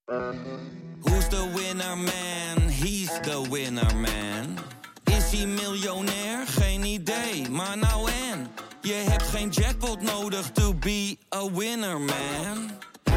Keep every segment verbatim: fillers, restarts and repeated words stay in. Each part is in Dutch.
Who's the winner man? He's the winner man. Is hij miljonair? Geen idee, maar nou en. Je hebt geen jackpot nodig to be a winner man.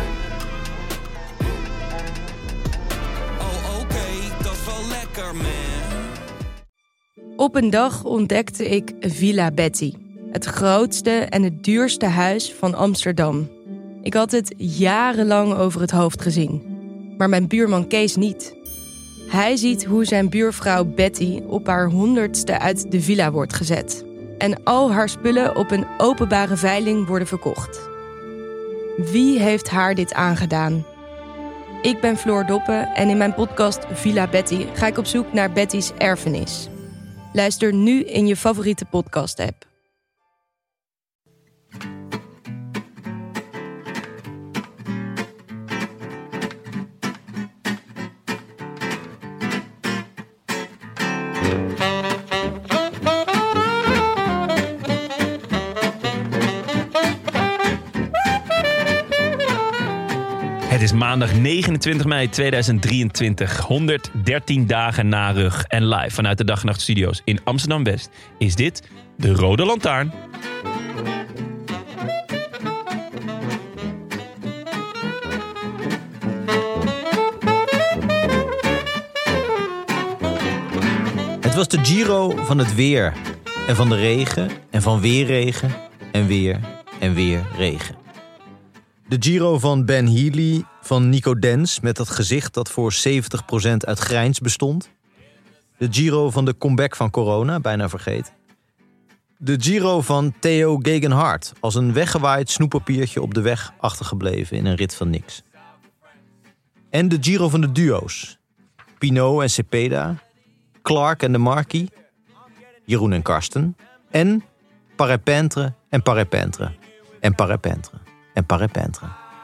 Oh oké, okay, dat is wel lekker man. Op een dag ontdekte ik Villa Betty. Het grootste en het duurste huis van Amsterdam. Ik had het jarenlang over het hoofd gezien. Maar mijn buurman Kees niet. Hij ziet hoe zijn buurvrouw Betty op haar honderdste uit de villa wordt gezet. En al haar spullen op een openbare veiling worden verkocht. Wie heeft haar dit aangedaan? Ik ben Floor Doppen en in mijn podcast Villa Betty ga ik op zoek naar Betty's erfenis. Luister nu in je favoriete podcast-app. Het is maandag negenentwintig mei tweeduizend drieëntwintig, honderddertien dagen na rug en live vanuit de Dag en Nacht Studio's in Amsterdam-West is dit de Rode Lantaarn. Het was de Giro van het weer en van de regen en van weer regen en weer en weer regen. De Giro van Ben Healy, van Nico Dens met dat gezicht dat voor zeventig procent uit grijns bestond. De Giro van de comeback van corona, bijna vergeten. De Giro van Theo Gegenhardt, als een weggewaaid snoeppapiertje op de weg achtergebleven in een rit van niks. En de Giro van de duo's. Pinot en Cepeda, Clark en de Marquis, Jeroen en Karsten. En Parapentre en Parapentre en Parapentre. En Parapentre.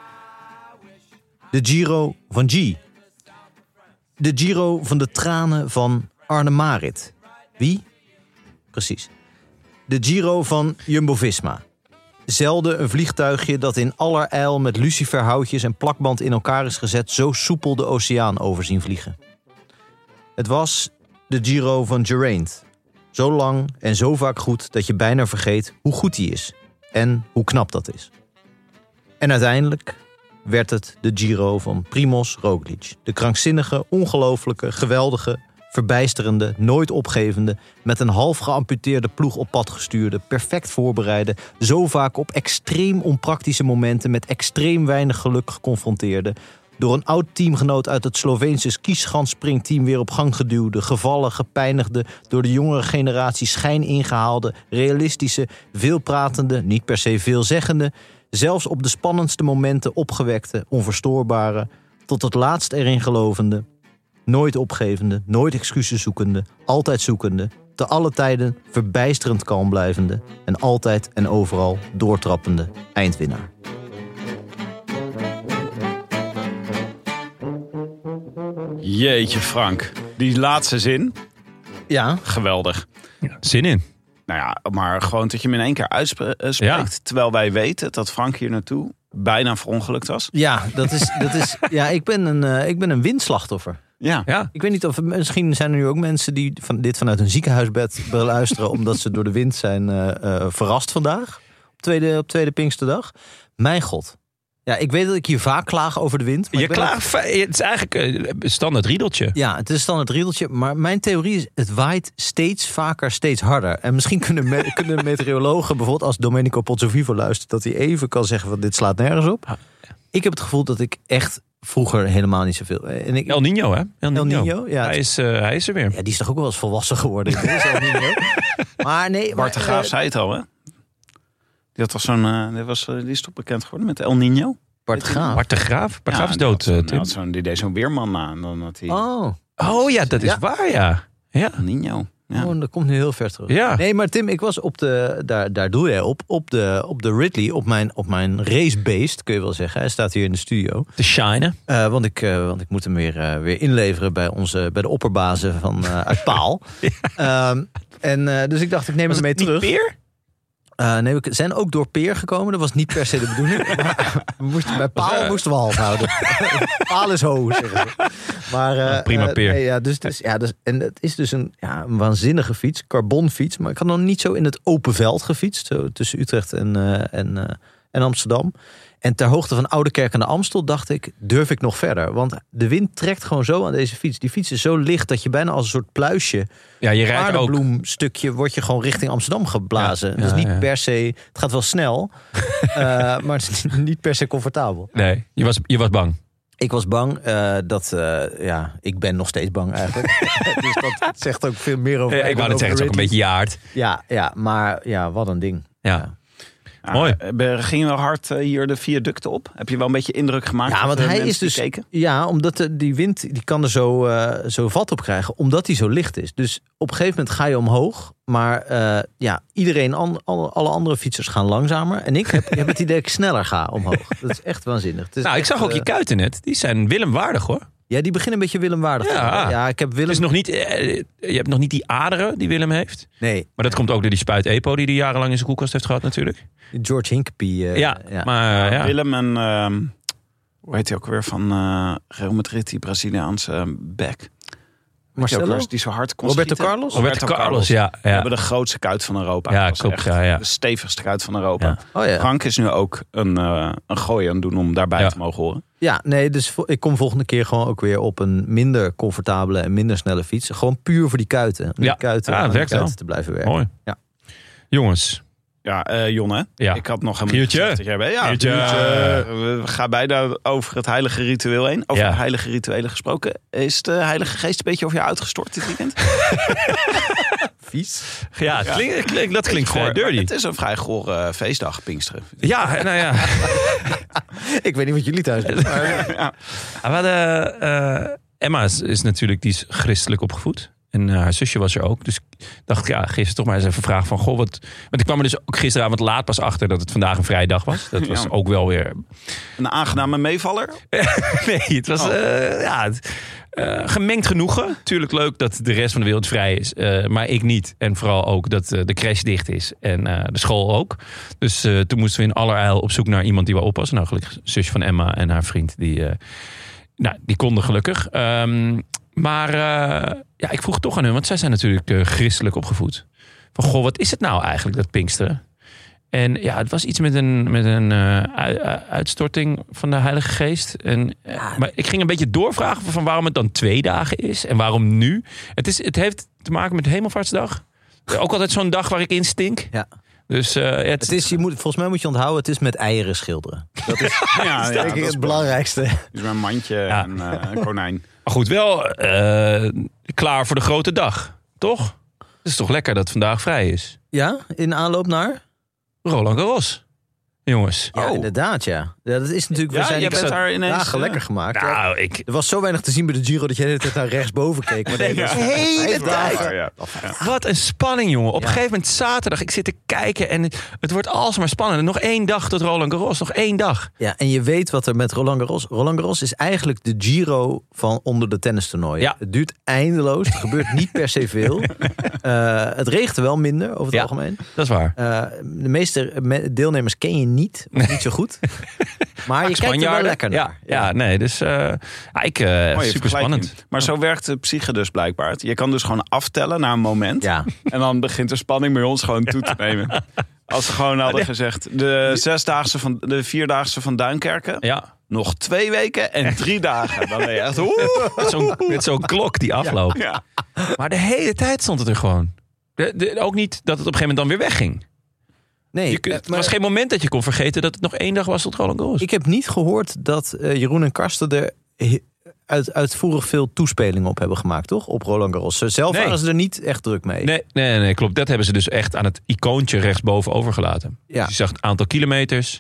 De Giro van G. De Giro van de tranen van Arne Marit. Wie? Precies. De Giro van Jumbo-Visma. Zelden een vliegtuigje dat in allerijl met luciferhoutjes en plakband in elkaar is gezet zo soepel de oceaan over zien vliegen. Het was de Giro van Geraint. Zo lang en zo vaak goed dat je bijna vergeet hoe goed die is. En hoe knap dat is. En uiteindelijk werd het de Giro van Primož Roglič. De krankzinnige, ongelooflijke, geweldige, verbijsterende, nooit opgevende, met een half geamputeerde ploeg op pad gestuurde, perfect voorbereide, zo vaak op extreem onpraktische momenten met extreem weinig geluk geconfronteerde, door een oud teamgenoot uit het Sloveense skischanspringteam weer op gang geduwde, gevallen, gepijnigde, door de jongere generatie schijn ingehaalde, realistische, veelpratende, niet per se veelzeggende, zelfs op de spannendste momenten opgewekte, onverstoorbare, tot het laatst erin gelovende, nooit opgevende, nooit excuses zoekende, altijd zoekende, te alle tijden verbijsterend kalm blijvende en altijd en overal doortrappende eindwinnaar. Jeetje Frank, die laatste zin, Ja, geweldig. Ja, zin in. Nou ja, maar gewoon dat je hem in één keer uitspreekt. Ja. Terwijl wij weten dat Frank hier naartoe bijna verongelukt was. ja, dat is, dat is, ja ik, ben een, uh, ik ben een windslachtoffer. Ja. Ja. Ik weet niet of misschien zijn er nu ook mensen die van dit vanuit een ziekenhuisbed beluisteren omdat ze door de wind zijn uh, uh, verrast vandaag. Op tweede, op tweede Pinksterdag. Mijn god. Ja, ik weet dat ik hier vaak klaag over de wind. Maar Je ik ben klaagt, het is eigenlijk een standaard riedeltje. Ja, het is standaard riedeltje. Maar mijn theorie is, het waait steeds vaker, steeds harder. En misschien kunnen, me, kunnen meteorologen, bijvoorbeeld als Domenico Pozzovivo luistert, dat hij even kan zeggen van dit slaat nergens op. Ik heb het gevoel dat ik echt vroeger helemaal niet zoveel... En ik, El Niño, hè? El Niño, El Niño, ja. Hij is, uh, hij is er weer. Ja, die is toch ook wel eens volwassen geworden. Ik weet het niet meer. Maar nee... Bart de maar, Graaf uh, zei het al, hè? Die, had toch zo'n, uh, die, was, uh, die is toch bekend geworden met El Niño? Bart de Graaf. Bart de Graaf? Bart de Graaf is die dood, had zo'n- uh, die Tim. had zo'n- Die deed zo'n weerman na. En dan had hij Oh, Oh ja, dat is Ja. waar, ja. Ja. El Niño. Ja. oh, dat komt nu heel ver terug. Ja. Nee, maar Tim, ik was op de... Daar, daar doe jij op. Op de, op de Ridley, op mijn, op mijn racebeest, kun je wel zeggen. Hij staat hier in de studio. Te shinen. Uh, want, ik, uh, want ik moet hem weer, uh, weer inleveren bij, onze, bij de opperbazen van, uh, uit Paal. ja. um, en uh, dus ik dacht, ik neem Was hem mee het niet terug. Peer? Uh, nee, we zijn ook door Peer gekomen. Dat was niet per se de bedoeling. we moesten, bij Paal moesten we halt houden. Paal is hoog, zeggen ze. Maar, uh, prima Peer. Uh, nee, ja, dus, dus, ja, dus, en het is dus een, ja, een waanzinnige fiets. Carbonfiets. Maar ik had nog niet zo in het open veld gefietst. Zo tussen Utrecht en, uh, en, uh, en Amsterdam. En ter hoogte van Oudekerk aan de Amstel dacht ik, durf ik nog verder? Want de wind trekt gewoon zo aan deze fiets. Die fiets is zo licht dat je bijna als een soort pluisje... Ja, je rijdt ook... paardenbloemstukje word je gewoon richting Amsterdam geblazen. Ja, ja, dus niet ja. per se... Het gaat wel snel, uh, maar het is niet per se comfortabel. Nee, je was, je was bang. Ik was bang uh, dat... Uh, ja, ik ben nog steeds bang eigenlijk. Dus dat zegt ook veel meer over... Ja, ik wou net zeggen, het is ook een beetje je aard. Ja, ja, maar ja, wat een ding. Ja. ja. Ja, Mooi. Ging je wel hard uh, hier de viaducten op? Heb je wel een beetje indruk gemaakt? Ja, want hij is dus... Gekeken? Ja, omdat de, die wind, die kan er zo, uh, zo vat op krijgen. Omdat hij zo licht is. Dus op een gegeven moment ga je omhoog. Maar uh, ja, iedereen, an, alle, alle andere fietsers gaan langzamer. En ik heb, heb het idee dat ik sneller ga omhoog. Dat is echt waanzinnig. Het is nou, echt, ik zag ook uh, je kuiten net. Die zijn Willem waardig, hoor. Ja, die beginnen een beetje Willem-waardig. Ja, ja, ik heb Willem... Dus nog niet, je hebt nog niet die aderen die Willem heeft. Nee. Maar dat komt ook door die spuit Epo die hij jarenlang in zijn koelkast heeft gehad natuurlijk. George Hincapie. Uh, ja, ja, maar ja. Willem en... Uh, hoe heet hij ook weer van uh, Real Madrid, die Braziliaanse uh, back. Marcelo? Die zo hard kon Roberto schieten. Carlos? Roberto, Roberto Carlos, ja. ja. We hebben de grootste kuit van Europa. Ja, dat klopt. Ja, ja. De stevigste kuit van Europa. Ja. Oh, ja. Frank is nu ook een, uh, een gooi aan het doen om daarbij ja. te mogen horen. Ja, nee, dus ik kom volgende keer gewoon ook weer op een minder comfortabele en minder snelle fiets. Gewoon puur voor die kuiten. Om die ja. kuiten, ja, aan werkt die kuiten wel. te blijven werken. Mooi. Ja. Jongens. Ja, uh, Jonne. Ja. Ik had nog helemaal Giertje. niet gezegd dat jij bent. Ja, Giertje. Giertje. We gaan bijna over het heilige ritueel heen. Over Ja. heilige rituelen gesproken. Is de Heilige Geest een beetje over je uitgestort dit weekend? Vies. Ja, het klink, klink, dat klinkt vrij dirty. Het is een vrij gore uh, feestdag, Pinksteren. Ja, nou ja. Ik weet niet wat jullie thuis doen. Maar... ja. We hadden, uh, Emma is, is natuurlijk, die is christelijk opgevoed. En uh, haar zusje was er ook. Dus ik dacht, ja, gisteren toch maar eens even vragen van... Goh, wat... Want ik kwam er dus ook gisteravond laat pas achter dat het vandaag een vrije dag was. Dat was Ja. ook wel weer... Een aangename meevaller? nee, het was Oh. uh, ja, het, uh, gemengd genoegen. Tuurlijk leuk dat de rest van de wereld vrij is. Uh, maar ik niet. En vooral ook dat uh, de crash dicht is. En uh, de school ook. Dus uh, toen moesten we in allerijl op zoek naar iemand die wou oppassen. Nou, gelukkig zusje van Emma en haar vriend. Die, uh, nou, die konden gelukkig. Um, maar uh, ja, ik vroeg toch aan hun. Want zij zijn natuurlijk uh, christelijk opgevoed. Van, goh, wat is het nou eigenlijk, dat Pinksteren? En ja, het was iets met een, met een uh, uitstorting van de Heilige Geest. En, uh, maar ik ging een beetje doorvragen van waarom het dan twee dagen is. En waarom nu. Het, is, het heeft te maken met Hemelvaartsdag. Ook altijd zo'n dag waar ik in stink. Ja. Dus, uh, het, Het is, je moet, volgens mij moet je onthouden, het is met eieren schilderen. Dat is, Ja, denk dat ik is het belangrijkste. Dus met een mandje Ja. en uh, een konijn. Maar goed, wel uh, klaar voor de grote dag. Toch? Het is toch lekker dat vandaag vrij is. Ja, in aanloop naar? Roland Garros. Jongens. Ja, Oh. inderdaad, ja. ja. Dat is natuurlijk... Ja, we zijn jij ik bent zat daar ineens, dagen uh, lekker gemaakt. Ja. Nou, ik... Er was zo weinig te zien bij de Giro dat jij de hele tijd naar rechtsboven keek. Maar nee, Ja. dat De is hele vijf tijd. dagen. Ja, ja. Wat een spanning, jongen. Op Ja. een gegeven moment zaterdag, ik zit te kijken en het wordt alsmaar spannender. Nog één dag tot Roland Garros, nog één dag. Ja, en je weet wat er met Roland Garros... Roland Garros is eigenlijk de Giro van onder de tennistoernooien. Ja. Het duurt eindeloos. Er gebeurt niet per se veel. Uh, het regent wel minder, over het Ja. algemeen. Dat is waar. Uh, de meeste me- deelnemers ken je niet. Of niet zo goed. Maar je kijkt er wel lekker ja, naar. ja, nee, dus uh, ja, ik, uh, Mooie super vergelijking. spannend. Maar zo werkt de psyche dus blijkbaar. Je kan dus gewoon aftellen naar een moment. Ja. En dan begint de spanning bij ons gewoon toe te nemen. Als ze gewoon hadden gezegd... de zesdaagse van de vierdaagse van Duinkerken... Ja, nog twee weken en drie dagen. Dan ben je echt... Oeh. met zo'n, met zo'n klok die afloopt. Ja. Maar de hele tijd stond het er gewoon. De, de, ook niet dat het op een gegeven moment dan weer wegging. Nee, Je kunt, uh, er maar was geen moment dat je kon vergeten dat het nog één dag was tot Roland Garros. ik heb niet gehoord dat uh, Jeroen en Karsten er he- uit, uitvoerig veel toespelingen op hebben gemaakt, toch? Op Roland Garros. Zelf Nee. waren ze er niet echt druk mee. Nee, nee, nee, klopt. Dat hebben ze dus echt aan het icoontje rechtsboven overgelaten. Ja. Dus je zag het aantal kilometers,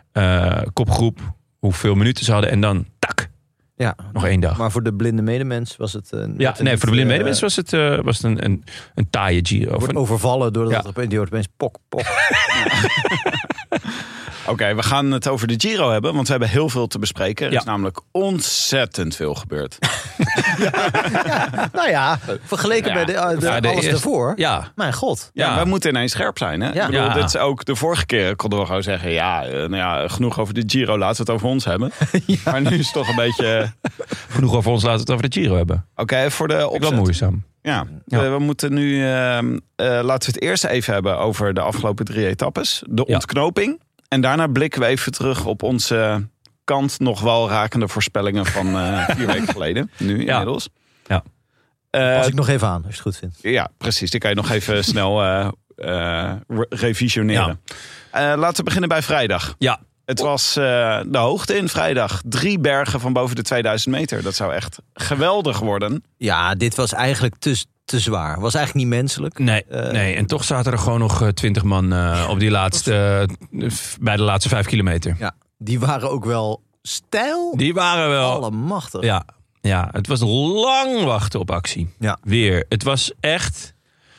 uh, kopgroep, hoeveel minuten ze hadden en dan tak, Ja. nog één dag. Maar voor de blinde medemens was het... Uh, Ja, net nee, niet, voor de blinde uh, medemens was het, uh, was het een, een, een taaie Giro. Of Wordt een- overvallen doordat Ja. het opeens, die hoort opeens pok, pok. Oké, okay, we gaan het over de Giro hebben, want we hebben heel veel te bespreken. Er Ja. is namelijk ontzettend veel gebeurd. ja, ja, nou ja, vergeleken Ja. bij de, de, Ja, de alles eerste- daarvoor. Ja, Mijn god. Ja, Ja. we moeten ineens scherp zijn. Hè? Ja. Ik bedoel, Ja. dit is ook de vorige keer konden we gewoon zeggen... ja, eh, nou ja, genoeg over de Giro, laten we het over ons hebben. Maar nu is het toch een beetje... genoeg over ons, laten we het over de Giro hebben. Oké, okay, voor de Ook wel opzet. moeizaam. Ja, Ja. Uh, we moeten nu... Uh, uh, laten we het eerst even hebben over de afgelopen drie etappes. De Ja. ontknoping. En daarna blikken we even terug op onze kant nog wel rakende voorspellingen van uh, vier weken geleden. Nu Ja. inmiddels. Ja. Uh, Pas ik nog even aan, als je het goed vindt. Ja, precies. Die kan je nog even snel uh, uh, re- revisioneren. Ja. Uh, laten we beginnen bij vrijdag. Ja. Het was uh, de hoogte in vrijdag. Drie bergen van boven de tweeduizend meter. Dat zou echt geweldig worden. Ja, dit was eigenlijk te, te zwaar. Was eigenlijk niet menselijk. Nee, Uh, nee, en toch zaten er gewoon nog twintig man uh, op die laatste, uh, bij de laatste vijf kilometer. Ja, die waren ook wel stijl. Die waren wel... Allemachtig. Ja, ja, het was lang wachten op actie. Ja. Weer. Het was echt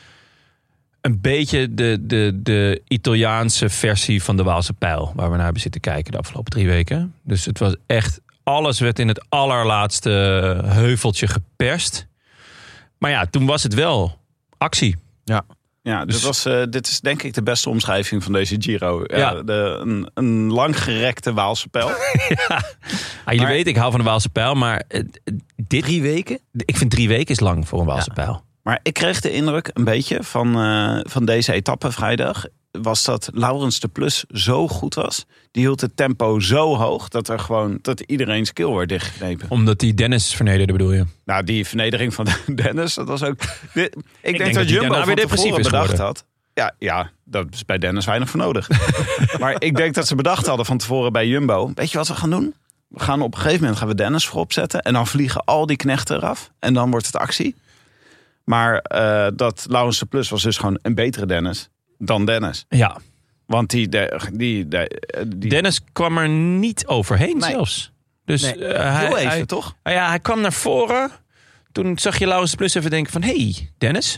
een beetje de, de, de Italiaanse versie van de Waalse Pijl. Waar we naar hebben zitten kijken de afgelopen drie weken. Dus het was echt... Alles werd in het allerlaatste heuveltje geperst. Maar ja, toen was het wel actie. Ja. Ja, Dus- dit, was, uh, dit is denk ik de beste omschrijving van deze Giro. Ja, Ja. De, een, een langgerekte Waalse pijl. Ah, jullie Maar- weten, ik hou van de Waalse Pijl. Maar uh, dit, Drie weken? ik vind drie weken is lang voor een Waalse Ja. Pijl. Maar ik kreeg de indruk een beetje van, uh, van deze etappe vrijdag... was dat Laurens de Plus zo goed was. Die hield het tempo zo hoog dat er gewoon dat iedereen's keel werd dichtgeknepen. Omdat die Dennis vernederde, bedoel je? Nou, die vernedering van Dennis, dat was ook... Dit, ik, denk, denk dat dat die Jumbo daarna van weer depressief tevoren is bedacht geworden. had. Ja, ja, dat is bij Dennis weinig voor nodig. Maar ik denk dat ze bedacht hadden van tevoren bij Jumbo. Weet je wat we gaan doen? We gaan op een gegeven moment gaan we Dennis voorop zetten. En dan vliegen al die knechten eraf. En dan wordt het actie. Maar uh, dat Laurens de Plus was dus gewoon een betere Dennis dan Dennis. Ja. Want die... die, die, die, die Dennis kwam er niet overheen Nee. zelfs. Dus nee, uh, heel hij, even, hij, toch? nou ja, hij kwam naar voren. Toen zag je Laurens de Plus even denken van... Hé, hey, Dennis.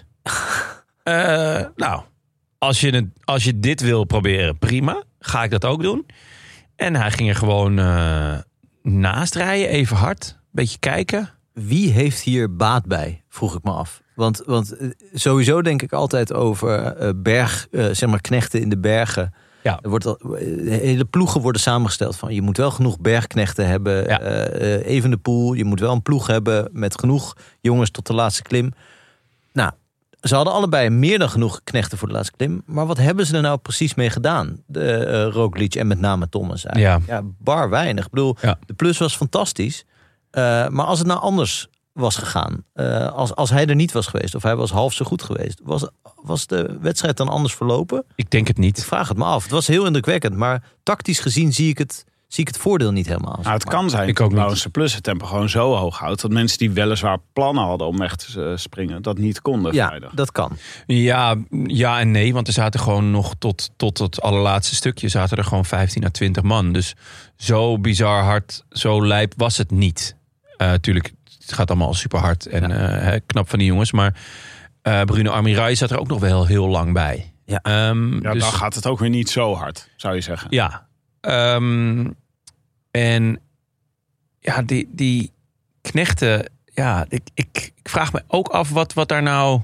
uh, nou, als je, het, als je dit wil proberen, prima. Ga ik dat ook doen. En hij ging er gewoon uh, naast rijden, even hard. Beetje kijken. Wie heeft hier baat bij, vroeg ik me af. Want, want sowieso denk ik altijd over uh, berg, uh, zeg maar knechten in de bergen. Ja. Er wordt al, hele ploegen worden samengesteld van je moet wel genoeg bergknechten hebben. Ja. Uh, uh, Evenepoel, je moet wel een ploeg hebben met genoeg jongens tot de laatste klim. Nou, ze hadden allebei meer dan genoeg knechten voor de laatste klim. Maar wat hebben ze er nou precies mee gedaan? De uh, Roglic en met name Thomas eigenlijk. Ja. ja, bar weinig. Ik bedoel, Ja. de plus was fantastisch. Uh, maar als het nou anders was gegaan, uh, als, als hij er niet was geweest of hij was half zo goed geweest, was, was de wedstrijd dan anders verlopen? Ik denk het Ik niet. vraag het me af. Het was heel indrukwekkend, maar tactisch gezien zie ik het, zie ik het voordeel niet helemaal. Nou, het kan zijn Ik dat ook niet. Laurens de Plus het tempo gewoon zo hoog houdt... dat mensen die weliswaar plannen hadden om weg te uh, springen... dat niet konden Ja, vrijdag. dat kan. Ja, ja en nee. Want er zaten gewoon nog tot, tot het allerlaatste stukje... zaten er gewoon vijftien à twintig man. Dus zo bizar hard, zo lijp was het niet. Uh, tuurlijk, het gaat allemaal super hard en Ja. uh, knap van die jongens. Maar uh, Bruno Armirail zat er ook nog wel heel lang bij. Ja. Um, Ja, dus, dan gaat het ook weer niet zo hard, zou je zeggen. Ja. Um, en ja, die, die knechten... Ja, ik, ik, ik vraag me ook af wat, wat daar nou...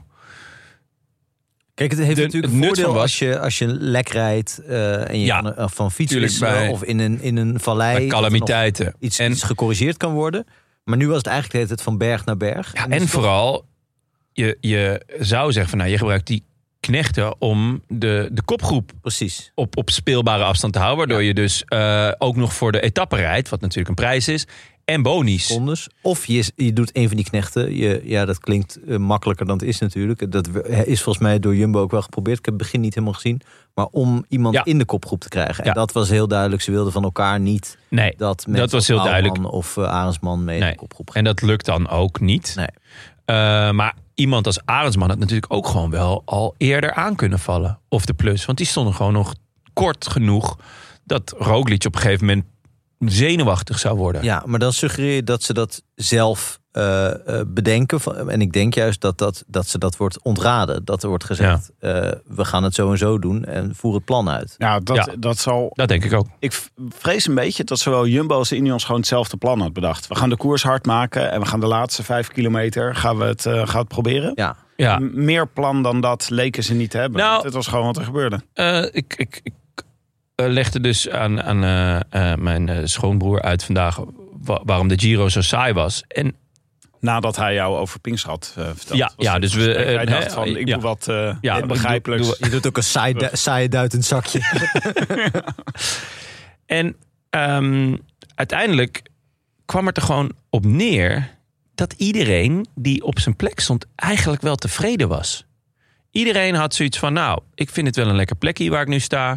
Kijk, het heeft De- natuurlijk het een nut voordeel van als je, als je lek rijdt uh, en je Ja, kan, uh, van fiets tuurlijk wisselen bij- of in een, in een vallei. Bij dat er calamiteiten. nog Iets, En- iets gecorrigeerd kan worden. Maar nu was het eigenlijk de hele tijd van berg naar berg. Ja, dan is en het toch- vooral, je, je zou zeggen van nou, je gebruikt die knechten om de, de kopgroep Precies. op, op speelbare afstand te houden. Waardoor je dus uh, ook nog voor de etappe rijdt, wat natuurlijk een prijs is. En bonies. Secondes. Of je, je doet een van die knechten. Je, ja, dat klinkt uh, makkelijker dan het is natuurlijk. Dat is volgens mij door Jumbo ook wel geprobeerd. Ik heb het begin niet helemaal gezien. Maar om iemand Ja. in de kopgroep te krijgen. Ja. En dat was heel duidelijk. Ze wilden van elkaar niet Nee, dat dat was heel Bouwman duidelijk. of uh, Arendsman mee in Nee. de kopgroep gaan. En dat lukt dan ook niet. Nee. Uh, maar iemand als Arendsman had natuurlijk ook gewoon wel al eerder aan kunnen vallen. Of de plus. Want die stonden gewoon nog kort genoeg dat Roglic op een gegeven moment zenuwachtig zou worden. Ja, maar dan suggereer je dat ze dat zelf uh, uh, bedenken. Van, en ik denk juist dat, dat, dat ze dat wordt ontraden. Dat er wordt gezegd, ja. uh, we gaan het zo en zo doen en voer het plan uit. Ja, dat, ja. dat zal... Dat denk ik ook. Ik vrees een beetje dat zowel Jumbo als Ineos gewoon hetzelfde plan had bedacht. We gaan de koers hard maken en we gaan de laatste vijf kilometer gaan we het, uh, gaan we het proberen. Ja. Ja. Meer plan dan dat leken ze niet te hebben. Nou, Dit was gewoon wat er gebeurde. Uh, ik, ik, ik uh, legde dus aan, aan uh, uh, mijn uh, schoonbroer uit vandaag wa- waarom de Giro zo saai was. En nadat hij jou over Pinks had uh, verteld. Ja, ja dus we... Uh, hij dacht van, ik ja. doe wat uh, ja, begrijpelijks. Doe, doe, je doet ook een saai, saaie duit in het zakje. En um, uiteindelijk kwam het er gewoon op neer dat iedereen die op zijn plek stond eigenlijk wel tevreden was. Iedereen had zoiets van, nou, ik vind het wel een lekker plekje waar ik nu sta.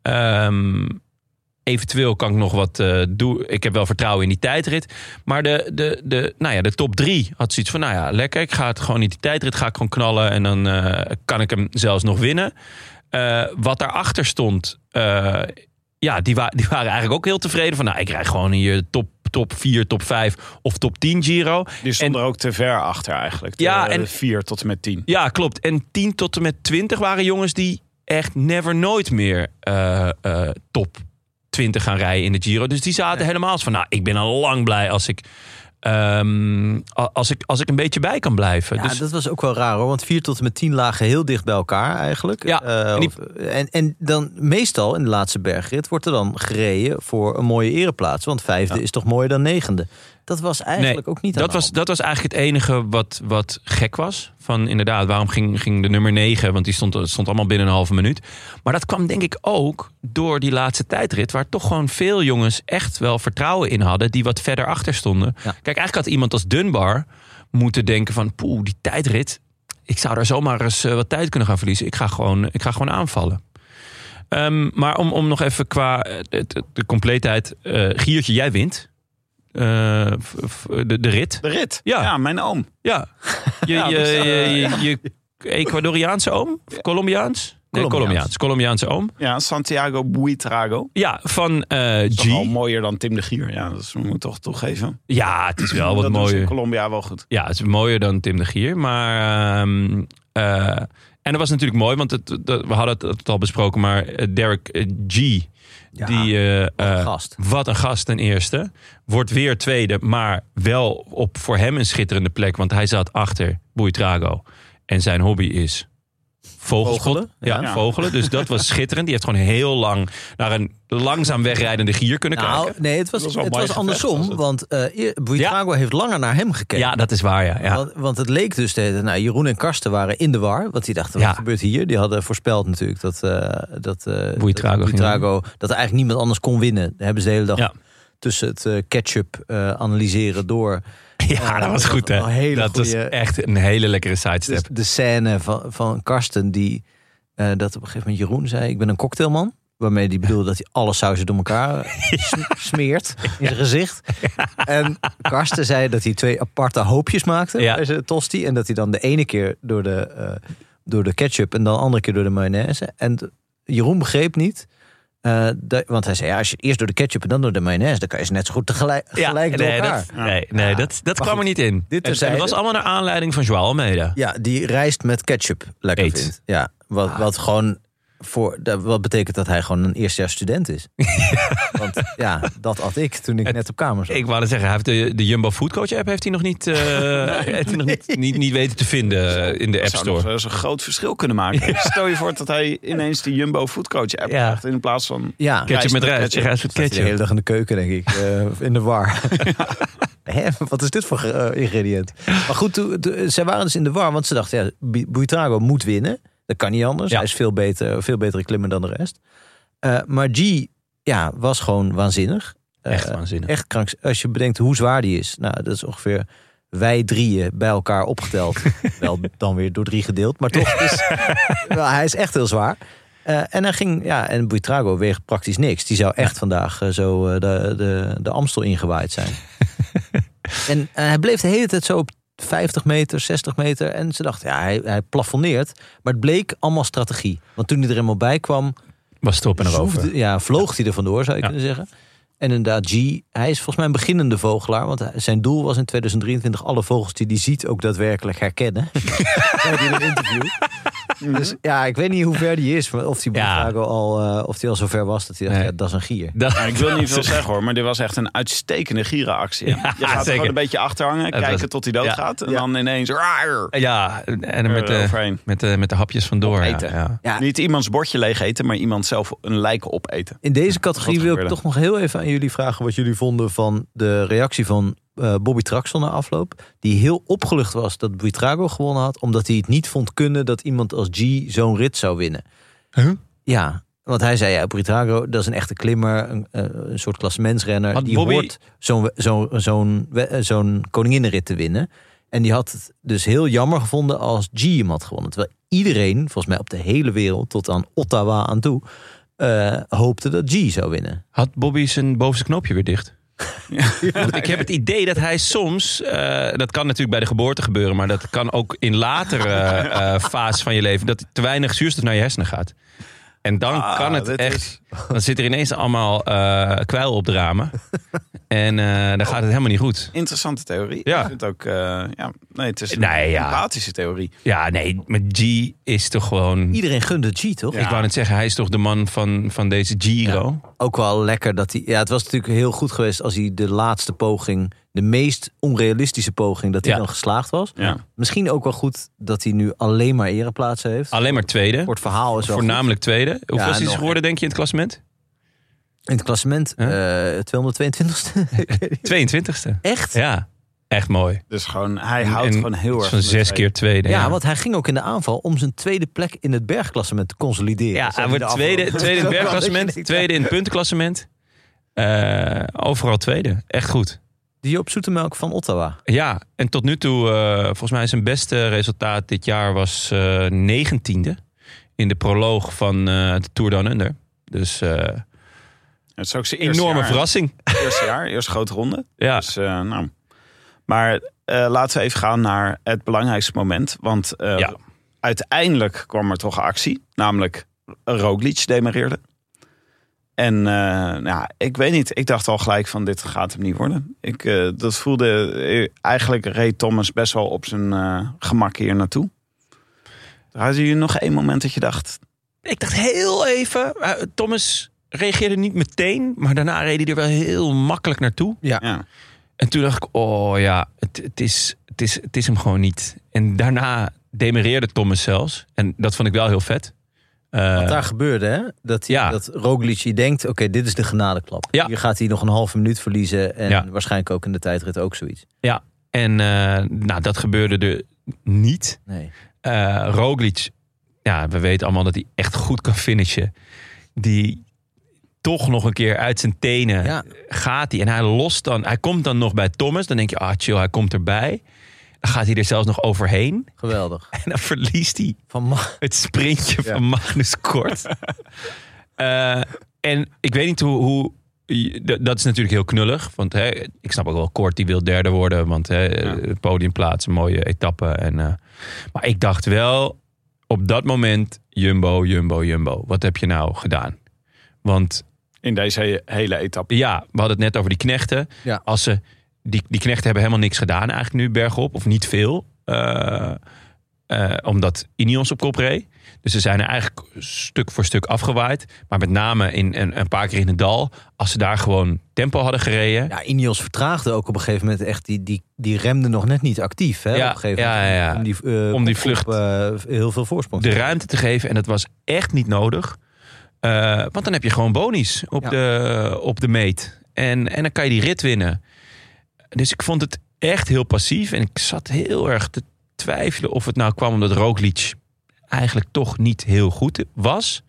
Um, eventueel kan ik nog wat uh, doen. Ik heb wel vertrouwen in die tijdrit. Maar de, de, de, nou ja, de top drie had zoiets van, nou ja, lekker. Ik ga het gewoon in die tijdrit ga ik gewoon knallen. En dan uh, kan ik hem zelfs nog winnen. Uh, wat daarachter stond, uh, ja, die, wa- die waren eigenlijk ook heel tevreden. Van, nou, ik krijg gewoon hier top top vier, top vijf of top tien Giro. Die stond en, er ook te ver achter eigenlijk. De, ja, en vier tot en met tien. Ja, klopt. En tien tot en met twintig waren jongens die echt never nooit meer uh, uh, top twintig gaan rijden in de Giro. Dus die zaten ja. helemaal van, nou, ik ben al lang blij als ik Um, als, ik, als ik een beetje bij kan blijven. Ja, dus... dat was ook wel raar hoor. Want vier tot en met tien lagen heel dicht bij elkaar eigenlijk. Ja, uh, en, die... of, en, en dan meestal in de laatste bergrit wordt er dan gereden voor een mooie ereplaats. Want vijfde ja. is toch mooier dan negende. Dat was eigenlijk nee, ook niet aan dat was, dat was eigenlijk het enige wat, wat gek was. Van inderdaad, waarom ging, ging de nummer negen? Want die stond, stond allemaal binnen een halve minuut. Maar dat kwam denk ik ook door die laatste tijdrit. Waar toch gewoon veel jongens echt wel vertrouwen in hadden. Die wat verder achter stonden. Ja. Kijk, eigenlijk had iemand als Dunbar moeten denken van, poeh, die tijdrit. Ik zou daar zomaar eens uh, wat tijd kunnen gaan verliezen. Ik ga gewoon, ik ga gewoon aanvallen. Um, maar om, om nog even qua uh, de, de compleetheid. Uh, Giertje, jij wint. Uh, de, de rit. De rit? Ja, ja mijn oom. Ja. Je, ja, dus, uh, je, je, je Ecuadoriaanse oom? Of Colombiaans? Nee, Colombiaans. Colombiaanse oom. Ja, Santiago Buitrago. Ja, van uh, G. Dat is al mooier dan Tim de Gier. Ja, dat moet ik toch toegeven. Ja, het is wel wat dat mooier. in Colombia wel goed. Ja, het is mooier dan Tim de Gier. Maar... Um, uh, en dat was natuurlijk mooi, want het, dat, we hadden het, het al besproken. Maar Derek uh, G... Ja, die, uh, wat een gast. Uh, wat een gast ten eerste. Wordt weer tweede, maar wel op voor hem een schitterende plek. Want hij zat achter Buitrago. En zijn hobby is vogelspot. Vogelen. Ja, ja, vogelen. Dus dat was schitterend. Die heeft gewoon heel lang naar een langzaam wegrijdende Gier kunnen nou, kijken. Nee, het was, was, het was andersom. Was het. Want uh, Buitrago ja. heeft langer naar hem gekeken. Ja, dat is waar, ja. ja. Want, want het leek dus... De, nou, Jeroen en Karsten waren in de war. Want die dachten, wat ja. gebeurt hier? Die hadden voorspeld natuurlijk dat, uh, dat, uh, Buitrago, dat, Buitrago, dat er eigenlijk niemand anders kon winnen. Daar hebben ze de hele dag ja. tussen het uh, ketchup uh, analyseren door... Ja, uh, dat was goed, hè? Dat goeie, was echt een hele lekkere sidestep. Dus de scène van, van Karsten die... Uh, dat op een gegeven moment Jeroen zei... ik ben een cocktailman. Waarmee die bedoelde dat hij alle sauzen door elkaar ja. smeert in zijn gezicht. Ja. En Karsten zei dat hij twee aparte hoopjes maakte ja. bij zijn tosti. En dat hij dan de ene keer door de, uh, door de ketchup en dan de andere keer door de mayonaise. En Jeroen begreep niet... Uh, de, want hij zei, ja, als je eerst door de ketchup en dan door de mayonaise... dan kan je ze net zo goed tegelijk, gelijk ja, nee, door elkaar. Dat, nee, nee ja. dat, dat kwam goed, er niet in. Dit en, en dat was allemaal naar aanleiding van João Almeida. Ja, die rijst met ketchup lekker Eet. vindt. Ja, wat, ah. wat gewoon... Voor, wat betekent dat hij gewoon een eerstejaars student is. Want ja, dat had ik toen ik het, net op kamer zat. Ik wou zeggen, hij heeft de, de Jumbo Foodcoach app heeft hij nog niet, uh, nee, heeft hij nog niet, niet, niet weten te vinden in de App Store. Dat zou nog een groot verschil kunnen maken. Ja. Stel je voor dat hij ineens de Jumbo Foodcoach app ja. krijgt in plaats van ja. ketchup met rijst. Rijst met ketchup. De hele dag in de keuken, denk ik. Uh, in de war. Ja. Hè, wat is dit voor uh, ingrediënt? Maar goed, to, to, zij waren dus in de war, want ze dachten, ja, Buitrago moet winnen. Dat kan niet anders. Ja. Hij is veel beter, veel betere klimmer dan de rest. Uh, maar G ja, was gewoon waanzinnig. Echt waanzinnig. Uh, echt krank. Als je bedenkt hoe zwaar die is. Nou, dat is ongeveer wij drieën bij elkaar opgeteld. Wel dan weer door drie gedeeld. Maar toch, is, wel, hij is echt heel zwaar. Uh, en hij ging, ja, en Buitrago weegt praktisch niks. Die zou echt ja. vandaag uh, zo uh, de, de, de Amstel ingewaaid zijn. En uh, hij bleef de hele tijd zo op vijftig meter, zestig meter. En ze dachten, ja, hij, hij plafonneert. Maar het bleek allemaal strategie. Want toen hij er helemaal bij kwam... Was het op en erover. Ja, vloog ja. hij er vandoor, zou je ja. kunnen zeggen. En inderdaad, G, hij is volgens mij een beginnende vogelaar. Want zijn doel was in tweeduizend drieëntwintig alle vogels die hij ziet ook daadwerkelijk herkennen. Zei hij in een interview. Dus ja, ik weet niet hoe ver die is. Of die Buitrago ja. al, uh, of die al zo ver was dat hij dacht, nee. ja, dat is een gier. Dat, ja, ik wil niet veel zeggen hoor, maar dit was echt een uitstekende gierenactie. Ja, je gaat er gewoon een beetje achterhangen, het kijken was, tot hij doodgaat. Ja. En ja. dan ineens... Ja, en met de, met, de, met de hapjes vandoor. Eten. Ja. Ja. Niet iemands bordje leeg eten, maar iemand zelf een lijk opeten. In deze categorie wil ik toch nog heel even aan jullie vragen wat jullie vonden van de reactie van uh, Bobby Traxel na afloop. Die heel opgelucht was dat Buitrago gewonnen had, omdat hij het niet vond kunnen dat iemand als G zo'n rit zou winnen. Huh? Ja, want hij zei, ja, Buitrago, dat is een echte klimmer, een, een soort klassementsrenner. Had die Bobby... hoort zo'n, zo'n, zo'n, zo'n koninginnenrit te winnen. En die had het dus heel jammer gevonden als G hem had gewonnen. Terwijl iedereen, volgens mij op de hele wereld, tot aan Ottawa aan toe, Uh, hoopte dat G zou winnen. Had Bobby zijn bovenste knoopje weer dicht? Ja. Want ik heb het idee dat hij soms, uh, dat kan natuurlijk bij de geboorte gebeuren, maar dat kan ook in latere uh, fases van je leven, dat te weinig zuurstof naar je hersenen gaat. En dan ah, kan het echt... Is... Dan zit er ineens allemaal uh, kwijl op de ramen. En uh, dan gaat het helemaal niet goed. Interessante theorie. Ja. Ik vind het ook... Uh, ja, nee, het is een nee, ja. empathische theorie. Ja, nee, maar G is toch gewoon... Iedereen gunde G, toch? Ja. Ik wou net zeggen, hij is toch de man van, van deze Giro. Ja. Ook wel lekker dat hij... Ja, het was natuurlijk heel goed geweest als hij de laatste poging... de meest onrealistische poging, dat hij ja. dan geslaagd was. Ja. Misschien ook wel goed dat hij nu alleen maar ereplaatsen heeft. Alleen maar tweede. Voor het verhaal is wel Voornamelijk goed. tweede. Hoeveel ja, is hij geworden, denk je, in het klassement? In het klassement? Huh? Uh, tweehonderdtweeëntwintigste. tweeëntwintigste. Echt? Ja, echt mooi. Dus gewoon, hij houdt en, gewoon heel erg van zes keer tweede. Ja, ja, want hij ging ook in de aanval om zijn tweede plek in het bergklassement te consolideren. Ja, hij wordt tweede, tweede in het bergklassement, tweede in het puntenklassement. Uh, overal tweede. Echt goed. Die op zoetemelk van Ottawa. Ja, en tot nu toe, uh, volgens mij zijn beste resultaat dit jaar was uh, negentiende. In de proloog van uh, de Tour Down Under. Dus uh, het is ook zijn enorme jaar, verrassing. Eerste jaar, eerste grote ronde. Ja. Dus, uh, nou. Maar uh, laten we even gaan naar het belangrijkste moment. Want uh, ja. uiteindelijk kwam er toch actie. Namelijk Roglic demareerde. En uh, nou, ik weet niet, ik dacht al gelijk van dit gaat hem niet worden. Ik, uh, dat voelde, uh, eigenlijk reed Thomas best wel op zijn uh, gemak hier naartoe. Had je nog één moment dat je dacht... Ik dacht heel even, uh, Thomas reageerde niet meteen, maar daarna reed hij er wel heel makkelijk naartoe. Ja. ja. En toen dacht ik, oh ja, het, het, is, het, is, het is hem gewoon niet. En daarna demareerde Thomas zelfs. En dat vond ik wel heel vet. Uh, Wat daar gebeurde, hè? Dat, ja. dat Roglic denkt, oké, okay, dit is de genadeklap. Ja. Hier gaat hij nog een halve minuut verliezen. En ja. waarschijnlijk ook in de tijdrit ook zoiets. Ja, en uh, nou, dat gebeurde er niet. Nee. Uh, Roglic, ja, we weten allemaal dat hij echt goed kan finishen. Die toch nog een keer uit zijn tenen ja. gaat hij. En hij lost dan, hij komt dan nog bij Thomas. Dan denk je, ah chill, hij komt erbij. Dan gaat hij er zelfs nog overheen. Geweldig. En dan verliest hij van Ma- het sprintje ja. van Magnus Kort. uh, en ik weet niet hoe... hoe dat is natuurlijk heel knullig. Want hè, ik snap ook wel, Kort die wil derde worden. Want hè, ja. podiumplaats, een mooie etappe. En, uh, maar ik dacht wel, op dat moment, Jumbo, Jumbo, Jumbo. Wat heb je nou gedaan? Want... In deze hele etappe. Ja, we hadden het net over die knechten. Ja. Als ze... Die, die knechten hebben helemaal niks gedaan eigenlijk nu bergop. Of niet veel. Uh, uh, omdat Ineos op kop reed. Dus ze zijn er eigenlijk stuk voor stuk afgewaaid. Maar met name in, een, een paar keer in het dal. Als ze daar gewoon tempo hadden gereden. Ja, Ineos vertraagde ook op een gegeven moment echt. Die, die, die remde nog net niet actief. Hè, ja, op een gegeven ja, moment. Ja, ja. Om die, uh, om die vlucht op, uh, heel veel voorsprong de ruimte te geven. En dat was echt niet nodig. Uh, want dan heb je gewoon bonies op, ja. de, op de meet. En, en dan kan je die rit winnen. Dus ik vond het echt heel passief. En ik zat heel erg te twijfelen of het nou kwam omdat Roglic eigenlijk toch niet heel goed was.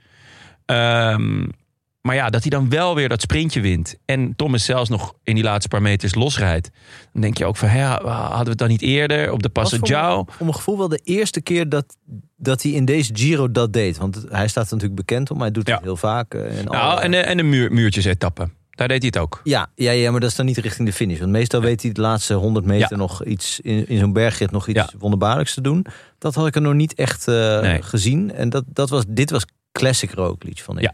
Um, maar ja, dat hij dan wel weer dat sprintje wint. En Thomas zelfs nog in die laatste paar meters losrijdt. Dan denk je ook van, ja, hadden we het dan niet eerder op de Passo Giao? Voor mijn gevoel wel de eerste keer dat, dat hij in deze Giro dat deed. Want hij staat er natuurlijk bekend om. Hij doet ja. het heel vaak. En, nou, alle... en de, en de muur, muurtjes-etappen. Daar deed hij het ook. Ja, ja, ja, maar dat is dan niet richting de finish. Want meestal weet hij de laatste honderd meter ja. nog iets in, in zo'n bergrit nog iets ja. wonderbaarlijks te doen. Dat had ik er nog niet echt uh, nee. gezien. En dat, dat was, dit was classic Roglic, vond ik. Ja.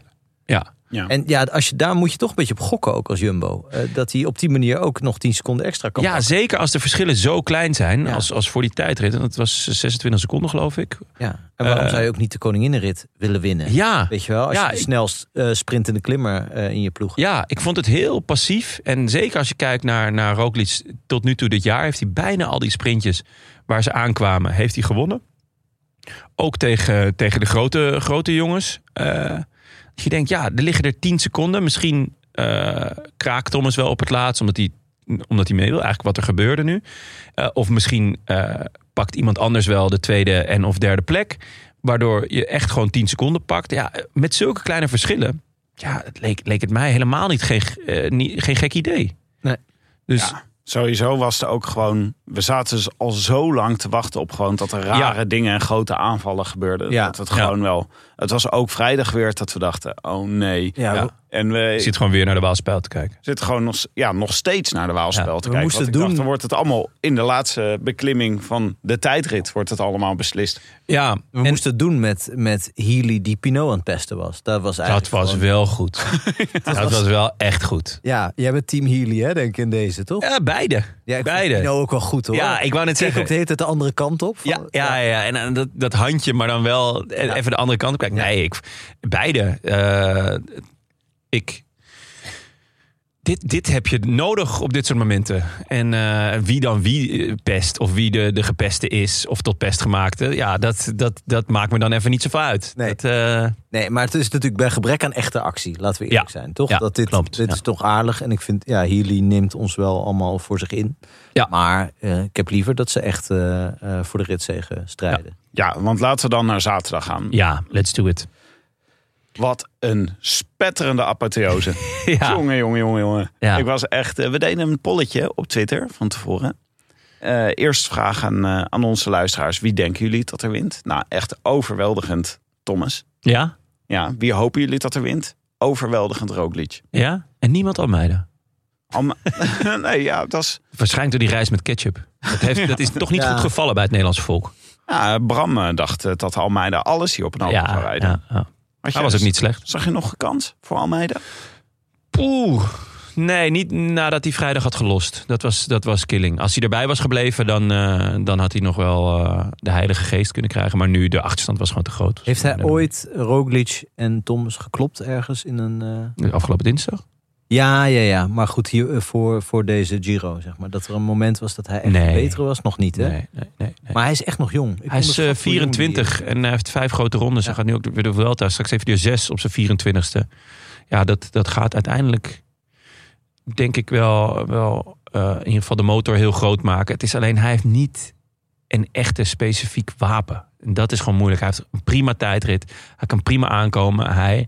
Ja. Ja. En ja, als je, daar moet je toch een beetje op gokken ook als Jumbo. Uh, dat hij op die manier ook nog tien seconden extra kan Ja, pakken. zeker als de verschillen zo klein zijn Ja. als, als voor die tijdrit. En dat was zesentwintig seconden, geloof ik. Ja. En waarom Uh, zou je ook niet de koninginnenrit willen winnen? Ja, Weet je wel, als Ja, je de ik- snelst uh, sprintende klimmer uh, in je ploeg. ja, ik vond het heel passief. En zeker als je kijkt naar, naar Roglic tot nu toe dit jaar... heeft hij bijna al die sprintjes waar ze aankwamen, heeft hij gewonnen. Ook tegen, tegen de grote, grote jongens. Uh, je denkt, ja, er liggen er tien seconden. Misschien uh, kraakt Thomas wel op het laatst, omdat hij, omdat hij mee wil. Eigenlijk wat er gebeurde nu. Uh, of misschien uh, pakt iemand anders wel de tweede en of derde plek. Waardoor je echt gewoon tien seconden pakt. Ja, met zulke kleine verschillen. Ja, het leek, leek het mij helemaal niet geen, uh, niet, geen gek idee. Nee. Dus Ja. Sowieso was het ook gewoon... We zaten dus al zo lang te wachten op gewoon dat er rare Ja. dingen en grote aanvallen gebeurden. Ja. Dat het gewoon wel... Het was ook vrijdag weer dat we dachten, oh nee. Ja, Ja. we- En we je zit gewoon weer naar de Waalspijl te kijken. zitten gewoon nog, ja, nog steeds naar de Waalspel Ja. te We kijken. moesten Want ik doen- dacht, dan wordt het allemaal in de laatste beklimming van de tijdrit... wordt het allemaal beslist. Ja, we en moesten het doen met, met Healy die Pinot aan het pesten was. Dat was dat eigenlijk was gewoon- wel goed. dat was wel echt goed. Ja, jij bent team Healy, hè, denk ik, in deze, toch? Ja, beide. Ja, ik beide. vond Pinot ook wel goed, hoor. Ja, ik wou net Keek zeggen. ook de hele tijd de andere kant op. Ja, ja, ja. En, en dat, dat handje, maar dan wel even de andere kant op kijken. Nee, ik, beide. Uh, ik... Dit, dit heb je nodig op dit soort momenten. En uh, wie dan wie pest, of wie de, de gepeste is, of tot pestgemaakte. Ja, dat, dat, dat maakt me dan even niet zoveel uit. Nee. Dat, uh... Nee, maar het is natuurlijk bij gebrek aan echte actie, laten we eerlijk Ja. zijn, toch? Ja, dat dit klopt, dit ja. is toch aardig. En ik vind, ja, Healy neemt ons wel allemaal voor zich in. Ja. Maar uh, ik heb liever dat ze echt uh, uh, voor de ritzege strijden. Ja, want laten we dan naar zaterdag gaan. Ja, let's do it. Wat een spetterende apotheose. Ja. Jongen, jongen, jongen, jongen. Ja. Ik was echt... uh, we deden een polletje op Twitter van tevoren. Uh, eerst vraag aan, uh, aan onze luisteraars. Wie denken jullie dat er wint? Nou, echt overweldigend Thomas. Ja? Ja, wie hopen jullie dat er wint? Overweldigend Roglic. Ja? En niemand Almeida. Alme- nee, ja, dat is... Waarschijnlijk door die reis met ketchup. Dat, heeft, dat is toch niet Ja. goed gevallen bij het Nederlandse volk. Ja, Bram uh, dacht uh, dat Almeida alles hier op een auto zou Ja, rijden. ja, ja. Had Dat jij- was ook niet slecht. Zag je nog een kans voor Almeida? Oeh, nee, niet nadat hij vrijdag had gelost. Dat was, dat was killing. Als hij erbij was gebleven, dan, uh, dan had hij nog wel uh, de heilige geest kunnen krijgen. Maar nu, de achterstand was gewoon te groot. Heeft hij Uh, ooit Roglic en Thomas geklopt ergens in een... Uh... de Afgelopen dinsdag? Ja, ja, ja. Maar goed, hier, uh, voor, voor deze Giro, zeg maar. Dat er een moment was dat hij echt Nee. beter was, nog niet, hè? Nee, nee, nee. nee. Maar hij is echt nog jong. Ik Hij vond is het uh, grappig hoe jong die vierentwintig en hij heeft vijf grote rondes. Ja. Hij gaat nu ook weer de Vuelta. Straks heeft hij er zes op zijn vierentwintigste. Ja, dat, dat gaat uiteindelijk, denk ik wel, wel uh, in ieder geval de motor heel groot maken. Het is alleen, hij heeft niet een echte specifiek wapen. En dat is gewoon moeilijk. Hij heeft een prima tijdrit. Hij kan prima aankomen. Hij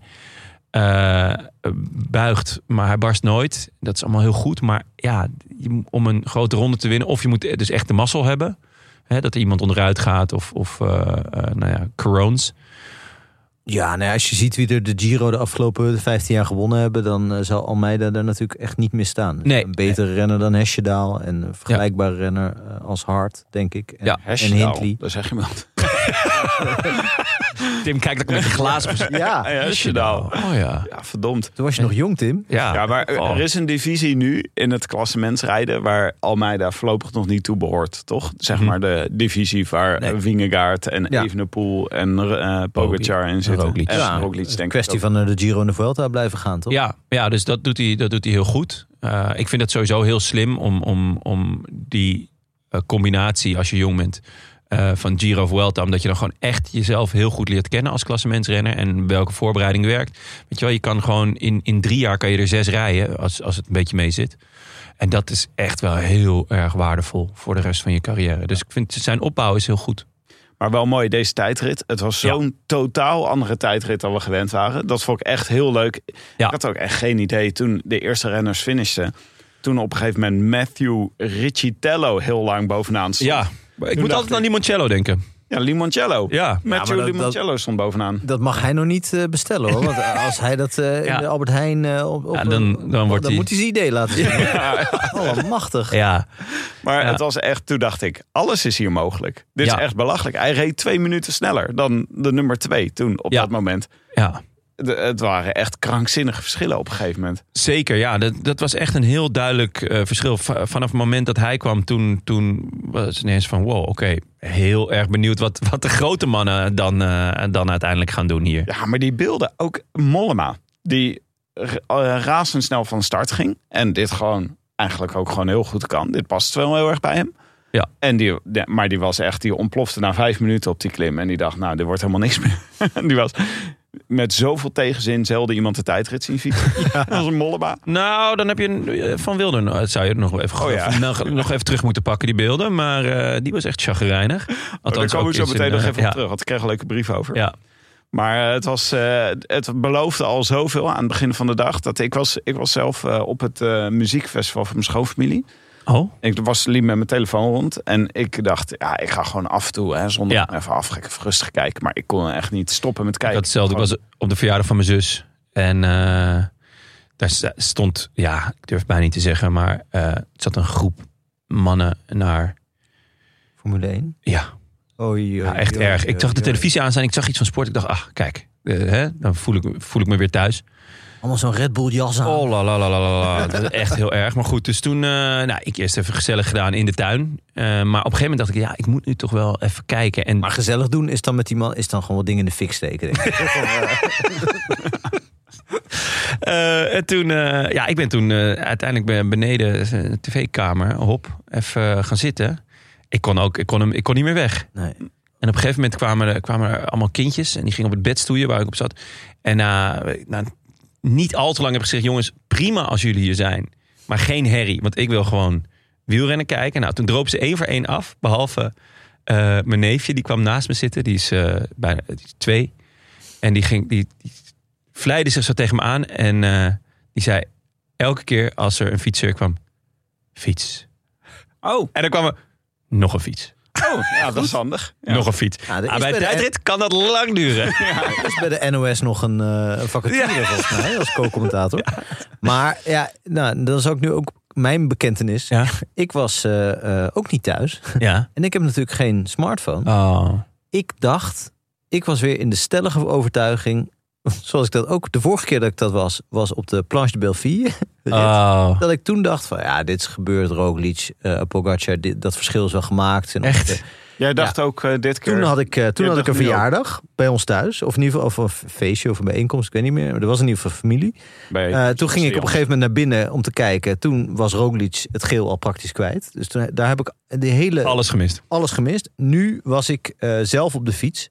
uh, buigt, maar hij barst nooit. Dat is allemaal heel goed. Maar ja, je, om een grote ronde te winnen, of je moet dus echt de mazzel hebben. Hè, dat er iemand onderuit gaat of, of uh, uh, nou ja, corones. Ja, nou ja, als je ziet wie er de Giro de afgelopen vijftien jaar gewonnen hebben, dan uh, zal Almeida er natuurlijk echt niet meer staan. Nee. Een betere renner dan Hesjedal en een vergelijkbare ja. renner uh, als Hart, denk ik. En, Ja, en Hindley. Daar zeg je me dat. Tim kijkt ook met een glazen. Ja, Hesjedal. Oh ja. Ja, verdomd. toen was je nog jong, Tim. Ja, Ja, maar er oh. is een divisie nu in het klassementsrijden waar Almeida voorlopig nog niet toe behoort, toch? Zeg Hm. maar de divisie waar Nee. Vingegaard en Ja. Evenepoel en uh, Pogacar in zitten. Roglic. En Ja, Roglic, denk een ik kwestie ook. van uh, de Giro en de Vuelta blijven gaan, toch? Ja, ja, dus dat doet hij, dat doet hij heel goed. Uh, ik vind het sowieso heel slim om, om, om die uh, combinatie als je jong bent uh, van Giro of Vuelta, omdat je dan gewoon echt jezelf heel goed leert kennen als klassementsrenner en welke voorbereiding werkt. Weet je wel, je kan gewoon in, in drie jaar kan je er zes rijden als, als het een beetje mee zit. En dat is echt wel heel erg waardevol voor de rest van je carrière. Dus ik vind zijn opbouw is heel goed. Maar wel mooi, deze tijdrit. Het was zo'n Ja. totaal andere tijdrit dan we gewend waren. Dat vond ik echt heel leuk. Ja. Ik had ook echt geen idee toen de eerste renners finishten. Toen op een gegeven moment Matthew Riccitello heel lang bovenaan stond. Ja, maar ik moet dacht altijd aan ik- Limoncello denken. Ja, Limoncello. Ja, Matthew maar dat- Limoncello stond bovenaan. Dat mag hij nog niet uh, bestellen, hoor. Want als hij dat uh, in Ja. de Albert Heijn uh, op, op Ja, dan- dan wordt dan hij- moet hij zijn idee laten zien. Oh, machtig. ja. Maar Ja. het was echt, toen dacht ik, alles is hier mogelijk. Dit Ja. is echt belachelijk. Hij reed twee minuten sneller dan de nummer twee toen op Ja. dat moment. ja. de, het waren echt krankzinnige verschillen op een gegeven moment. Zeker, ja. Dat, dat was echt een heel duidelijk uh, verschil. V- vanaf het moment dat hij kwam, toen, toen was het ineens van... wow, oké, okay, heel erg benieuwd wat, wat de grote mannen dan, uh, dan uiteindelijk gaan doen hier. Ja, maar die beelden, ook Mollema, die uh, razendsnel van start ging. En dit gewoon eigenlijk ook gewoon heel goed kan. Dit past wel heel erg bij hem. Ja. En die, maar die was echt, die ontplofte na vijf minuten op die klim. En die dacht, nou, dit wordt helemaal niks meer. Die was met zoveel tegenzin zelden iemand de tijdrit zien fietsen. Ja. Dat was een Mollema. Nou, dan heb je een, Van Wilder, dat zou je nog wel even, oh, ja. nog, nog even terug moeten pakken, die beelden. Maar uh, die was echt chagrijnig. Oh, daar komen we zo meteen in, nog uh, even ja. op terug. Want ik kreeg een leuke brief over. Ja. Maar het, was, uh, het beloofde al zoveel aan het begin van de dag. Dat ik was, ik was zelf uh, op het uh, muziekfestival van mijn schoonfamilie. Oh? Ik was liep met mijn telefoon rond. En ik dacht, ja, ik ga gewoon af en toe, hè, zonder ja. even af, even rustig kijken. Maar ik kon echt niet stoppen met kijken. Ik had hetzelfde. Ik was op de verjaardag van mijn zus. En uh, daar stond, ja, ik durf bijna niet te zeggen, maar uh, er zat een groep mannen naar... Formule één? Ja. Oei, oei, ja, echt oei, erg. oei, Ik zag de oei. televisie aanstaan. Ik zag iets van sport. Ik dacht, ach, kijk. Uh, hè, dan voel ik, voel ik me weer thuis. Allemaal zo'n Red Bull jas aan. Oh, la, la, la, la, la. Dat is echt heel erg. Maar goed, dus toen... Uh, nou, ik eerst even gezellig gedaan in de tuin. Uh, maar op een gegeven moment dacht ik... ja, ik moet nu toch wel even kijken. En... Maar gezellig doen is dan met die man... is dan gewoon wat dingen in de fik steken, denk ik. uh, en toen... Uh, ja, ik ben toen uh, uiteindelijk ben beneden de tv-kamer... hop, even uh, gaan zitten. Ik kon ook... Ik kon, hem, ik kon niet meer weg. Nee. En op een gegeven moment kwamen er, kwamen er allemaal kindjes... en die gingen op het bed stoeien waar ik op zat. En na... Uh, na niet al te lang heb ik gezegd... jongens, prima als jullie hier zijn. Maar geen herrie, want ik wil gewoon wielrennen kijken. Nou, toen droop ze één voor één af. Behalve uh, mijn neefje, die kwam naast me zitten. Die is, uh, bijna, die is twee. En die, ging, die, die vlijde zich zo tegen me aan. En uh, die zei elke keer als er een fietseur kwam... fiets. Oh. En dan kwam er nog een fiets. Oh, ja, dat is handig. Ja. Nog een fiets. Ja, ah, bij een tijdrit de... kan dat lang duren. Ja, er is bij de N O S nog een, uh, een vacature ja. volgens mij als co-commentator. Ja. Maar ja, nou, dat is ook nu ook mijn bekentenis. Ja. Ik was uh, uh, ook niet thuis. Ja. En ik heb natuurlijk geen smartphone. Oh. Ik dacht, ik was weer in de stellige overtuiging... zoals ik dat ook de vorige keer dat ik dat was... was op de Planche de Belleville. Oh. Dat ik toen dacht van, ja, dit is gebeurd. Roglic, uh, Pogacar, dit, dat verschil is wel gemaakt. En echt? De, Jij dacht ja, ook uh, dit keer... Toen had ik, uh, toen had ik een verjaardag ook. bij ons thuis. Of in ieder geval of een feestje of een bijeenkomst. Ik weet niet meer. Maar er was in ieder geval familie. Bij, uh, toen ging ik op een gegeven moment naar binnen om te kijken. Toen was Roglic het geel al praktisch kwijt. Dus toen, daar heb ik de hele... Alles gemist. Alles gemist. Nu was ik uh, zelf op de fiets.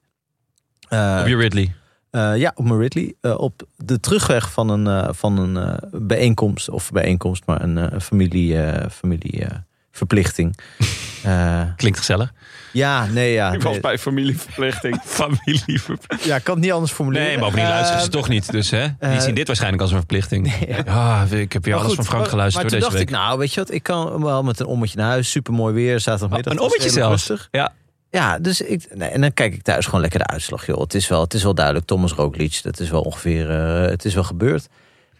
Uh, op je Ridley? Uh, ja, op mijn Ridley. Uh, op de terugweg van een, uh, van een uh, bijeenkomst. Of bijeenkomst, maar een uh, familie, uh, familie uh, verplichting. Uh, Klinkt gezellig. Ja, nee, ja. Ik was nee. bij familieverplichting. familieverplichting. Ja, ik kan het niet anders formuleren. Nee, bovendien luisteren ze uh, toch niet. Dus hè, die uh, zien dit waarschijnlijk als een verplichting. Nee, ja. ah, ik heb hier alles goed, van Frank maar, geluisterd maar door toen deze dacht week. ik, nou, weet je wat, ik kan wel met een ommetje naar huis. Supermooi weer, zaterdagmiddag. Een ommetje zelfs? Rustig. Ja. Ja, dus ik, nee, en dan kijk ik thuis gewoon lekker de uitslag. Joh. Het, is wel, het is wel duidelijk, Thomas Roglic, dat is wel ongeveer, uh, het is wel gebeurd.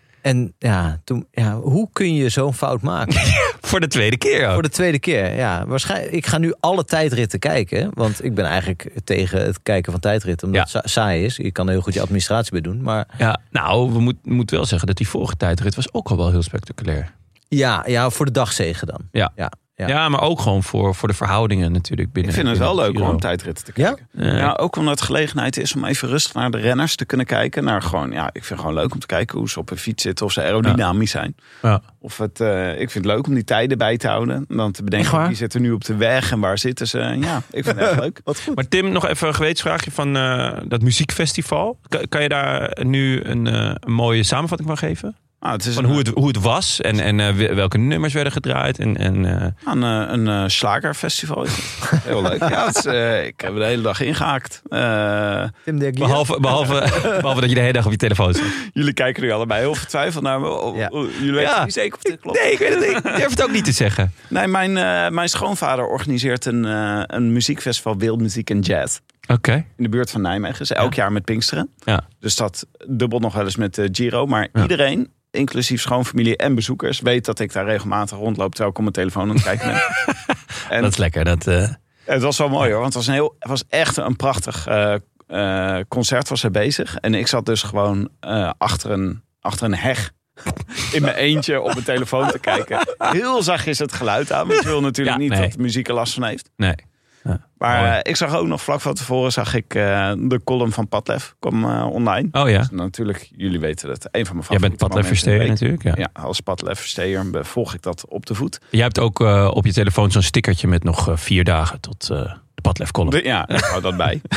En ja, toen, ja, hoe kun je zo'n fout maken? Voor de tweede keer ook. Voor de tweede keer, ja. Waarschijnlijk, ik ga nu alle tijdritten kijken. Want ik ben eigenlijk tegen het kijken van tijdritten. Omdat ja. het saai is. Je kan er heel goed je administratie bij doen. Maar... Ja, nou, we moeten moet wel zeggen dat die vorige tijdrit was ook al wel heel spectaculair. Ja, ja, voor de dagzegen dan. Ja. ja. Ja. ja, maar ook gewoon voor, voor de verhoudingen natuurlijk binnen. Ik vind het binnen wel leuk Giro. om tijdritten te kijken. Ja? Ja? Ja, ook omdat het gelegenheid is om even rustig naar de renners te kunnen kijken. Naar gewoon, ja, ik vind het gewoon leuk om te kijken hoe ze op een fiets zitten. Of ze aerodynamisch zijn. Ja. Of het, uh, ik vind het leuk om die tijden bij te houden. En dan te bedenken wie zit er nu op de weg en waar zitten ze. Ja, ik vind het echt leuk. Wat goed. Maar Tim, nog even een gewetensvraagje van uh, dat muziekfestival. Kan, kan je daar nu een, uh, een mooie samenvatting van geven? Ah, het is van een, hoe, het, hoe het was en, en uh, welke nummers werden gedraaid. En, en, uh... Een, een uh, slagerfestival is het. Heel leuk. Ja, het is, uh, ik heb de hele dag ingehaakt. Uh, Tim de behalve, behalve, behalve dat je de hele dag op je telefoon zit. Jullie kijken nu allebei heel vertwijfeld naar me. Oh, ja. oh, jullie weten ja. niet zeker of dit klopt. Nee, ik weet het niet. Ik durf het ook niet te zeggen. Nee, mijn, uh, mijn schoonvader organiseert een, uh, een muziekfestival Wereldmuziek en Jazz. Oké. Okay. In de buurt van Nijmegen. Dus elk ja. jaar met Pinksteren. Ja. Dus dat dubbelt nog wel eens met de Giro. Maar ja. iedereen, inclusief schoonfamilie en bezoekers, weet dat ik daar regelmatig rondloop terwijl ik op mijn telefoon aan het kijken ben. En dat is lekker. Dat, uh... het was wel mooi hoor. Want het was, een heel, het was echt een prachtig uh, uh, concert was hij bezig. En ik zat dus gewoon uh, achter, een, achter een heg. In mijn eentje op mijn telefoon te kijken. Heel zachtjes het geluid aan. Want je wil natuurlijk ja, niet nee. dat de muziek er last van heeft. Nee. Ja, maar uh, ik zag ook nog vlak van tevoren zag ik uh, de column van Padlef kwam uh, online. Oh ja. Dus natuurlijk, jullie weten het. Een van mijn favoriete. Jij bent Padlef-versteer natuurlijk. Ja, ja als Padlef-versteer volg ik dat op de voet. Jij hebt ook uh, op je telefoon zo'n stickertje met nog uh, vier dagen tot uh, de Padlef-column. Ja, ik hou dat bij.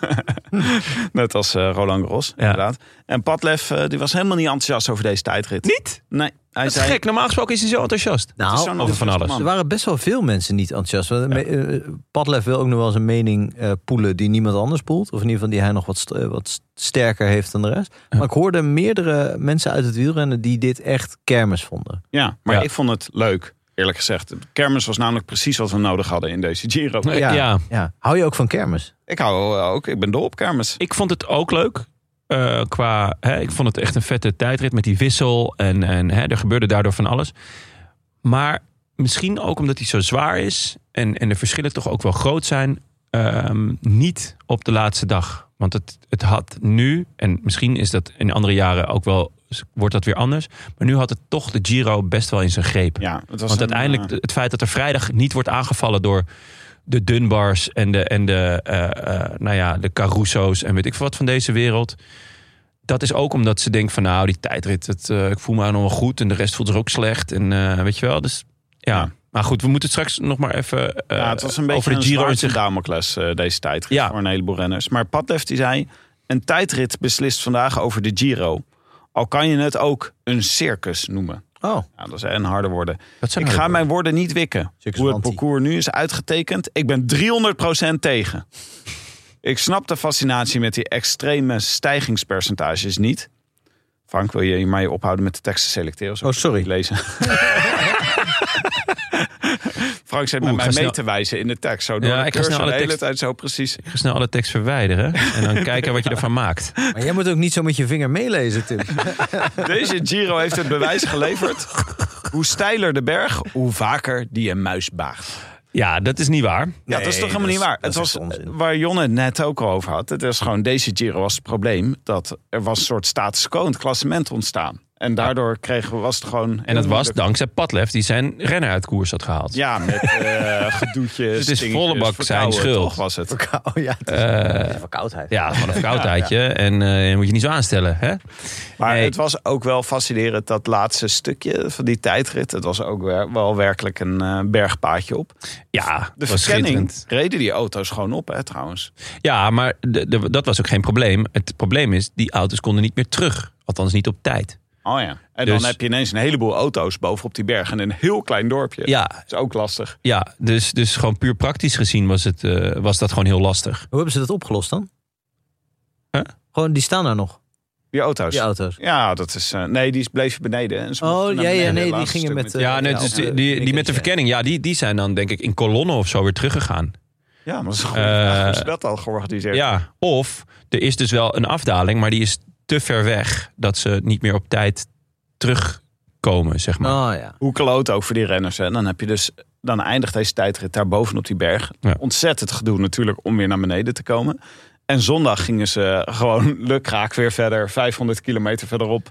Net als uh, Roland Garros, ja. inderdaad. En Padlef uh, die was helemaal niet enthousiast over deze tijdrit. Niet? Nee. Hij dat is zei, gek. Normaal gesproken is hij zo enthousiast. Nou, over van alles. Er waren best wel veel mensen niet enthousiast. Ja. Uh, Padlef wil ook nog wel eens een mening uh, poelen die niemand anders poelt. Of in ieder geval die hij nog wat, st- uh, wat sterker heeft dan de rest. Ja. Maar ik hoorde meerdere mensen uit het wielrennen die dit echt kermis vonden. Ja, maar ja. ik vond het leuk. Eerlijk gezegd. Kermis was namelijk precies wat we nodig hadden in deze Giro. Ja, ja. ja. Hou je ook van kermis? Ik hou ook. Ik ben dol op kermis. Ik vond het ook leuk. Uh, qua, hè, ik vond het echt een vette tijdrit met die wissel. En, en hè, er gebeurde daardoor van alles. Maar misschien ook omdat hij zo zwaar is. En, en de verschillen toch ook wel groot zijn. Um, niet op de laatste dag. Want het, het had nu, en misschien is dat in andere jaren ook wel, wordt dat weer anders. Maar nu had het toch de Giro best wel in zijn greep. Ja, het was Want een, uiteindelijk uh... het feit dat er vrijdag niet wordt aangevallen door de Dunbars en de, en de, uh, uh, nou ja, de Caruso's en weet ik veel wat van deze wereld. Dat is ook omdat ze denken van nou, die tijdrit, het, uh, ik voel me nog wel goed en de rest voelt zich ook slecht. En uh, weet je wel, dus ja. ja. Maar goed, we moeten het straks nog maar even uh, ja, het was een beetje over de een Giro zwaard zich... Damocles, uh, deze tijdrit ja. voor een heleboel renners. Maar Padlef die zei, een tijdrit beslist vandaag over de Giro. Al kan je het ook een circus noemen. Oh. Ja, dat zijn harde woorden. Dat zijn ik ga woorden. mijn woorden niet wikken. Circus Hoe het Wanty. parcours nu is uitgetekend. Ik ben driehonderd procent tegen. Ik snap de fascinatie met die extreme stijgingspercentages niet. Frank, wil je mij ophouden met de teksten selecteren? Oh, sorry. Lezen. Frank zit met Oeh, mij mee snel... te wijzen in de tekst. Zo door ja, de ik ga snel alle de hele tekst... tijd zo precies. Ik ga snel alle tekst verwijderen. En dan kijken wat je ervan maakt. Maar jij moet ook niet zo met je vinger meelezen, Tim. Deze Giro heeft het bewijs geleverd. Hoe steiler de berg, hoe vaker die een muis baagt. Ja, dat is niet waar. Ja, Nee, dat is toch helemaal dat niet is- waar. dat Het is was onzin. waar Jonne het net ook al over had. Het is gewoon deze Giro was het probleem dat er was een soort status quo in het klassement ontstaan. En daardoor kregen we was het gewoon. En dat was dankzij Padlef die zijn renner uit koers had gehaald. Ja, met uh, gedoetjes. Het is dingetjes, volle bak zijn verkouden, schuld. Toch was het. Oh ja, het is, Uh, het is verkoudheid. Ja, van een verkoudheidje. Ja, ja. En uh, moet je niet zo aanstellen. Hè? Maar Nee. het was ook wel fascinerend, dat laatste stukje van die tijdrit. Het was ook wel, wel werkelijk een uh, bergpaadje op. Ja, De was verkenning schitterend. reden die auto's gewoon op, hè, trouwens. Ja, maar de, de, dat was ook geen probleem. Het probleem is, die auto's konden niet meer terug. Althans niet op tijd. Oh ja. En Dus- dan heb je ineens een heleboel auto's bovenop die berg. En een heel klein dorpje. Ja, Dat is ook lastig. ja dus, dus gewoon puur praktisch gezien was, het, uh, was dat gewoon heel lastig. Hoe hebben ze dat opgelost dan? Huh? Gewoon, die staan daar nog, Die auto's. die auto's. Ja, dat is. Uh, nee, die bleven beneden. En ze Oh, mochten naar ja, ja, beneden, nee, het die laatste gingen stuk met, met. uh, Ja, nee, ja, dus op die, de die, die met de knikkers, verkenning, ja, die, die zijn dan denk ik in kolonnen of zo weer teruggegaan. Ja, maar dat is goed. Uh, Hoe is dat al georganiseerd? Ja, of er is dus wel een afdaling, maar die is te ver weg dat ze niet meer op tijd terugkomen, zeg maar. Oh ja. Hoe kloot ook voor die renners. Hè? Dan heb je dus. Dan eindigt deze tijdrit daar bovenop die berg. Ja. Ontzettend gedoe natuurlijk om weer naar beneden te komen. En zondag gingen ze gewoon lukraak weer verder. vijfhonderd kilometer verderop.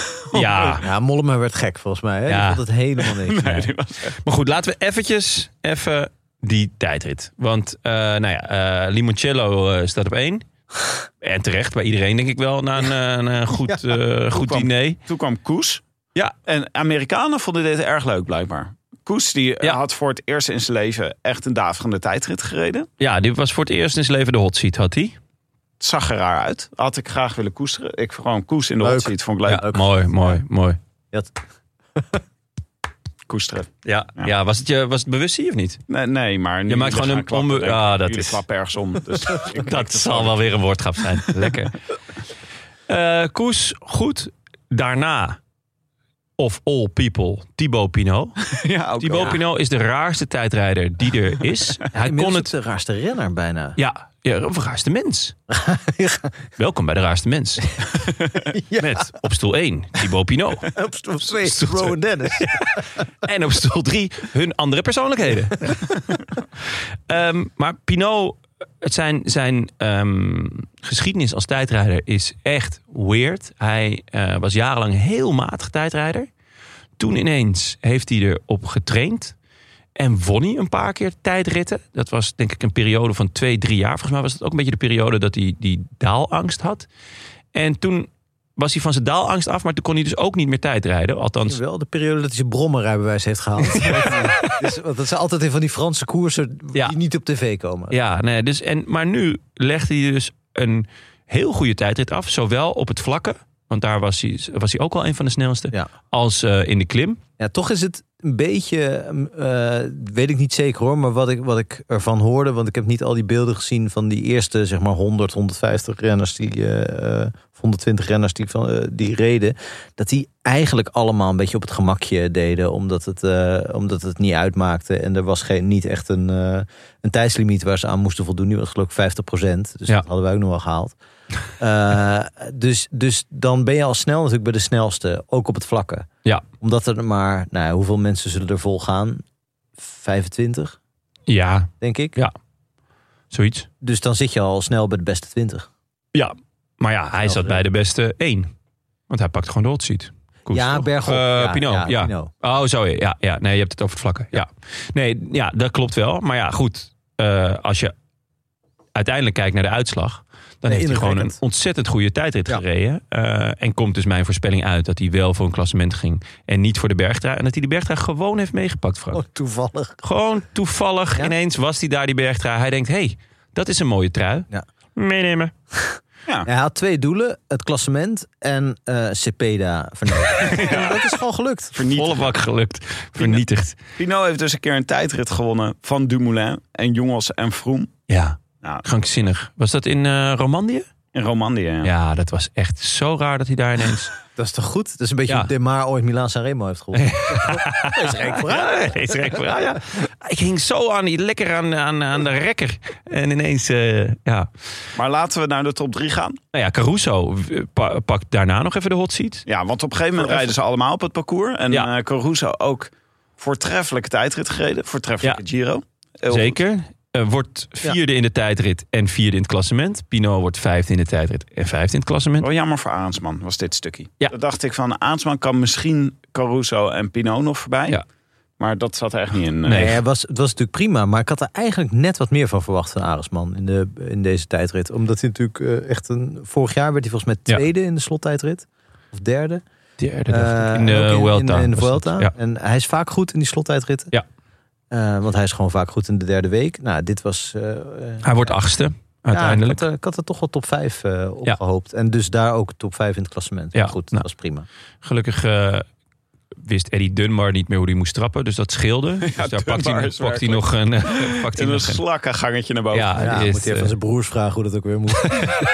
Ja, Ja, Mollema werd gek volgens mij. Hè? Ja. Die vond het helemaal niks. Nee, die was echt. maar goed, laten we eventjes even die tijdrit. Want, uh, nou ja, uh, Limoncello uh, staat op één. En terecht, bij iedereen denk ik wel, na een, uh, na een goed, uh, goed kwam- diner. Toen kwam Koes. Ja. En Amerikanen vonden dit erg leuk blijkbaar. Koes die Ja. had voor het eerst in zijn leven echt een daverende tijdrit gereden. Ja, die was voor het eerst in zijn leven de hot seat, had hij. Het zag er raar uit. Had ik graag willen koesteren. Ik gewoon Koes in de Leuk. hot seat vond ik leuk. Ja, mooi, mooi, mooi. Je had- Koesteren. Ja, Ja. ja. was, het je, was het bewust of niet? Nee, nee, maar nu Je maakt jullie gewoon gaan een klappen, onbe- denk ik. Ah, dat Jullie is- klappen ergens om. Dus ik denk Dat zal wel weer een woordgrap zijn. Lekker. Uh, Koes, goed. Daarna, of all people, Thibaut Pinot. Ja, ook Thibaut wel. Pinot is de raarste tijdrijder die er is. Hij Inmiddels kon ook het... de raarste renner bijna. Ja, ja, of een raarste mens. Welkom bij de raarste mens. Ja. Met op stoel één, Thibaut Pinot. Op stoel twee, Stoel twee. Rowan Dennis. En op stoel drie, hun andere persoonlijkheden. um, maar Pinot het zijn, zijn um, geschiedenis als tijdrijder is echt weird. Hij uh, was jarenlang heel matig tijdrijder. Toen ineens heeft hij erop getraind. En won hij een paar keer tijdritten. Dat was denk ik een periode van twee, drie jaar. Volgens mij was het ook een beetje de periode dat hij die daalangst had. En toen was hij van zijn daalangst af. Maar toen kon hij dus ook niet meer tijdrijden. Althans, wel de periode dat hij zijn brommerrijbewijs heeft gehaald. dus, want dat zijn altijd een van die Franse koersen die Ja. niet op tv komen. ja, nee, dus, en, maar nu legde hij dus een heel goede tijdrit af. Zowel op het vlakke. Want daar was hij, was hij ook al een van de snelste. Ja. Als uh, in de klim. Ja, toch is het een beetje, uh, weet ik niet zeker hoor, maar wat ik, wat ik ervan hoorde, want ik heb niet al die beelden gezien van die eerste, zeg maar honderd, honderdvijftig renners, die, uh, honderdtwintig renners die, van, uh, die reden, dat die eigenlijk allemaal een beetje op het gemakje deden, omdat het, uh, omdat het niet uitmaakte. En er was geen, niet echt een, uh, een tijdslimiet waar ze aan moesten voldoen. Die was geloof ik vijftig procent, dus Ja. dat hadden wij ook nog wel gehaald. Uh, dus, dus dan ben je al snel natuurlijk bij de snelste, ook op het vlakke. Ja. Omdat er maar, nou, hoeveel mensen zullen er vol gaan? vijfentwintig, Ja, denk ik. Ja. zoiets. Dus dan zit je al snel bij de beste twintig. Ja, maar ja, hij zat bij de beste één. Want hij pakt gewoon de hot seat. Koes, Ja, toch? bergop. Uh, Ja, Pinot, ja. ja, Pinot. Oh, zo ja. ja. Nee, je hebt het over het vlakke. Ja. Nee, ja, dat klopt wel. Maar ja, goed. Uh, als je uiteindelijk kijkt naar de uitslag, dan Nee, heeft hij gewoon een indrukwekkend. ontzettend goede tijdrit Ja. gereden. Uh, en komt dus mijn voorspelling uit dat hij wel voor een klassement ging en niet voor de bergtrui. En dat hij die bergtrui gewoon heeft meegepakt, Frank. Oh, toevallig. Gewoon toevallig Ja? ineens was hij daar, die bergtrui. Hij denkt, hé, hey, dat is een mooie trui. Ja. Meenemen. Ja. Hij had twee doelen, het klassement en uh, Cepeda verneuken. Ja, dat is gewoon gelukt. Volle bak gelukt. Vernietigd. Pinot heeft dus een keer een tijdrit gewonnen van Dumoulin en Jongens en Froome. Ja, Nou, krankzinnig. Was dat in uh, Romandie? in Romandie, ja. Ja, dat was echt zo raar dat hij daar ineens... Dat is toch goed? Dat is een beetje Ja. hoe De Maar ooit Milaan Sanremo heeft gewonnen. Dat is rijk vooruit. Ja, is rijk vooruit, ja. Ik hing zo aan die lekker aan, aan, aan de rekker. En ineens, uh, ja. Maar laten we naar de top drie gaan. Nou ja, Caruso pa- pakt daarna nog even de hot seat. Ja, want op een gegeven moment rijden ze allemaal op het parcours. En Ja. ja. Caruso ook voortreffelijke tijdrit gereden. Voortreffelijke Giro. Heel Zeker. Uh, wordt vierde in de tijdrit en vierde in het klassement. Pinot wordt vijfde in de tijdrit en vijfde in het klassement. Wel jammer voor Arendsman was dit stukje. Ja. Dan dacht ik van Arendsman kan misschien Caruso en Pinot nog voorbij. Ja. Maar dat zat er echt niet in. Nee. Nee, het was, het was natuurlijk prima, maar ik had er eigenlijk net wat meer van verwacht van Arendsman in, de, in deze tijdrit. Omdat hij natuurlijk uh, echt een... Vorig jaar werd hij volgens mij tweede in de slottijdrit. Of derde. Derde, dacht Uh, ik. In de en ook in, Vuelta. In, in de was dat. Vuelta. Ja. En hij is vaak goed in die slottijdritten. Ja. Uh, want hij is gewoon vaak goed in de derde week. Nou, dit was... Uh, Hij wordt achtste, uiteindelijk. Ja, ik, had, ik had er toch wel top vijf uh, op Ja. gehoopt. En dus daar ook top vijf in het klassement. Ja, Maar goed, dat nou. was prima. Gelukkig uh, wist Eddie Dunbar niet meer hoe hij moest trappen. Dus dat scheelde. Dus daar pakt hij, Dunbar is pakt hij werkelijk- nog een... Uh, pakt hij In een nog een slakkengangetje naar boven. ja, Ja, die is, moet hij even uh, aan zijn broers vragen hoe dat ook weer moet.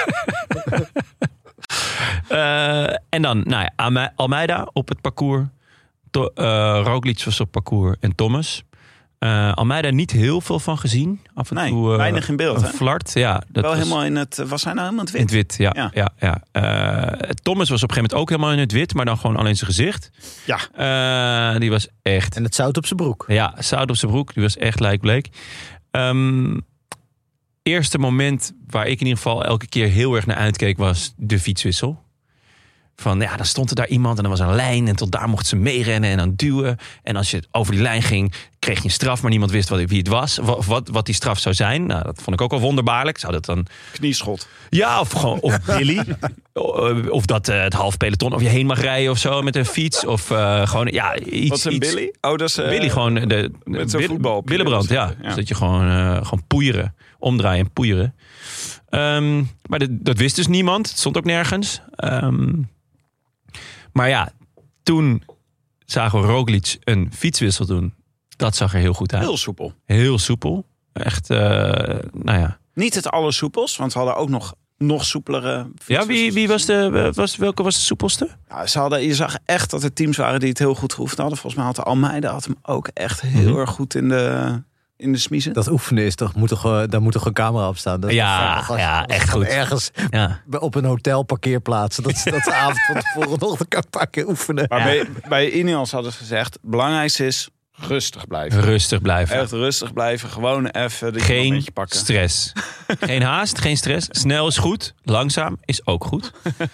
Uh, en dan, nou ja, Alme- Almeida op het parcours. To, uh, Roglic was op parcours en Thomas. Uh, Almeida niet heel veel van gezien. Af en Nee, toe uh, weinig in beeld, een hè? flart. Ja, dat Wel was helemaal in het... Was hij nou helemaal in het in wit? het wit. Ja, ja. Ja. ja, Uh, Thomas was op een gegeven moment ook helemaal in het wit. Maar dan gewoon alleen zijn gezicht. Ja. Uh, die was echt... En het zout op zijn broek. Ja, zout op zijn broek. Die was echt lijkbleek. Um, eerste moment waar ik in ieder geval elke keer heel erg naar uitkeek was de fietswissel. Van ja, dan stond er daar iemand en er was een lijn en tot daar mocht ze meerennen en dan duwen. En als je over die lijn ging, kreeg je een straf, maar niemand wist wat, wie het was. Of wat, wat die straf zou zijn. Nou, dat vond ik ook wel wonderbaarlijk. Zou dat dan... Knieschot. Ja, of gewoon of Billy. Of dat uh, het half peloton of je heen mag rijden of zo met een fiets. Of uh, gewoon, ja, iets... Wat is een iets, Billy? Oh, dat is... uh, Billy gewoon de, de met zo'n Bill- voetbal op je Willebrand, billen ja. zitten, ja. Dus dat je gewoon, uh, gewoon poeieren, omdraaien en poeieren. Um, maar de, dat wist dus niemand. Het stond ook nergens. Um, maar ja, toen zagen we Roglic een fietswissel doen. Dat zag er heel goed uit. Heel soepel. Heel soepel. Echt, uh, nou ja. Niet het allersoepels, want we hadden ook nog, nog soepelere... Ja, wie, wie was de, was, welke was de soepelste? Ja, ze hadden, je zag echt dat er teams waren die het heel goed geoefend hadden. Volgens mij had de Almeida had hem ook echt heel Mm-hmm. erg goed in de, in de smiezen. Dat oefenen is toch, moet toch, uh, daar moet toch een camera op staan. Dat is Ja, toch grappig als- ja, als echt je goed. Ergens Ja. op een hotel parkeerplaats. Dat ze dat ze avond van tevoren nog een paar keer oefenen. Maar Ja. bij, bij Ineos hadden ze gezegd, het belangrijkste is rustig blijven. Rustig blijven. Echt rustig blijven. Gewoon even dit Geen momentje pakken. stress. Geen haast, geen stress. Snel is goed. Langzaam is ook goed.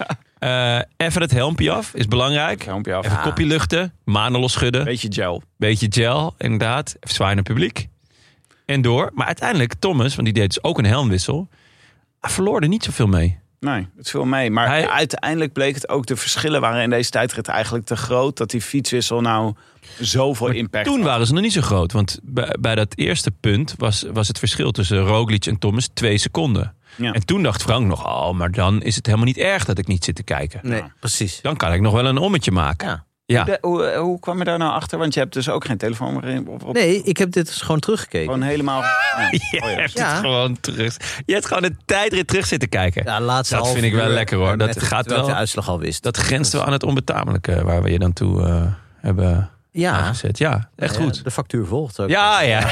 Uh, even het helmpje af is belangrijk. Helmpje af. Even Ja. kopje luchten. Manen losschudden. Beetje gel. Beetje gel, inderdaad. Even zwaaien naar het publiek. En door. Maar uiteindelijk, Thomas, want die deed dus ook een helmwissel. Hij verloor er niet zoveel mee. Nee, het viel mee. Maar Hij- uiteindelijk bleek het ook, de verschillen waren in deze tijdrit eigenlijk te groot. Dat die fietswissel nou zoveel impact Toen had. waren ze nog niet zo groot. Want bij, bij dat eerste punt was, was het verschil tussen Roglic en Thomas twee seconden. Ja. En toen dacht Frank nog, oh, maar dan is het helemaal niet erg dat ik niet zit te kijken. Nee, Ja. precies. Dan kan ik nog wel een ommetje maken. Ja. Ja. De- hoe, hoe kwam je daar nou achter? Want je hebt dus ook geen telefoon meer in. Op, op, Nee, ik heb dit dus gewoon teruggekeken. Gewoon helemaal... Ja. Je Oh ja. hebt Ja. het gewoon terug. Je hebt gewoon de tijdrit terug zitten kijken. Ja, laatste Dat half vind ik wel uur, lekker, hoor. eh, Dat met- gaat terwijl ik wel- de uitslag al wist. Dat grenst wel aan het onbetamelijke waar we je dan toe uh, hebben Ja, aangezet. Ja, echt ja, goed. de factuur volgt ook. Ja, ja.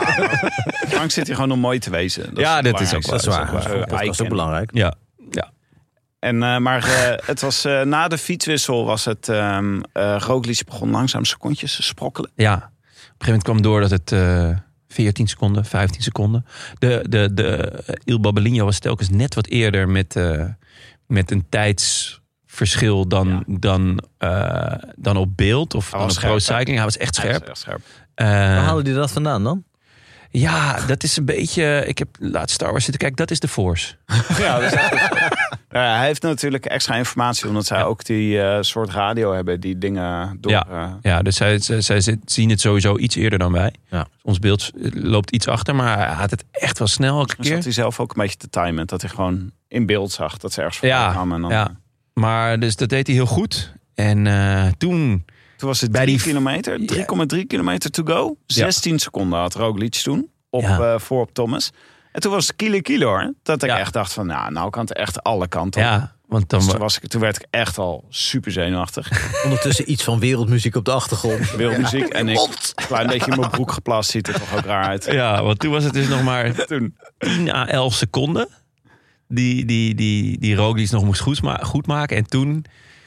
Frank zit hier gewoon om mooi te wezen. Dat Ja, het dat is ook belangrijkste. Dat is Dat waar. is ook Dat, waar. was ook belangrijk. ja. ja. En, uh, maar uh, het was uh, na de fietswissel was het... Um, uh, Roglic begon langzaam secondjes te sprokkelen. Ja, op een gegeven moment kwam door dat het uh, veertien seconden, vijftien seconden. De, de, de Il Babelino was telkens net wat eerder met, uh, met een tijdsverschil dan, Ja. dan, uh, dan op beeld of Hij dan was op scherp, Pro Cycling. Hij was echt Hij scherp. was echt scherp. Uh, Waar halen die dat vandaan dan? ja, dat is een beetje... Ik heb laatst Star Wars zitten kijken. Dat is de Force. Ja, dat is echt uh, hij heeft natuurlijk extra informatie, omdat zij Ja. ook die uh, soort radio hebben, die dingen door... Ja. Uh, Ja, dus zij, zij, zij zit- zien het sowieso iets eerder dan wij. Ja. Ons beeld loopt iets achter, maar hij had het echt wel snel elke dan zat keer. hij zelf ook een beetje te timen, dat hij gewoon in beeld zag dat ze ergens voorbij Ja, kwamen. En dan, ja. Maar dus dat deed hij heel goed. En uh, toen... Toen was het Bij drie die- kilometer, drie komma drie kilometer to go. zestien seconden had Roglic toen op, Ja. uh, voor op Thomas. En toen was het kilo kilo hoor. Dat ik Ja. echt dacht van, nou, nou kan het echt alle kanten op. Ja, want dan... Dus toen, was ik, toen werd ik echt al super zenuwachtig. Ondertussen iets van wereldmuziek op de achtergrond. Wereldmuziek en ik een klein beetje in mijn broek geplast. Ziet er toch ook raar uit. Ja, want toen was het dus nog maar Toen. tien à elf seconden. Die, die, die, die Roglic nog moest goed, ma- goed maken. En toen...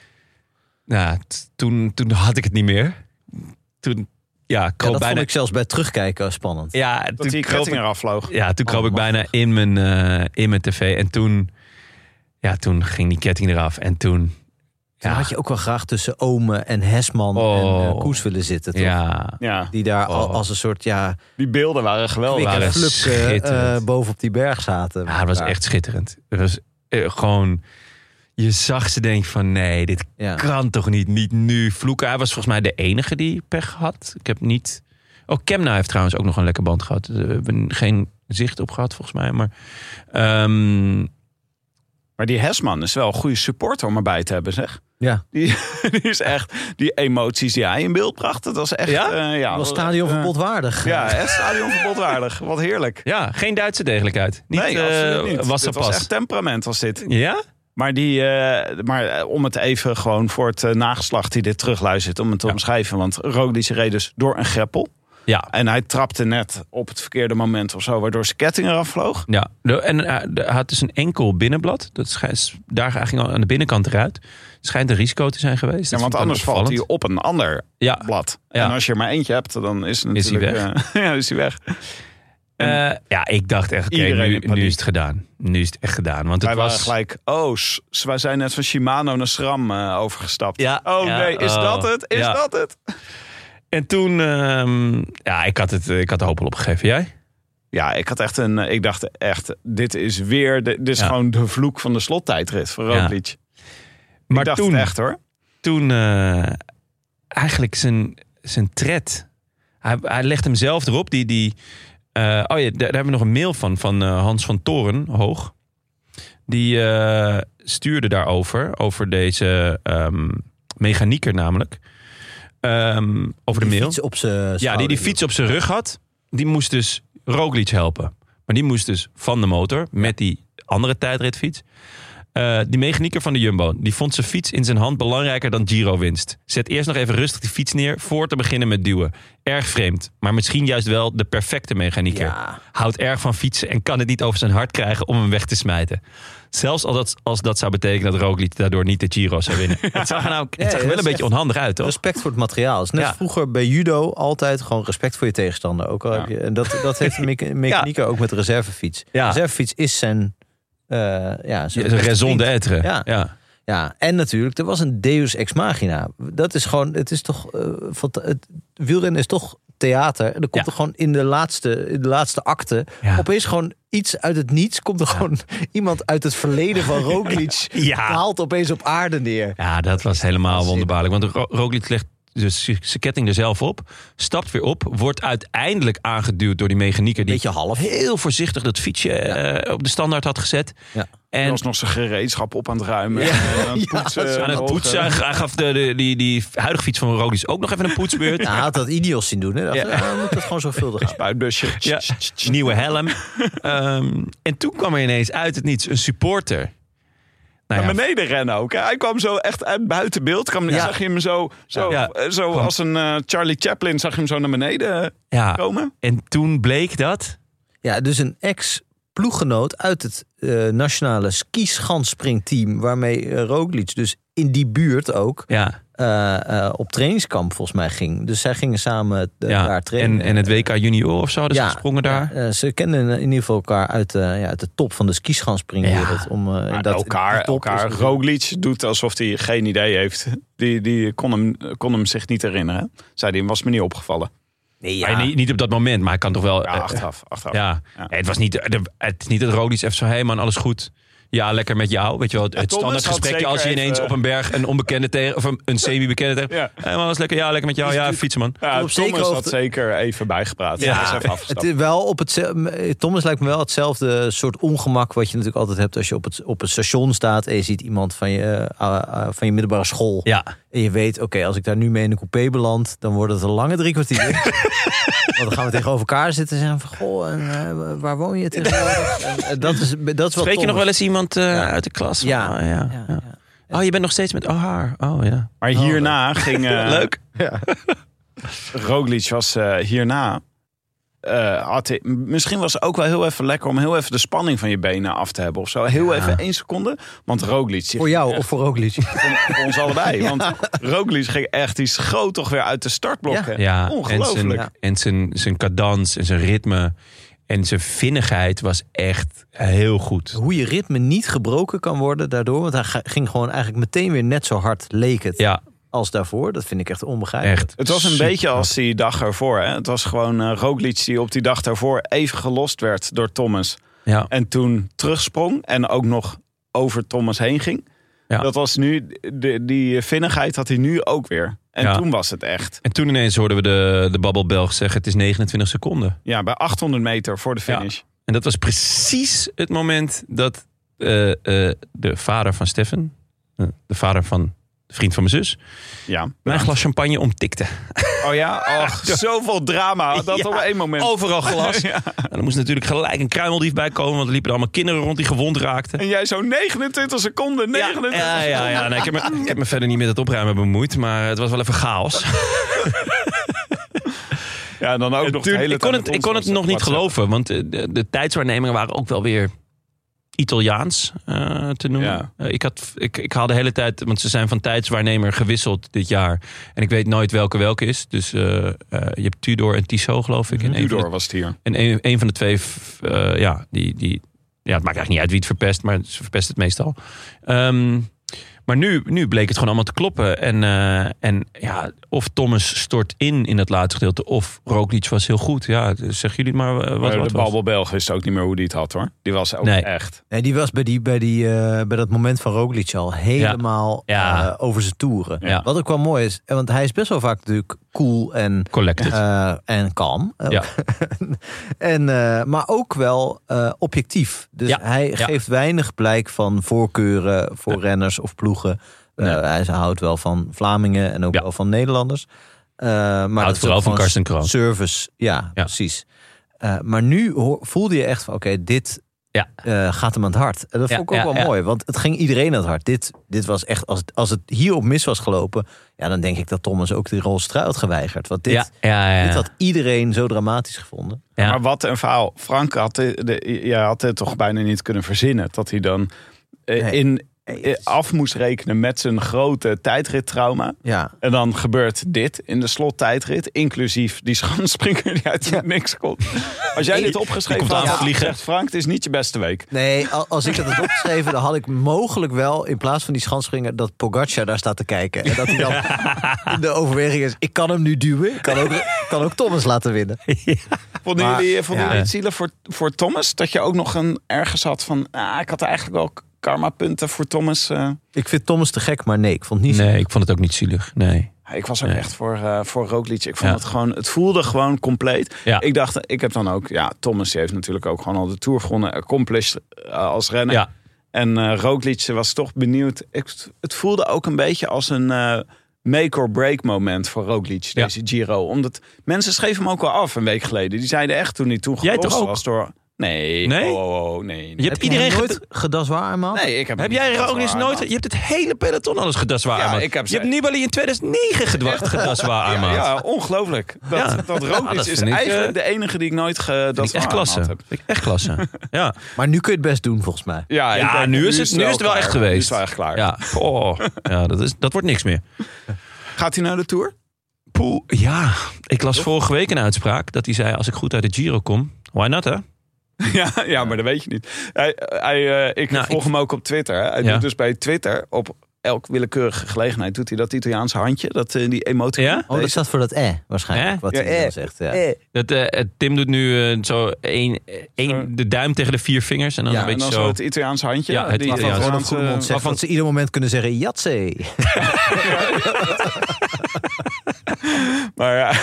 Nou, t- toen, toen had ik het niet meer. Toen... Ja, Ja, kroop dat bijna... vond ik zelfs bij terugkijken spannend. Ja, Dat toen die kroop ketting ik- eraf vloog. Ja, toen kroop Oh, ik bijna in mijn, uh, in mijn tv. En toen, ja, toen ging die ketting eraf. En toen, Toen ja, had je ook wel graag tussen Ome en Hesman Oh. en uh, Koes willen zitten, toch? ja, Ja, Die daar Oh. al, als een soort, ja, die beelden waren geweldig. kwik en waren fluk uh, schitterend. uh, boven op die berg zaten. ja, dat was Ja. echt schitterend. Het was uh, gewoon, je zag ze denken van nee, dit Ja. kan toch niet, niet nu vloeken. Hij was volgens mij de enige die pech had. Ik heb niet... Oh, Kemna heeft trouwens ook nog een lekker band gehad. We hebben geen zicht op gehad volgens mij, maar... Um, Maar die Hesman is wel een goede supporter om erbij te hebben, zeg. Ja, Die, die is echt, die emoties die hij in beeld bracht, dat was echt... Ja? eh, ja dat was stadionverbodwaardig. Ja, echt stadionverbodwaardig. Wat heerlijk. ja, geen Duitse degelijkheid. Niet, nee, uh, absoluut niet. Was Dit er was pas. echt temperament, was dit. Ja? Maar, die, uh, maar uh, om het even gewoon voor het uh, nageslacht die dit terugluistert, om het te Ja. omschrijven. Want Roglic reed dus door een greppel. Ja. En hij trapte net op het verkeerde moment of zo, waardoor zijn ketting eraf vloog. Ja, de- en uh, de- hij had dus een enkel binnenblad. Dat schijnt, daar ging al aan de binnenkant eruit. Schijnt een risico te zijn geweest. Ja, Dat want vond ik anders dan valt hij opvallend. op een ander Ja, blad. Ja. En als je er maar eentje hebt, dan is het Is hij natuurlijk... uh, ja, is hij weg. uh, ja, ik dacht echt, oké, Iedereen nu, in paniek. nu is het gedaan. Nu is het echt gedaan. Want het Wij was... waren gelijk, oh, s- wij zijn net van Shimano naar SRAM uh, overgestapt. Ja, oh ja, nee, is oh, dat het? Is ja. dat het? En toen, um, ja, ik had, het, ik had de hoop al opgegeven. Jij? Ja, ik had echt een, ik dacht echt, dit is weer, de, dit is Ja. gewoon de vloek van de slottijdrit voor Ja. Roglic. Maar ik dacht toen, het echt hoor. toen uh, eigenlijk zijn, zijn tred. Hij, hij legt hem zelf erop. Die, die, uh, oh ja, daar, daar hebben we nog een mail van, van uh, Hans van Torenhoog. Die uh, stuurde daarover, over deze um, mechanieker namelijk. Um, over de Die mail. fiets op zijn Ja, die die fiets op zijn rug had. Die moest dus Roglic helpen. Maar die moest dus van de motor met die andere tijdritfiets. Uh, die mechanieker van de Jumbo, die vond zijn fiets in zijn hand belangrijker dan Giro-winst. Zet eerst nog even rustig die fiets neer voor te beginnen met duwen. Erg vreemd, maar misschien juist wel de perfecte mechanieker. Ja. Houdt erg van fietsen en kan het niet over zijn hart krijgen om hem weg te smijten. Zelfs als dat, als dat zou betekenen dat Roglic daardoor niet de Giro zou winnen. Het zag er, nou, het Ja, zag er ja, wel dat een is beetje onhandig uit, toch? Respect voor het materiaal. Het is net Ja. vroeger bij judo altijd gewoon respect voor je tegenstander. Ook al Ja. heb je, en dat, dat heeft de mecha- mechanieker ook met de reservefiets. Ja. De reservefiets is zijn... Uh, ja, zijn Ja, een beste raison vriend. d'être. Ja. Ja. Ja, en natuurlijk, er was een deus ex machina. Dat is gewoon, het is toch... Uh, fanta- het wielrennen is toch theater. En er komt Ja. er gewoon in de laatste, in de laatste acte... Ja. opeens gewoon iets uit het niets. Komt er gewoon iemand uit het verleden van Roglic... Ja. haalt opeens op aarde neer. Ja, dat was helemaal wonderbaarlijk. Want Ro- Roglic legt dus zijn ketting er zelf op. Stapt weer op. Wordt uiteindelijk aangeduwd door die mechanieker. Die Beetje half. heel voorzichtig dat fietsje eh, op de standaard had gezet. Ja. Hij En was nog zijn gereedschap op aan het ruimen. En aan het Ja, poetsen. aan het poetsen. Hij hij gaf de, de, die, die huidige fiets van Roglic ook nog even een poetsbeurt. Ja, hij had dat Ineos zien doen. Hè? Dacht, Ja. ja. dan moet het gewoon zorgvuldig gaan. Spuitbusje. Ja, nieuwe helm. Um, en toen kwam er ineens uit het niets een supporter. Nou Naar ja, beneden rennen ook. Hij kwam zo echt uit buiten beeld. Kwam, Ja. Zag je hem zo, zo, Ja. eh, zo Kwam. als een uh, Charlie Chaplin, zag je hem zo naar beneden ja, komen. en toen bleek dat... Ja, dus een ex-ploeggenoot uit het uh, nationale skischanspringteam... waarmee uh, Roglic dus in die buurt ook Ja, uh, uh, op trainingskamp volgens mij ging. Dus zij gingen samen uh, ja. daar trainen. En, en het W K Junior of zo hadden ze Ja, gesprongen daar. ja, uh, ze kenden in ieder geval elkaar uit, uh, ja, uit de top van de skischanspringwereld. Ja. Om, uh, Maar dat, elkaar, die top elkaar. is- Roglic doet alsof hij geen idee heeft. Die, die kon, hem, kon hem zich niet herinneren. Zei hij, was me niet opgevallen. Nee, Ja. ja. Niet, niet op dat moment, maar hij kan toch wel... Ja, eh, achteraf. achteraf. Ja, Ja. Nee, het was niet, de, het is niet dat Roglic even zo, hé hey man, alles goed. Ja, lekker met jou. Weet je wel, het, het Thomas standaard had gesprekje zeker als je ineens even- op een berg een onbekende tegen, of een, een semi-bekende tegen. Ja. Hé man, alles lekker. Ja, lekker met jou. Ja, fietsen man. Ja, Op Thomas zekere had hoogte- zeker even bijgepraat. Ja. Ja, is even Het afgestapt. is wel op het, Thomas lijkt me wel hetzelfde soort ongemak wat je natuurlijk altijd hebt als je op het, op het station staat en je ziet iemand van je, uh, uh, van je middelbare school. Ja. En je weet, oké, okay, als ik daar nu mee in een coupé beland, dan wordt het een lange drie kwartier. Want dan gaan we tegenover elkaar zitten en zeggen van, goh, en, uh, waar woon je tegenwoordig? En, uh, dat is, dat is wel Spreek je nog wel eens iemand uh, Ja. uit de klas? Ja. Oh, ja. Ja, ja. ja. Oh, je bent nog steeds met oh, haar. Oh ja. Maar hierna ging... uh, Leuk. Ja. Roglic was uh, hierna... Uh, had hij, misschien was het ook wel heel even lekker om heel even de spanning van je benen af te hebben of zo. Heel Ja. even één seconde. Want Roglic... Voor jou of voor Roglic? Voor, voor ons allebei. Want Roglic ging echt, die schoot toch weer uit de startblokken. Ja, Ongelooflijk. En zijn, en zijn, zijn cadans en zijn ritme en zijn vinnigheid was echt heel goed. Hoe je ritme niet gebroken kan worden daardoor. Want hij ga- ging gewoon eigenlijk meteen weer net zo hard, leek het, Ja, als daarvoor. Dat vind ik echt onbegrijpelijk. echt. Het was een super beetje als die dag ervoor. Hè? Het was gewoon uh, Roglic die op die dag daarvoor even gelost werd door Thomas. Ja. En toen terugsprong en ook nog over Thomas heen ging. Ja. Dat was nu, de, die vinnigheid had hij nu ook weer. En Ja. toen was het echt. En toen ineens hoorden we de, de babbelbelg zeggen, het is negenentwintig seconden. Ja, bij achthonderd meter voor de finish. En dat was precies het moment dat uh, uh, de vader van Stefan, uh, de vader van de vriend van mijn zus, Ja. mijn glas champagne omtikte. Oh ja? Oh, zoveel drama. Dat Ja. op één moment. Overal glas. Ja. En er moest natuurlijk gelijk een kruimeldief bij komen, want er liepen allemaal kinderen rond die gewond raakten. En jij zo negenentwintig seconden. negenentwintig Ja, ja, ja. Nee, ik, heb me, ik heb me verder niet met het opruimen bemoeid, maar het was wel even chaos. Ja, en dan ook En nog de toen- hele ik kon tijd het, met ik kon ons het nog niet WhatsApp. geloven, want de, de, de tijdswaarnemingen waren ook wel weer Italiaans uh, te noemen. Ja. Uh, ik, had, ik, ik haal de hele tijd, want ze zijn van tijdswaarnemer gewisseld dit jaar. En ik weet nooit welke welke is. Dus uh, uh, je hebt Tudor en Tissot, geloof ik. En een van Tudor de, was het hier. en een, een van de twee, uh, ja, die, die, ja, het maakt eigenlijk niet uit wie het verpest, maar ze verpest het meestal. Um, Maar nu, nu bleek het gewoon allemaal te kloppen. En, uh, en ja, of Thomas stort in in het laatste gedeelte, of Roglic was heel goed. Ja, zeg jullie maar uh, wat, Maar wat de was. Babbelbelg wist ook niet meer hoe die het had, hoor. Die was ook Nee. echt. Nee, die was bij, die, bij, die, uh, bij dat moment van Roglic al helemaal Ja. Uh, over zijn toeren. Ja. Wat ook wel mooi is, want hij is best wel vaak natuurlijk cool en, Collected. uh, en kalm. Ja. en, uh, maar ook wel uh, objectief. Dus Ja. hij Ja. geeft weinig blijk van voorkeuren voor Nee. renners of ploegen. Uh, Nee. Hij houdt wel van Vlamingen en ook Ja. wel van Nederlanders. Uh, maar dat Houdt is vooral ook van gewoon Karsten Kroon. Service, ja, Ja. precies. Uh, maar nu hoor, voelde je echt van, oké, okay, dit Ja. uh, gaat hem aan het hart. En dat Ja, vond ik ook ja, wel ja. mooi, want het ging iedereen aan het hart. Dit, dit was echt, als het, als het hierop mis was gelopen, ja, dan denk ik dat Thomas ook die rol Strui had geweigerd. Want dit, Ja, ja, ja. dit had iedereen zo dramatisch gevonden. Ja. Maar wat een verhaal. Frank had, de, de, ja, had het toch bijna niet kunnen verzinnen. Dat hij dan eh, Nee. in, eh, af moest rekenen met zijn grote tijdrittrauma. Ja, En dan gebeurt dit in de slottijdrit. Inclusief die schansspringer die uit Ja. niks komt. Als jij dit opgeschreven komt had, had aanvliegen. gezegd, Frank, het is niet je beste week. nee, al- als ik dat had opgeschreven, dan had ik mogelijk wel, in plaats van die schansspringer, dat Pogacar daar staat te kijken. En dat hij dan de overweging is, ik kan hem nu duwen. Ik kan ook, kan ook Thomas laten winnen. Vonden Maar, jullie, vonden ja. jullie het zielig voor, voor Thomas? Dat je ook nog een ergens had van, ah, ik had eigenlijk wel karma-punten voor Thomas. eh. Ik vind Thomas te gek, maar nee, ik vond het niet zo. Nee, ik vond het ook niet zielig. Nee. Ik was ook Nee. echt voor, uh, voor Roglic. Ik vond Ja. het gewoon, het voelde gewoon compleet. Ja. Ik dacht, ik heb dan ook, ja, Thomas die heeft natuurlijk ook gewoon al de Tour gewonnen, accomplished uh, als renner. Ja. En uh, Roglic was toch benieuwd. Ik, het voelde ook een beetje als een uh, make-or-break moment voor Roglic, Ja. deze Giro. Omdat mensen schreven hem ook wel af een week geleden. Die zeiden echt toen hij toen Jij gelost toch ook? was door... Nee, Nee? Oh, oh, oh, nee. nee. Je hebt Heb je iedereen hem nooit. nooit gedaswaar, man? Nee, ik heb Heb hem jij niet er ook gedaswaar, eens nooit. man. Je hebt het hele peloton alles gedaswaar Ja, aan. ik heb Je hebt ze- Nibali in tweeduizend negen gedwa- gedaswaar aan. Ja, ja, ongelooflijk. Dat, Ja. dat Ja, Roglic dat is vind ik, eigenlijk eh, de enige die ik nooit Vind ik gedaswaar echt klasse. aan heb. Vind ik echt klasse. Ja, Maar nu kun je het best doen, volgens mij. Ja, ik ja denk, nu is het, nu is het wel klaar. echt Nu is geweest. het wel echt klaar. Ja, oh, ja dat, is, dat wordt niks meer. Gaat hij naar de Tour? Poeh, ja, ik las vorige week een uitspraak dat hij zei: als ik goed uit de Giro kom, why not, hè? Ja, ja, maar dat weet je niet. Hij, hij, uh, ik Nou, volg ik- hem ook op Twitter. Hè. Hij Ja. doet dus bij Twitter op elk willekeurige gelegenheid doet hij dat Italiaanse handje, dat uh, die emotie. Ja? Oh, dat staat voor dat eh, waarschijnlijk. Eh? Wat Ja, hij dan eh. zegt. Ja. Eh. Dat, eh, Tim doet nu eh, zo één, één, de duim tegen de vier vingers en dan Ja, een En beetje dan zo zo. het Italiaanse handje. Ja, het die Italiaanse. van Ronald Goedemond zegt dat ze ieder moment kunnen zeggen Jatzee. Maar, ja,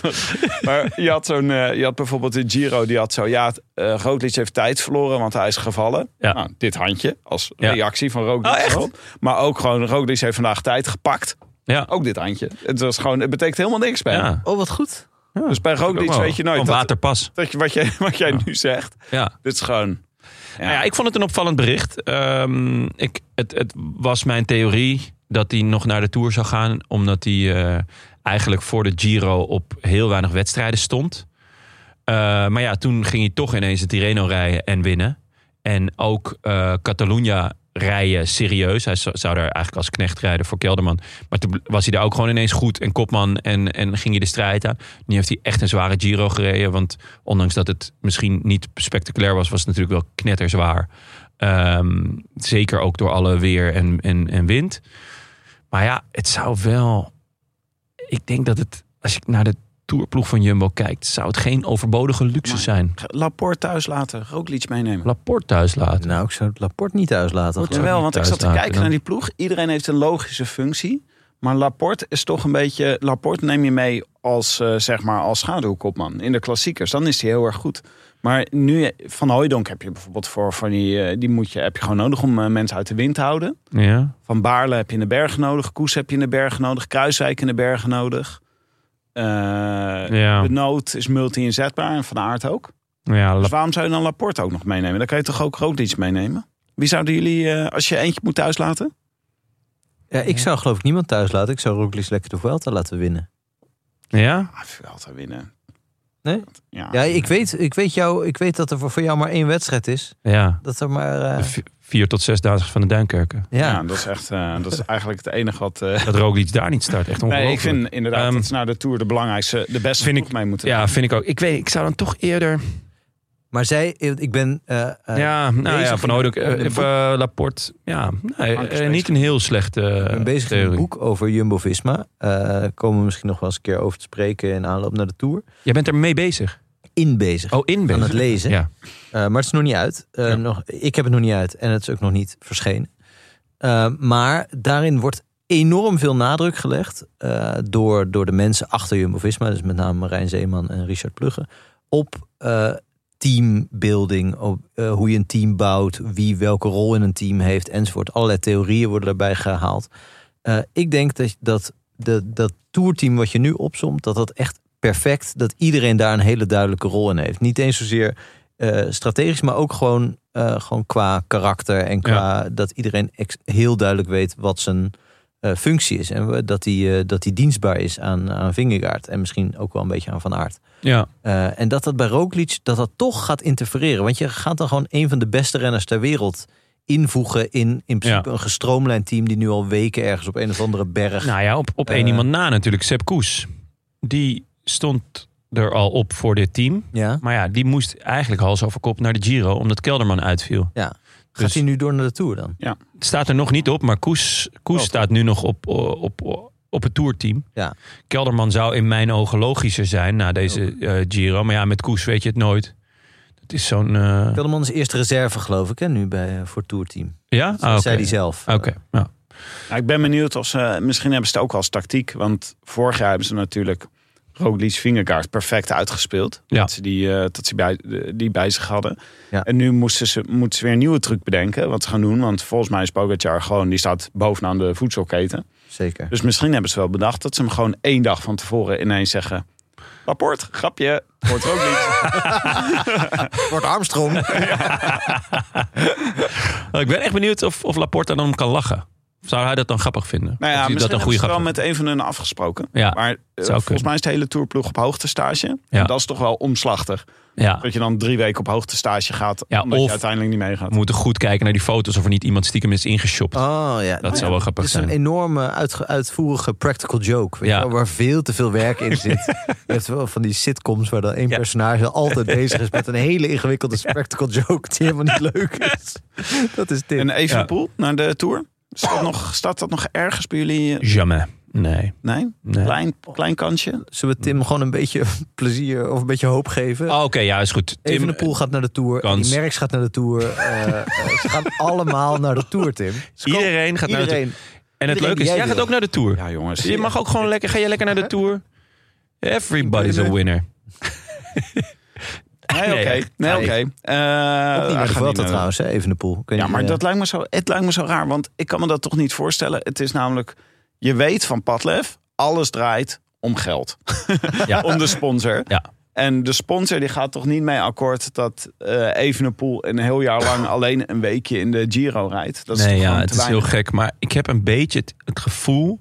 maar je had zo'n, uh, je had bijvoorbeeld de Giro, die had zo, ja, uh, Roglic heeft tijd verloren, want hij is gevallen. Ja. Nou, dit handje als Ja. reactie van Roglic. Oh, echt? erop. Maar ook gewoon, Roglic heeft vandaag tijd gepakt. Ja. Ook dit handje. Het was gewoon, het betekent helemaal niks bij hem. Ja. Oh, wat goed. Dus bij Roglic weet je nooit Van dat, waterpas. dat je, wat, jij, wat jij nu zegt. Ja. Dit is gewoon... Ja. Nou ja, ik vond het een opvallend bericht. Ehm, ik, het, het was mijn theorie dat hij nog naar de Tour zou gaan, omdat hij uh, eigenlijk voor de Giro op heel weinig wedstrijden stond. Uh, maar ja, toen ging hij toch ineens het Tirreno rijden en winnen. En ook uh, Catalunya rijden serieus. Hij zou daar eigenlijk als knecht rijden voor Kelderman. Maar toen was hij daar ook gewoon ineens goed en kopman en, en ging hij de strijd aan. Nu heeft hij echt een zware Giro gereden. Want ondanks dat het misschien niet spectaculair was, was het natuurlijk wel knetterzwaar. Um, zeker ook door alle weer en, en, en wind. Maar ja, het zou wel... Ik denk dat het, als ik naar de tourploeg van Jumbo kijkt, zou het geen overbodige luxe Maar- zijn. Laporte thuis laten, Roglic meenemen. Laporte thuis laten. Nou, ik zou het Laporte niet thuis laten. Laporte geloof Jawel, niet want ik zat te thuis kijken laten, naar die ploeg. Iedereen heeft een logische functie. Maar Laporte is toch een beetje... Laporte neem je mee als, uh, zeg maar, als schaduwkopman. In de klassiekers, dan is hij heel erg goed. Maar nu, Van Hooijdonk heb je bijvoorbeeld voor... Van die, uh, die moet je, heb je gewoon nodig om uh, mensen uit de wind te houden. Ja. Van Baarle heb je in de bergen nodig. Koes heb je in de bergen nodig. Kruiswijk in de bergen nodig. Uh, Ja. De Nood is multi-inzetbaar. En Van Aert ook. Ja, Dus waarom zou je dan Laporte ook nog meenemen? Dan kan je toch ook Roglic meenemen? Wie zouden jullie, uh, als je eentje moet thuis laten? Ja, ik zou geloof ik niemand thuis laten. Ik zou Roglic lekker de Vuelta laten winnen. Ja? Ah, Vuelta winnen. Nee? Ja, Ja, ik weet, ik weet, jou, ik weet dat er voor voor jou maar één wedstrijd is. Ja. Dat er maar... eh, De v- vier tot zes dagen van de Duinkerken. ja. Ja, dat is echt, uh, dat is eigenlijk het enige wat. Uh... Dat Roglic daar niet start. Echt ongelooflijk. Nee, ik vind inderdaad Um, dat ze naar de Tour de belangrijkste, de beste vind ploeg ik- mee moeten. Ja, vind ik ook. Ik weet, ik zou dan toch eerder... Maar zij, ik ben... eh, uh, ja, nou ja, bezig Van in- Hooydonk, in een uh, uh, Laporte. Ja, nee, Hangt uh, er niet een heel slechte Ik ben bezig in theorie. een boek over Jumbo-Visma. Uh, komen we misschien nog wel eens een keer over te spreken in aanloop naar de Tour. Jij bent er mee bezig? In bezig. Oh, in bezig. Aan het lezen. Ja. Uh, maar het is nog niet uit. Uh, Ja. nog, ik heb het nog niet uit en het is ook nog niet verschenen. Uh, maar daarin wordt enorm veel nadruk gelegd uh, door, door de mensen achter Jumbo-Visma. Dus met name Marijn Zeeman en Richard Plugge. Op uh, teambuilding, op uh, hoe je een team bouwt, wie welke rol in een team heeft enzovoort. Allerlei theorieën worden daarbij gehaald. Uh, ik denk dat, dat de, dat tourteam wat je nu opsomt, dat dat echt perfect, dat iedereen daar een hele duidelijke rol in heeft. Niet eens zozeer uh, strategisch, maar ook gewoon Uh, gewoon qua karakter en qua ja. dat iedereen ex- heel duidelijk weet wat zijn uh, functie is. En dat hij uh, dat hij dienstbaar is aan, aan Vingegaard. En misschien ook wel een beetje aan Van Aert. Ja. Uh, en dat dat bij Roglic, dat dat toch gaat interfereren. Want je gaat dan gewoon een van de beste renners ter wereld invoegen in in principe ja. een gestroomlijnd team die nu al weken ergens op een of andere berg. Nou ja, op, op één uh, iemand na natuurlijk, Sepp Kuss. Die stond er al op voor dit team. Ja. Maar ja, die moest eigenlijk hals over kop naar de Giro, omdat Kelderman uitviel. Ja. Gaat dus, hij nu door naar de Tour dan? Ja. Het staat er nog niet op, maar Kuss, Kuss oh, staat nu nog op, op, op, op het tourteam. Ja. Kelderman zou in mijn ogen logischer zijn na deze uh, Giro. Maar ja, met Kuss weet je het nooit. Het is zo'n... Uh... Kelderman is eerste reserve, geloof ik, hè, nu bij, uh, voor het tourteam. Ja? Dat ah, okay. zei hij zelf. Oké, okay. ja. Ja, ik ben benieuwd of ze... Misschien hebben ze het ook als tactiek. Want vorig jaar hebben ze natuurlijk Roglic, Vingegaard perfect uitgespeeld. Ja. Dat ze die, uh, dat ze bij, die bij zich hadden. Ja. En nu moesten ze, moeten ze weer een nieuwe truc bedenken. Wat ze gaan doen. Want volgens mij is Pogacar gewoon... Die staat bovenaan de voedselketen. Zeker. Dus misschien hebben ze wel bedacht dat ze hem gewoon één dag van tevoren ineens zeggen... Rapport, grapje, wordt ook niet. Wordt Armstrong. Ik ben echt benieuwd of, of Laporte dan kan lachen. Zou hij dat dan grappig vinden? Nou ja, of misschien dat een goede hebben ze grap wel met een van hun afgesproken. Ja, maar uh, volgens kunnen. mij is de hele tourploeg op hoogtestage. Ja. En dat is toch wel omslachtig. Ja. Dat je dan drie weken op hoogtestage gaat, ja, omdat of je uiteindelijk niet meegaat. We moeten goed kijken naar die foto's of er niet iemand stiekem is ingeshopt. Oh, ja. Dat nou, zou wel grappig zijn. Het is zijn. een enorme uitge- uitvoerige practical joke. Weet ja. je wel, waar veel te veel werk in zit. Je hebt wel van die sitcoms waar dan één ja. personage altijd bezig is met een hele ingewikkelde practical joke die helemaal niet leuk is. Dat is dit. En Evenepoel ja. naar de Tour? Staat, nog, staat dat nog ergens bij jullie? Jamais. Nee. Nee? nee. Klein, klein kansje? Zullen we Tim gewoon een beetje plezier of een beetje hoop geven? Oh, Oké, okay, ja, is goed. Tim, Evenepoel gaat naar de Tour. Kans. Die Merckx gaat naar de Tour. Uh, uh, ze gaan allemaal naar de Tour, Tim. Iedereen gaat Iedereen. naar de Tour. En het leuke is, jij, jij gaat ook naar de Tour. Ja, jongens. Je mag ook gewoon lekker, ga je lekker naar de Tour? Everybody's a winner. Nee, oké. Okay. Nee, oké. Okay. Uh, ook niet naar de Vuelta trouwens, hè, Evenepoel. Ja, maar uh... dat lijkt me zo, het lijkt me zo raar. Want ik kan me dat toch niet voorstellen. Het is namelijk, je weet van Padlef, alles draait om geld. Ja. Om de sponsor. Ja. En de sponsor die gaat toch niet mee akkoord dat uh, Evenepoel een heel jaar lang alleen een weekje in de Giro rijdt. Dat is nee, toch ja, het is weinig. heel gek. Maar ik heb een beetje het, het gevoel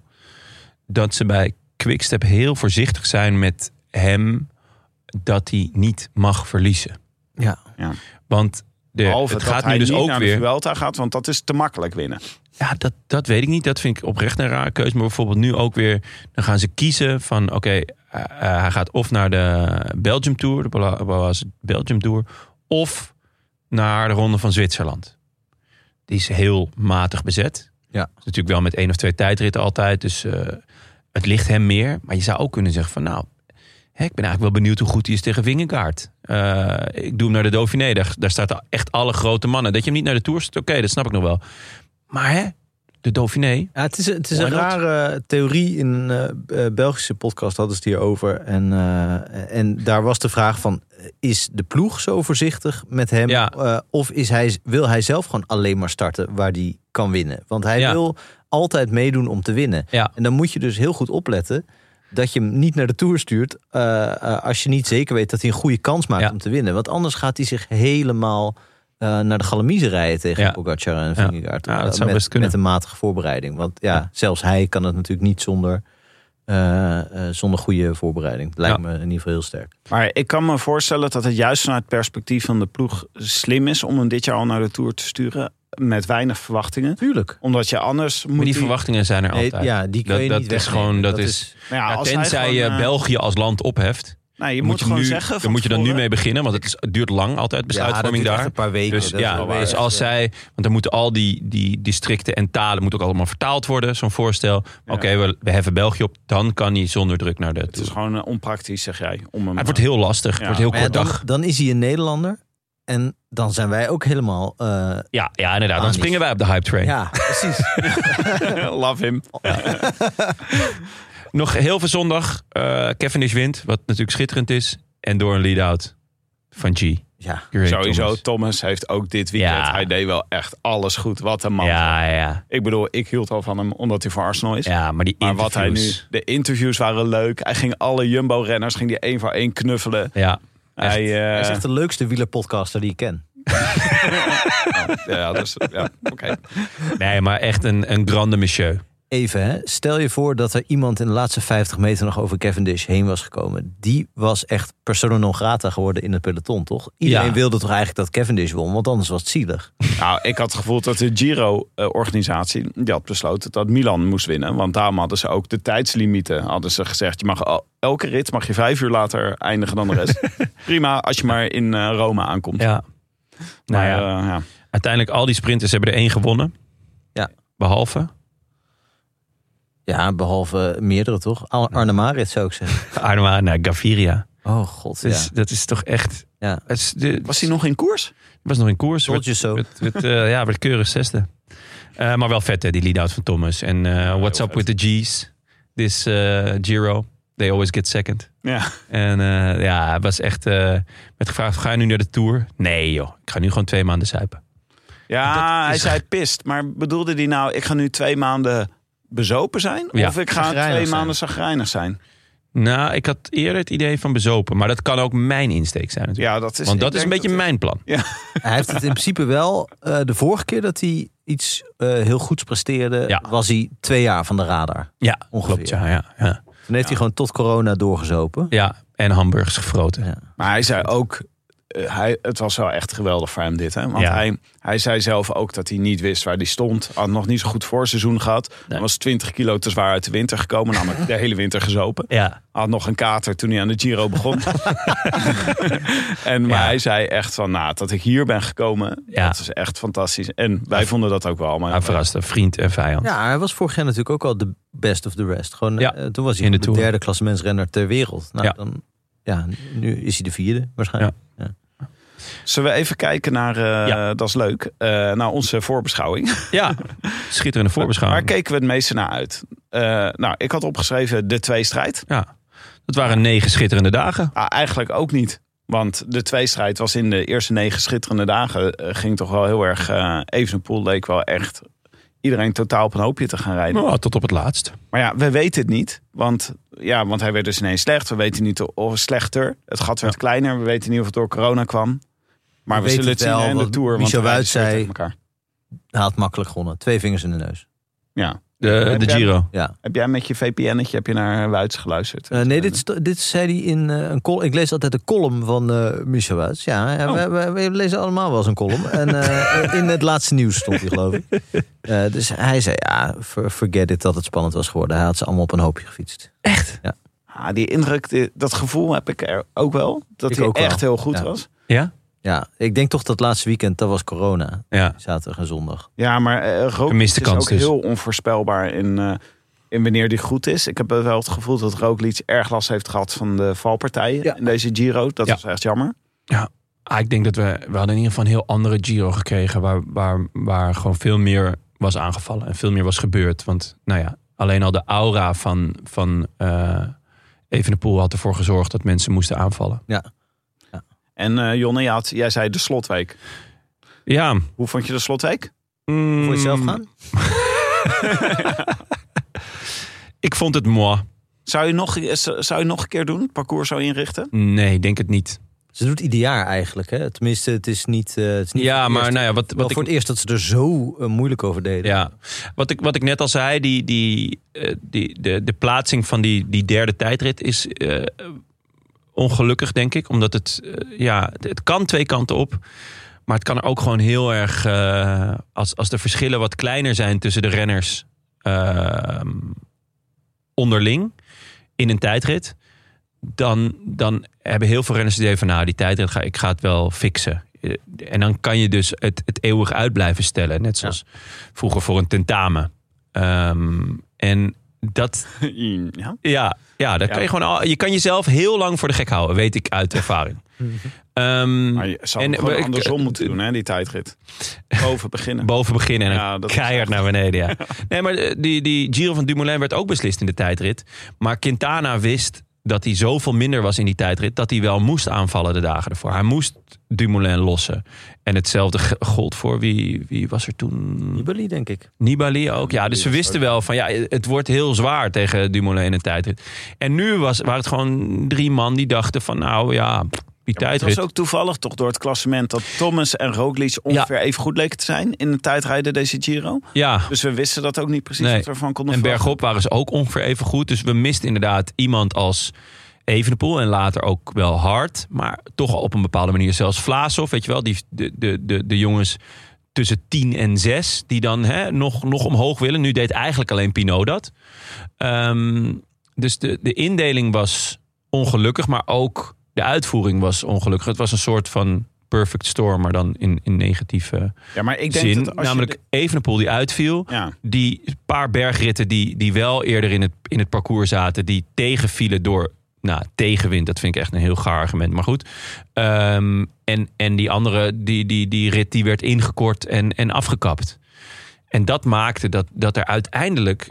dat ze bij Quickstep heel voorzichtig zijn met hem, dat hij niet mag verliezen. Ja. ja. Want de, Behalve het dat gaat hij nu dus niet ook naar weer. de Vuelta gaat, want dat is te makkelijk winnen. Ja, dat, dat weet ik niet. Dat vind ik oprecht een rare keuze. Maar bijvoorbeeld nu ook weer, dan gaan ze kiezen van oké, okay, uh, uh, hij gaat of naar de Belgium Tour, de was Belgium Tour, of naar de Ronde van Zwitserland. Die is heel matig bezet. Ja. Is natuurlijk wel met één of twee tijdritten altijd, dus uh, het ligt hem meer. Maar je zou ook kunnen zeggen van nou, hè, ik ben eigenlijk wel benieuwd hoe goed hij is tegen Vingegaard. Uh, ik doe hem naar de Dauphiné, daar, daar staat echt alle grote mannen. Dat je hem niet naar de Tour zet, oké, okay, dat snap ik nog wel. Maar hè, de Dauphiné. Ja, het is, het is een rare theorie. In een uh, Belgische podcast hadden ze het hierover. En, uh, en daar was de vraag van, is de ploeg zo voorzichtig met hem? Ja. Uh, of is hij, wil hij zelf gewoon alleen maar starten waar hij kan winnen? Want hij ja. wil altijd meedoen om te winnen. Ja. En dan moet je dus heel goed opletten dat je hem niet naar de Tour stuurt Uh, uh, als je niet zeker weet dat hij een goede kans maakt ja. om te winnen. Want anders gaat hij zich helemaal Uh, naar de Galamiezen rijden tegen ja. Pogacar en Vingegaard. Ja. Ja, dat zou met, best kunnen. Met een matige voorbereiding. Want ja, ja. zelfs hij kan het natuurlijk niet zonder, uh, uh, zonder goede voorbereiding. Dat lijkt ja. me in ieder geval heel sterk. Maar ik kan me voorstellen dat het juist vanuit het perspectief van de ploeg slim is om hem dit jaar al naar de Tour te sturen. Met weinig verwachtingen. Tuurlijk. Omdat je anders moet Maar die die... verwachtingen zijn er altijd. Nee, ja, die kun je dat, niet dat is wegnemen. gewoon, dat, dat is, is Nou ja, ja, als tenzij hij je gewoon, uh... België als land opheft. Nou, je moet, moet je gewoon nu, zeggen. Dan moet je dan nu tevoren... mee beginnen, want het, is, het duurt lang altijd besluitvorming ja, dat daar. een paar weken. Dus, ja, dus als zij, want dan moeten al die, die districten en talen moeten ook allemaal vertaald worden, zo'n voorstel. Ja. Oké, okay, we, we heffen België op, dan kan hij zonder druk naar de. Het is gewoon uh, onpraktisch, zeg jij. Om hem, maar het wordt heel lastig. Ja. Het wordt heel kort ja, dan, dag. Dan is hij een Nederlander. En dan zijn wij ook helemaal. Uh, ja, ja, inderdaad. Dan springen wij op de hype train. Ja, precies. Love him. Ja. Nog heel veel zondag. Uh, Cavendish wint, wat natuurlijk schitterend is. En door een lead-out van G. Ja, sowieso. Thomas. Thomas heeft ook dit weekend. Ja. Hij deed wel echt alles goed. Wat een man. Ja, ja. Ik bedoel, ik hield al van hem omdat hij voor Arsenal is. Ja, maar die maar interviews. wat hij nu, de interviews waren leuk. Hij ging alle Jumbo-renners ging die één voor één knuffelen. Ja. Hij, uh... hij is echt de leukste wielerpodcaster die ik ken. Oh, ja, dus, ja, oké. Okay. Nee, maar echt een, een grande monsieur. Even, hè? Stel je voor dat er iemand in de laatste vijftig meter nog over Cavendish heen was gekomen. Die was echt persona non grata geworden in het peloton, toch? Iedereen Ja. wilde toch eigenlijk dat Cavendish won, want anders was het zielig. Nou, ik had het gevoel dat de Giro-organisatie die had besloten dat Milan moest winnen. Want daarom hadden ze ook de tijdslimieten. Hadden ze gezegd, je mag al, elke rit mag je vijf uur later eindigen dan de rest. Prima, als je maar in uh, Rome aankomt. Ja. Nou Maar, ja, uh, ja. uiteindelijk al die sprinters hebben er één gewonnen. Ja. Behalve Ja, behalve meerdere, toch? Ar- Arne Marit zou ik zeggen. Arnoa, nou, Gaviria. Oh god, Dus ja. dat is toch echt... ja. Het is de, Was hij nog in koers? was nog in koers. Told you so. Werd, werd, uh, ja, werd keurig zesde. Uh, maar wel vet, hè, die lead-out van Thomas. En uh, what's up vet. with the G's? This uh, Giro. They always get second. Ja. En uh, ja, het was echt... Uh, werd gevraagd, ga je nu naar de Tour? Nee joh, ik ga nu gewoon twee maanden zuipen. Ja, Dat hij is- zei pist. Maar bedoelde hij nou, ik ga nu twee maanden bezopen zijn? Ja. Of ik ga Zagrijnig twee zijn. maanden zagrijnig zijn? Nou, ik had eerder het idee van bezopen. Maar dat kan ook mijn insteek zijn natuurlijk. Ja, dat is, Want dat ik is een denk beetje dat mijn plan. Hij heeft het in principe wel. Uh, de vorige keer dat hij iets uh, heel goeds presteerde, Ja. was hij twee jaar van de radar. Ja, Ongeveer. klopt. Ja, ja, ja. Toen heeft hij gewoon tot corona doorgezopen. ja, en hamburgers gefroten. Ja. Maar hij zei ook, uh, hij, het was wel echt geweldig voor hem dit. Hè? Want Ja. hij, hij zei zelf ook dat hij niet wist waar hij stond. Had nog niet zo goed voorseizoen gehad. Nee. Hij was twintig kilo te zwaar uit de winter gekomen. Namelijk de hele winter gezopen. Ja, Had nog een kater toen hij aan de Giro begon. en, maar Ja. hij zei echt van, nou, dat ik hier ben gekomen, Ja. dat is echt fantastisch. En wij vonden dat ook wel. Maar hij verraste vriend en vijand. Ja, hij was vorig jaar natuurlijk ook al de best of the rest. Gewoon, Ja. uh, toen was hij In de de, Tour. derde klassementsrenner ter wereld. Nou, Ja. dan, ja, nu is hij de vierde waarschijnlijk. Ja. Zullen we even kijken naar, uh, Ja. dat is leuk, uh, naar onze voorbeschouwing. Ja, schitterende voorbeschouwing. Waar keken we het meeste naar uit? Uh, nou, ik had opgeschreven de tweestrijd. Ja, dat waren negen schitterende dagen. Ah, eigenlijk ook niet. Want de tweestrijd was in de eerste negen schitterende dagen. Uh, ging toch wel heel erg. Uh, Evenepoel leek wel echt iedereen totaal op een hoopje te gaan rijden. Nou, tot op het laatst. Maar ja, we weten het niet. Want, ja, want hij werd dus ineens slecht. We weten niet of slechter. Het gat werd Ja. kleiner. We weten niet of het door corona kwam. Maar we, We zullen weten het zien het wel, in de wat Tour. Want Michel we rijden Wuits zo zei- tegen elkaar. Hij had makkelijk gewonnen. Twee vingers in de neus. Ja. De, Heb de jij- Giro. Ja. Heb jij met je V P N'tje heb je naar Wuits geluisterd? Uh, nee, dit, sto- dit zei hij in uh, een column. Ik lees altijd de column van uh, Michel Wuits. Ja, ja, Oh. we, we, we lezen allemaal wel eens een column. En uh, in het laatste nieuws stond hij, geloof ik. Uh, dus hij zei, ja, for- forget it dat het spannend was geworden. Hij had ze allemaal op een hoopje gefietst. Echt? Ah, die indruk, die- dat gevoel heb ik er ook wel. Dat Ik hij ook wel. echt heel goed Ja. was. Ja? Ja, ik denk toch dat laatste weekend, dat was corona. Ja. Zaterdag en zondag. Ja, maar uh, Roglic Gemiste is kans ook dus. heel onvoorspelbaar in, uh, in wanneer die goed is. Ik heb wel het gevoel dat Roglic erg last heeft gehad van de valpartijen Ja. in deze Giro. Dat Ja. was echt jammer. Ah, ik denk dat we... We hadden in ieder geval een heel andere Giro gekregen... Waar, waar, waar gewoon veel meer was aangevallen. En veel meer was gebeurd. Want, nou ja, alleen al de aura van, van uh, Evenepoel had ervoor gezorgd... dat mensen moesten aanvallen. Ja. En uh, Jonne, jij, had, jij zei de slotweek. Ja. Hoe vond je de slotweek? Mm, Voor jezelf gaan? Ik vond het moi. Zou je nog, zou je nog een keer doen? Het parcours zo inrichten? Nee, ik denk het niet. Ze doet ieder jaar eigenlijk. Hè? Tenminste, het is niet, uh, het is niet Ja, voor het maar eerst. nou ja, wat, Wel wat ik... voor het eerst dat ze er zo uh, moeilijk over deden. Ja, wat ik, wat ik net al zei, die, die, uh, die, de, de plaatsing van die, die derde tijdrit is uh, ongelukkig, denk ik. Omdat het, uh, ja, het, het kan twee kanten op. Maar het kan er ook gewoon heel erg, uh, als, als de verschillen wat kleiner zijn tussen de renners uh, onderling in een tijdrit. Dan, dan hebben heel veel renners het idee van, nou, die tijdrit, ga, ik ga het wel fixen. En dan kan je dus het, het eeuwig uit blijven stellen. Net zoals ja. vroeger voor een tentamen. Um, en dat... Ja, ja, ja, dat ja. kan je gewoon al, je kan jezelf heel lang voor de gek houden, weet ik uit ervaring. Um, maar je zou en, gewoon andersom uh, moeten doen, hè, die tijdrit. Boven beginnen. Boven beginnen en ja, keihard naar beneden, ja. Nee, maar die, die Giro van Dumoulin werd ook beslist in de tijdrit. Maar Quintana wist dat hij zoveel minder was in die tijdrit... dat hij wel moest aanvallen de dagen ervoor. Hij moest Dumoulin lossen. En hetzelfde gold voor, wie, wie was er toen? Nibali, denk ik. Nibali ook, ja. Dus ze wisten wel van, ja, het wordt heel zwaar tegen Dumoulin in de tijdrit. En nu was, waren het gewoon drie man die dachten van, nou ja, Die Ja, het tijdrit. was ook toevallig toch door het klassement dat Thomas en Roglic ongeveer even goed leken te zijn in het tijdrijden deze Giro. Ja, Dus we wisten dat ook niet precies Nee. wat we ervan konden en verwachten. bergop waren ze ook ongeveer even goed. Dus we misten inderdaad iemand als Evenepoel en later ook wel Hart. Maar toch op een bepaalde manier zelfs Vlaasov, weet je wel. Die, de, de, de, de jongens tussen tien en zes die dan hè, nog, nog omhoog willen. Nu deed eigenlijk alleen Pinot dat. Um, dus de, de indeling was ongelukkig, maar ook de uitvoering was ongelukkig. Het was een soort van perfect storm, maar dan in, in negatieve Ja, maar ik denk zin. dat als Namelijk je Evenepoel die uitviel. de- ja. Die paar bergritten die, die wel eerder in het, in het parcours zaten, die tegenvielen door nou, tegenwind. Dat vind ik echt een heel gaar argument, maar goed. Um, en, en die andere, die, die, die rit, die werd ingekort en, en afgekapt. En dat maakte dat, dat er uiteindelijk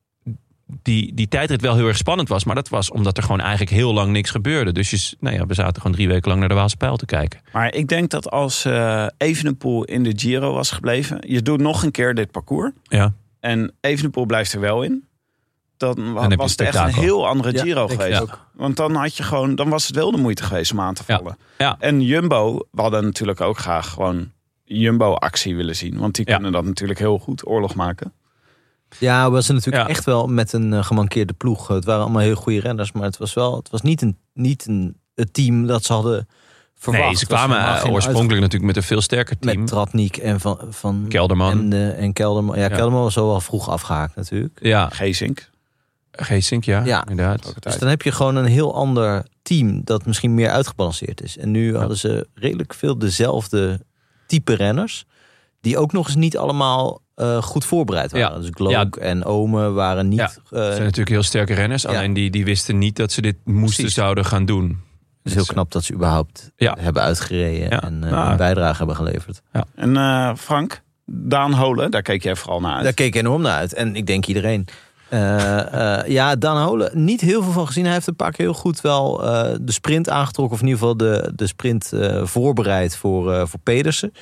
die, die tijdrit wel heel erg spannend was. Maar dat was omdat er gewoon eigenlijk heel lang niks gebeurde. Dus je, nou ja, we zaten gewoon drie weken lang naar de Waalse Pijl te kijken. Maar ik denk dat als uh, Evenepoel in de Giro was gebleven, je doet nog een keer dit parcours Ja. en Evenepoel blijft er wel in, dan heb je was het echt een spektakel. heel andere Ja, Giro denk ik geweest. ook. Want dan had je gewoon, dan was het wel de moeite geweest om aan te Ja. vallen. Ja. En Jumbo, we hadden natuurlijk ook graag gewoon Jumbo-actie willen zien, want die Ja. kunnen dat natuurlijk heel goed oorlog maken. Ja, was er natuurlijk Ja. echt wel met een uh, gemankeerde ploeg. Het waren allemaal heel goede renners, maar het was wel, het was niet een, niet een het team dat ze hadden verwacht. Nee, ze Het was kwamen helemaal uh, geen oorspronkelijk natuurlijk met een veel sterker uit- team. met Tratnik en van, van Kelderman. en, uh, en Kelderman. Ja, Ja. Kelderman was wel wel vroeg afgehaakt natuurlijk. Ja, Geesink. Geesink, ja, Ja. inderdaad. Ook het Dus uit. dan heb je gewoon een heel ander team dat misschien meer uitgebalanceerd is. En nu hadden ze redelijk veel dezelfde type renners, die ook nog eens niet allemaal uh, goed voorbereid waren. Ja. Dus Glock en Ome waren niet. Ja. uh, Het zijn natuurlijk heel sterke renners. Ja. Alleen die, die wisten niet dat ze dit moesten Precies. zouden gaan doen. Het is heel knap dat ze überhaupt Ja. hebben uitgereden Ja. en uh, Nou. een bijdrage hebben geleverd. En uh, Frank, Daan Holen, daar keek jij vooral naar uit. Daar keek ik enorm naar uit. En ik denk iedereen. Uh, uh, ja, Dan Holen, niet heel veel van gezien. Hij heeft een paar keer heel goed wel uh, de sprint aangetrokken. Of in ieder geval de, de sprint uh, voorbereid voor, uh, voor Pedersen.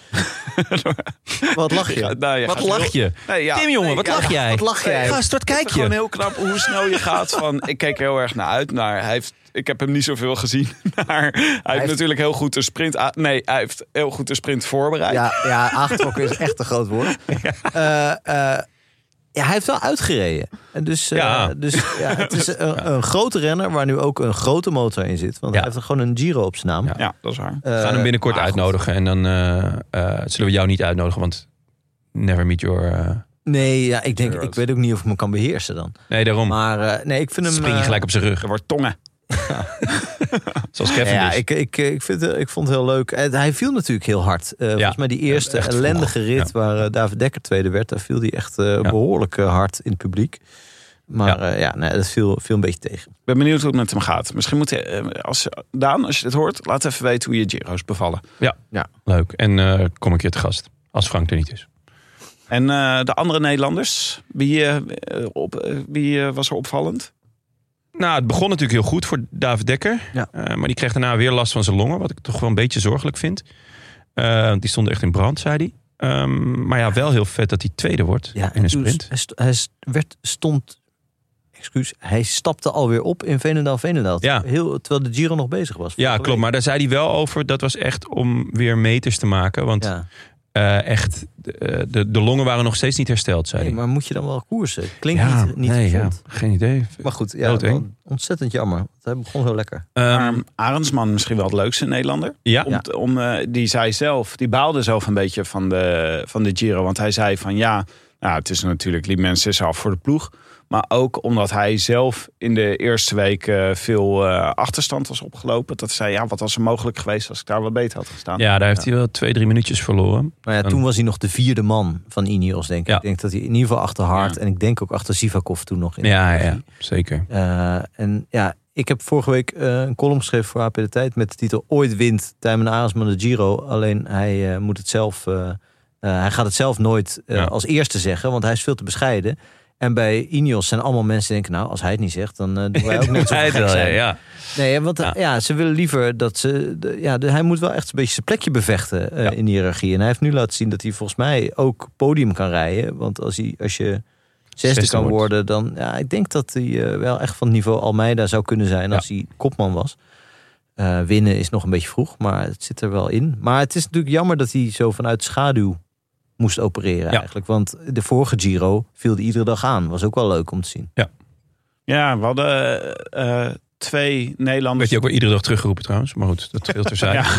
Wat lach je? Ja, nou, je Wat gaat lach heel- je? Nee, ja. Tim, jongen, Nee, wat ja, lach jij? Wat lach jij? Gast, wat Ik kijk vind het gewoon je? heel knap hoe snel je gaat van. Ik keek er heel erg naar uit. Naar, hij heeft, ik heb hem niet zoveel gezien. Maar hij, heeft, heeft- natuurlijk heel goed de sprint. a- Nee, hij heeft heel goed de sprint voorbereid. Ja, ja, aangetrokken is echt een groot woord. Uh, uh, ja, hij heeft wel uitgereden. En dus, uh, Ja. dus ja, het is een, een grote renner waar nu ook een grote motor in zit. Want Ja. hij heeft gewoon een Giro op zijn naam. Ja. Ja, dat is waar. We gaan hem binnenkort maar goed. uitnodigen. En dan uh, uh, zullen we jou niet uitnodigen. Want never meet your... Uh... Nee, ja, ik denk, Heroes. ik weet ook niet of ik me kan beheersen dan. Nee, daarom. Maar uh, nee, ik vind hem. Spring je uh, gelijk op zijn rug. Er wordt tongen. Zoals Kevin Ja, is. ik, ik, ik, vind, het- ik vond het heel leuk. En hij viel natuurlijk heel hard. Uh, volgens mij die eerste echt vroeg. ellendige rit Ja. waar uh, David Dekker tweede werd, daar viel hij echt uh, behoorlijk uh, hard in het publiek. Maar ja, uh, ja nee, dat viel, viel een beetje tegen. Ik ben benieuwd hoe het met hem gaat. Misschien moet je, uh, als, Daan, als je dit hoort, laat even weten hoe je Giro's bevallen. Leuk. En uh, kom een keer te gast. Als Frank er niet is. En uh, de andere Nederlanders, wie, uh, op, uh, wie uh, was er opvallend? Nou, het begon natuurlijk heel goed voor David Dekker. Ja. Uh, maar die kreeg daarna weer last van zijn longen. Wat ik toch wel een beetje zorgelijk vind. Uh, die stond echt in brand, zei hij. Um, maar ja, wel heel vet dat hij tweede wordt Ja, in een toen sprint. Hij, st- hij st- werd, stond. Excuus, hij stapte alweer op in Veenendaal-Veenendaal. Ja. Heel, terwijl de Giro nog bezig was. Ja, vorige klopt. week. Maar daar zei hij wel over. Dat was echt om weer meters te maken. Want Ja. uh, echt, de, de, de longen waren nog steeds niet hersteld, zei Nee, hij. maar moet je dan wel koersen? Klinkt ja, niet, niet nee, ja, gezond. geen idee. Maar goed, ja, Doodeng. wel ontzettend jammer. Want hij begon heel lekker. Um, Maar Arendsman misschien wel het leukste Nederlander. ja, Om, te- om, uh, die zei zelf, die baalde zelf een beetje van de, van de Giro. Want hij zei van ja, nou, het is natuurlijk liep mensen af voor de ploeg. Maar ook omdat hij zelf in de eerste week uh, veel uh, achterstand was opgelopen. Dat hij zei, ja, wat was er mogelijk geweest als ik daar wat beter had gestaan. ja, daar heeft hij wel twee, drie minuutjes verloren. Maar ja, Dan- toen was hij nog de vierde man van Ineos, denk ik. Ja. Ik denk dat hij in ieder geval achter Hart Ja. en ik denk ook achter Sivakov toen nog in Ja, de ja, zeker. Uh, en ja, ik heb vorige week uh, een column geschreven voor A P De Tijd met de titel Ooit wint Tijmen Arendsman de Giro. Alleen hij uh, moet het zelf, uh, uh, hij gaat het zelf nooit uh, Ja. als eerste zeggen, want hij is veel te bescheiden. En bij Ineos zijn allemaal mensen die denken, nou, als hij het niet zegt, dan uh, doen wij ook net zo Hij het gek wel, zijn. ja. Nee, want Ja. ja. ja, ze willen liever dat ze... De, ja, de, hij moet wel echt een beetje zijn plekje bevechten uh, Ja. in de hiërarchie. En hij heeft nu laten zien dat hij volgens mij ook podium kan rijden. Want als, hij, als je zesde Zesde kan wordt. worden, dan... Ja, ik denk dat hij uh, wel echt van het niveau Almeida zou kunnen zijn als hij kopman was. Uh, winnen is nog een beetje vroeg, maar het zit er wel in. Maar het is natuurlijk jammer dat hij zo vanuit schaduw moest opereren ja. eigenlijk. Want de vorige Giro viel hij iedere dag aan. Was ook wel leuk om te zien. Ja, ja we hadden uh, twee Nederlanders... Werd hij ook wel iedere dag teruggeroepen trouwens. Maar goed, dat scheelt terzijde. ja.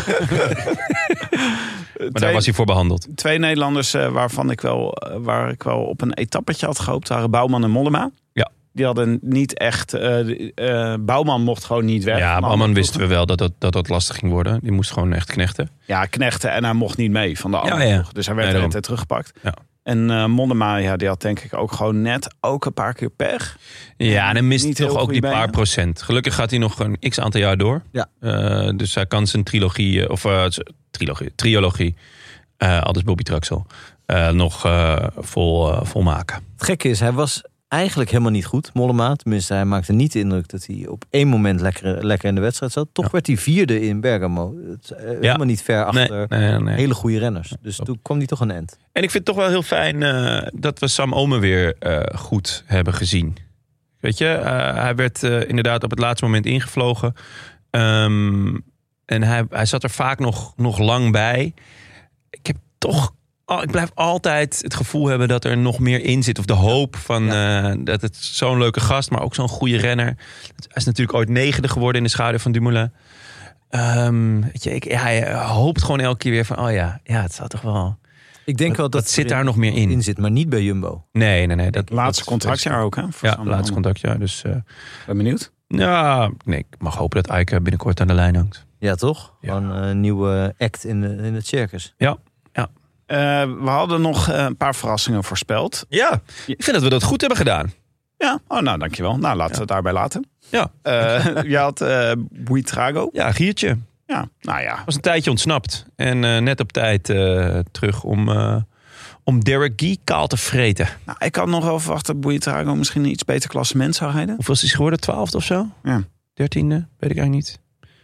Maar twee, daar was hij voor behandeld. Twee Nederlanders uh, waarvan ik wel, uh, waar ik wel op een etappetje had gehoopt waren Bouwman en Mollema. Ja. Die hadden niet echt... Uh, uh, Bouwman mocht gewoon niet weg. Ja, Bouwman wisten we wel dat dat, dat dat lastig ging worden. Die moest gewoon echt knechten. Ja, knechten. En hij mocht niet mee van de andere ja, ja. ploeg. Dus hij werd nee, de hele tijd teruggepakt. Ja. En uh, Mollema, ja, die had denk ik ook gewoon net ook een paar keer pech. Ja, en hij mist niet toch ook die benen. paar procent. Gelukkig gaat hij nog een x aantal jaar door. Ja. Uh, dus hij kan zijn trilogie, of uh, trilogie, triologie, uh, aldus Bobby Traxel, uh, nog uh, vol, uh, volmaken. Het gekke is, hij was eigenlijk helemaal niet goed, Mollema. Tenminste, hij maakte niet de indruk dat hij op één moment lekker, lekker in de wedstrijd zat. Toch ja. werd hij vierde in Bergamo. Het is ja. helemaal niet ver achter nee, nee, nee. hele goede renners. Dus ja. toen kwam hij toch een end. En ik vind het toch wel heel fijn uh, dat we Sam Omen weer uh, goed hebben gezien. Weet je, uh, hij werd uh, inderdaad op het laatste moment ingevlogen. Um, en hij, hij zat er vaak nog, nog lang bij. Ik heb toch... Oh, ik blijf altijd het gevoel hebben dat er nog meer in zit. Of de hoop van ja. uh, dat het zo'n leuke gast, maar ook zo'n goede renner. Hij is natuurlijk ooit negende geworden in de schaduw van Dumoulin. Um, weet je, ik, ja, hij hoopt gewoon elke keer weer van, oh ja, ja, het zou toch wel... Ik denk dat, wel dat, dat zit daar nog meer in. in zit, maar niet bij Jumbo. Nee, nee, nee. Dat, laatste dat, contractjaar ook, hè? Ja, laatste contractjaar. Dus, uh, ben benieuwd. Ja, nee, ik mag hopen dat Eike binnenkort aan de lijn hangt. Ja, toch? Ja. Gewoon een nieuwe act in, de, in het circus. Ja, ja. Uh, we hadden nog uh, een paar verrassingen voorspeld. Ja, ik vind dat we dat goed hebben gedaan. Ja, oh, nou dankjewel. Nou, laten ja. we het daarbij laten. Ja. Uh, je had uh, Buitrago. Ja, Giertje. Ja, nou ja. Was een tijdje ontsnapt. En uh, net op tijd uh, terug om, uh, om Derek Guy kaal te vreten. Nou, ik had nog wel verwacht dat Buitrago misschien een iets beter klassement zou rijden. Hoeveel is hij geworden? Twaalfde of zo? Ja. Dertiende? Weet ik eigenlijk niet.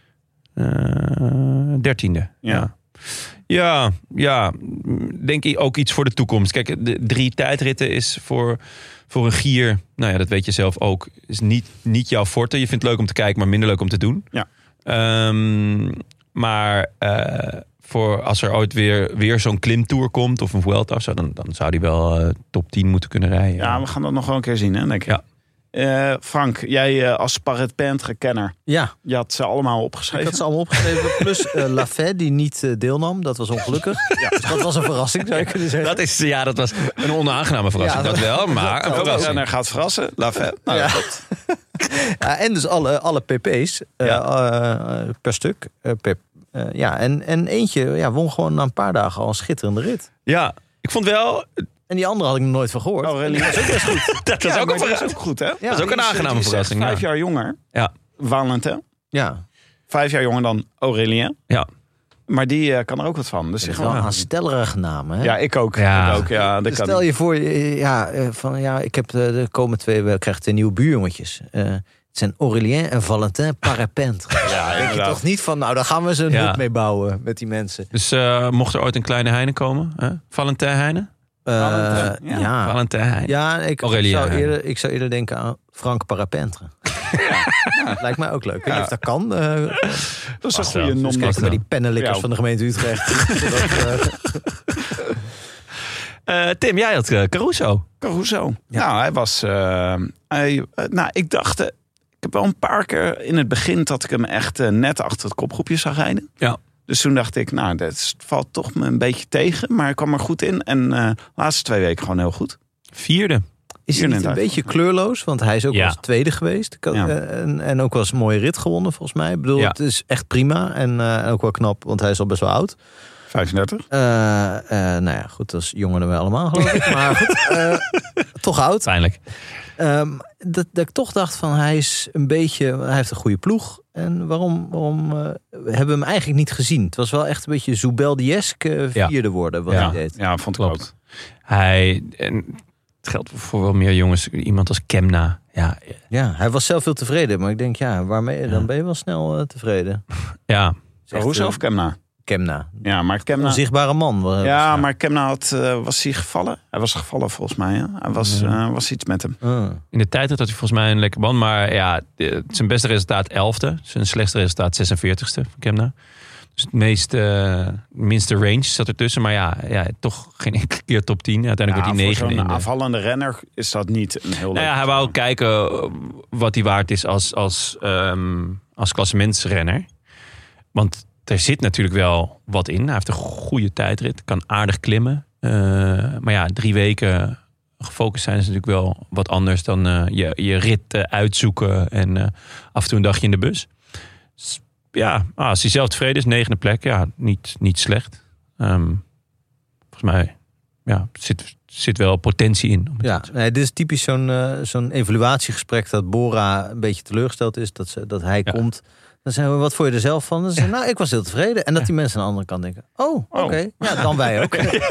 Uh, dertiende. Ja. ja. Ja, ja, denk ik ook iets voor de toekomst. Kijk, de drie tijdritten is voor, voor een gier, nou ja, dat weet je zelf ook, is niet, niet jouw forte. Je vindt het leuk om te kijken, maar minder leuk om te doen. Ja. Um, maar uh, voor als er ooit weer, weer zo'n klimtour komt of een Vuelta of zo, dan, dan zou die wel uh, top tien moeten kunnen rijden. Ja, we gaan dat nog wel een keer zien, hè, denk ik. Ja. Uh, Frank, jij uh, als Parret-Pentre-kenner, ja. je had ze allemaal opgeschreven. Ik had ze allemaal opgeschreven, plus uh, Lafay die niet uh, deelnam. Dat was ongelukkig. Ja, dus dat was een verrassing, zou je kunnen zeggen. Dat is, ja, dat was een onaangename verrassing, ja, dat, dat wel, maar een verrassing. En hij gaat verrassen, Lafay. Nou, ja. Ja, en dus alle, alle P P's uh, ja. uh, per stuk. Uh, per, uh, ja, en, en eentje ja, won gewoon na een paar dagen al een schitterende rit. Ja, ik vond wel... En die andere had ik nog nooit van gehoord. Oh, really? Dat was ook best goed. Dat was ja, ook, een dat is ook goed, hè? Ja, dat was ook een aangename verrassing. Vijf ja. jaar jonger. Ja. Valentin. Ja. Vijf jaar jonger dan Aurélien. Ja. Maar die uh, kan er ook wat van. Dus dat is wel een aanstellerige naam, hè? Ja, ik ook. Ja. Ik ook ja, dus stel je voor, ja, van, ja, ik heb de, de komende twee, we krijgen twee nieuwe buurjongetjes. Uh, het zijn Aurélien en Valentin Parret-Pentre. Ja, denk je toch niet van, nou, daar gaan we ze een ja. hut mee bouwen met die mensen. Dus uh, mocht er ooit een kleine Heine komen? Hè? Valentin Heine? Uh, Valentin, ja. ja. Valentin Heine. Ja, ik zou, eerder, ik zou eerder denken aan Frank Parret-Pentre. Ja. Ja, lijkt mij ook leuk. Ik weet niet of dat kan. Uh, dat is een goede nom. Dus kijken bij die pennenlikkers ja. van de gemeente Utrecht. dat, uh... Uh, Tim, jij had uh, Caruso. Caruso. Ja. Nou, hij was... Uh, hij, uh, nou, ik dacht... Uh, ik heb wel een paar keer in het begin dat ik hem echt uh, net achter het kopgroepje zag rijden. Ja. Dus toen dacht ik, nou, dat valt toch me een beetje tegen. Maar ik kwam er goed in. En uh, de laatste twee weken gewoon heel goed. Vierde. Is hij niet een beetje kleurloos? Want hij is ook ja. wel eens tweede geweest. Ja. En, en ook wel eens een mooie rit gewonnen, volgens mij. Ik bedoel, ja. het is echt prima. En uh, ook wel knap, want hij is al best wel oud. vijfendertig? Uh, uh, nou ja, goed, dat is jonger dan wij allemaal, geloof ik. Maar goed, uh, toch oud. Pijnlijk. Um, dat, dat ik toch dacht van, hij is een beetje... Hij heeft een goede ploeg. En waarom, waarom uh, hebben we hem eigenlijk niet gezien? Het was wel echt een beetje Zubeldi-esk uh, vierde ja. worden, wat ja. hij deed. Ja, vond ik Klopt. ook. Hij... En het geldt voor wel meer jongens. Iemand als Kemna. Ja, ja, hij was zelf heel tevreden. Maar ik denk, ja, waarmee? Ja. Dan ben je wel snel uh, tevreden. Ja. Caruso of Kemna? Kemna. Ja, maar Kemna... Een zichtbare man. Was, Ja, maar Kemna had, uh, was hij gevallen? Hij was gevallen volgens mij. Hè? Hij was, uh, was iets met hem. Uh. In de tijd had hij volgens mij een lekker band. Maar ja, zijn beste resultaat elfde. Zijn slechtste resultaat zesenveertigste van Kemna. Dus het meest, uh, minste range zat ertussen. Maar ja, ja, toch geen enkele keer top tien. Uiteindelijk Ja, wordt hij negende. Voor zo'n in de... afvallende renner is dat niet een heel leuk... Nou ja, hij wou ook kijken wat hij waard is als, als, um, als klassementsrenner. Want er zit natuurlijk wel wat in. Hij heeft een goede tijdrit. Kan aardig klimmen. Uh, maar ja, drie weken gefocust zijn is natuurlijk wel wat anders dan uh, je, je rit uh, uitzoeken. En uh, af en toe een dagje in de bus. Dus, ja, als hij zelf tevreden is, negende plek. Ja, niet, niet slecht. Um, volgens mij ja, zit, zit wel potentie in. Ja, nee, dit is typisch zo'n, uh, zo'n evaluatiegesprek dat Bora een beetje teleurgesteld is. Dat, ze, dat hij ja. komt. Dan zeggen we, wat vond je er zelf van? Dan zeggen we, nou, ik was heel tevreden. En dat die mensen aan de andere kant denken, oh, oké. Okay. Ja, dan wij ook. uh,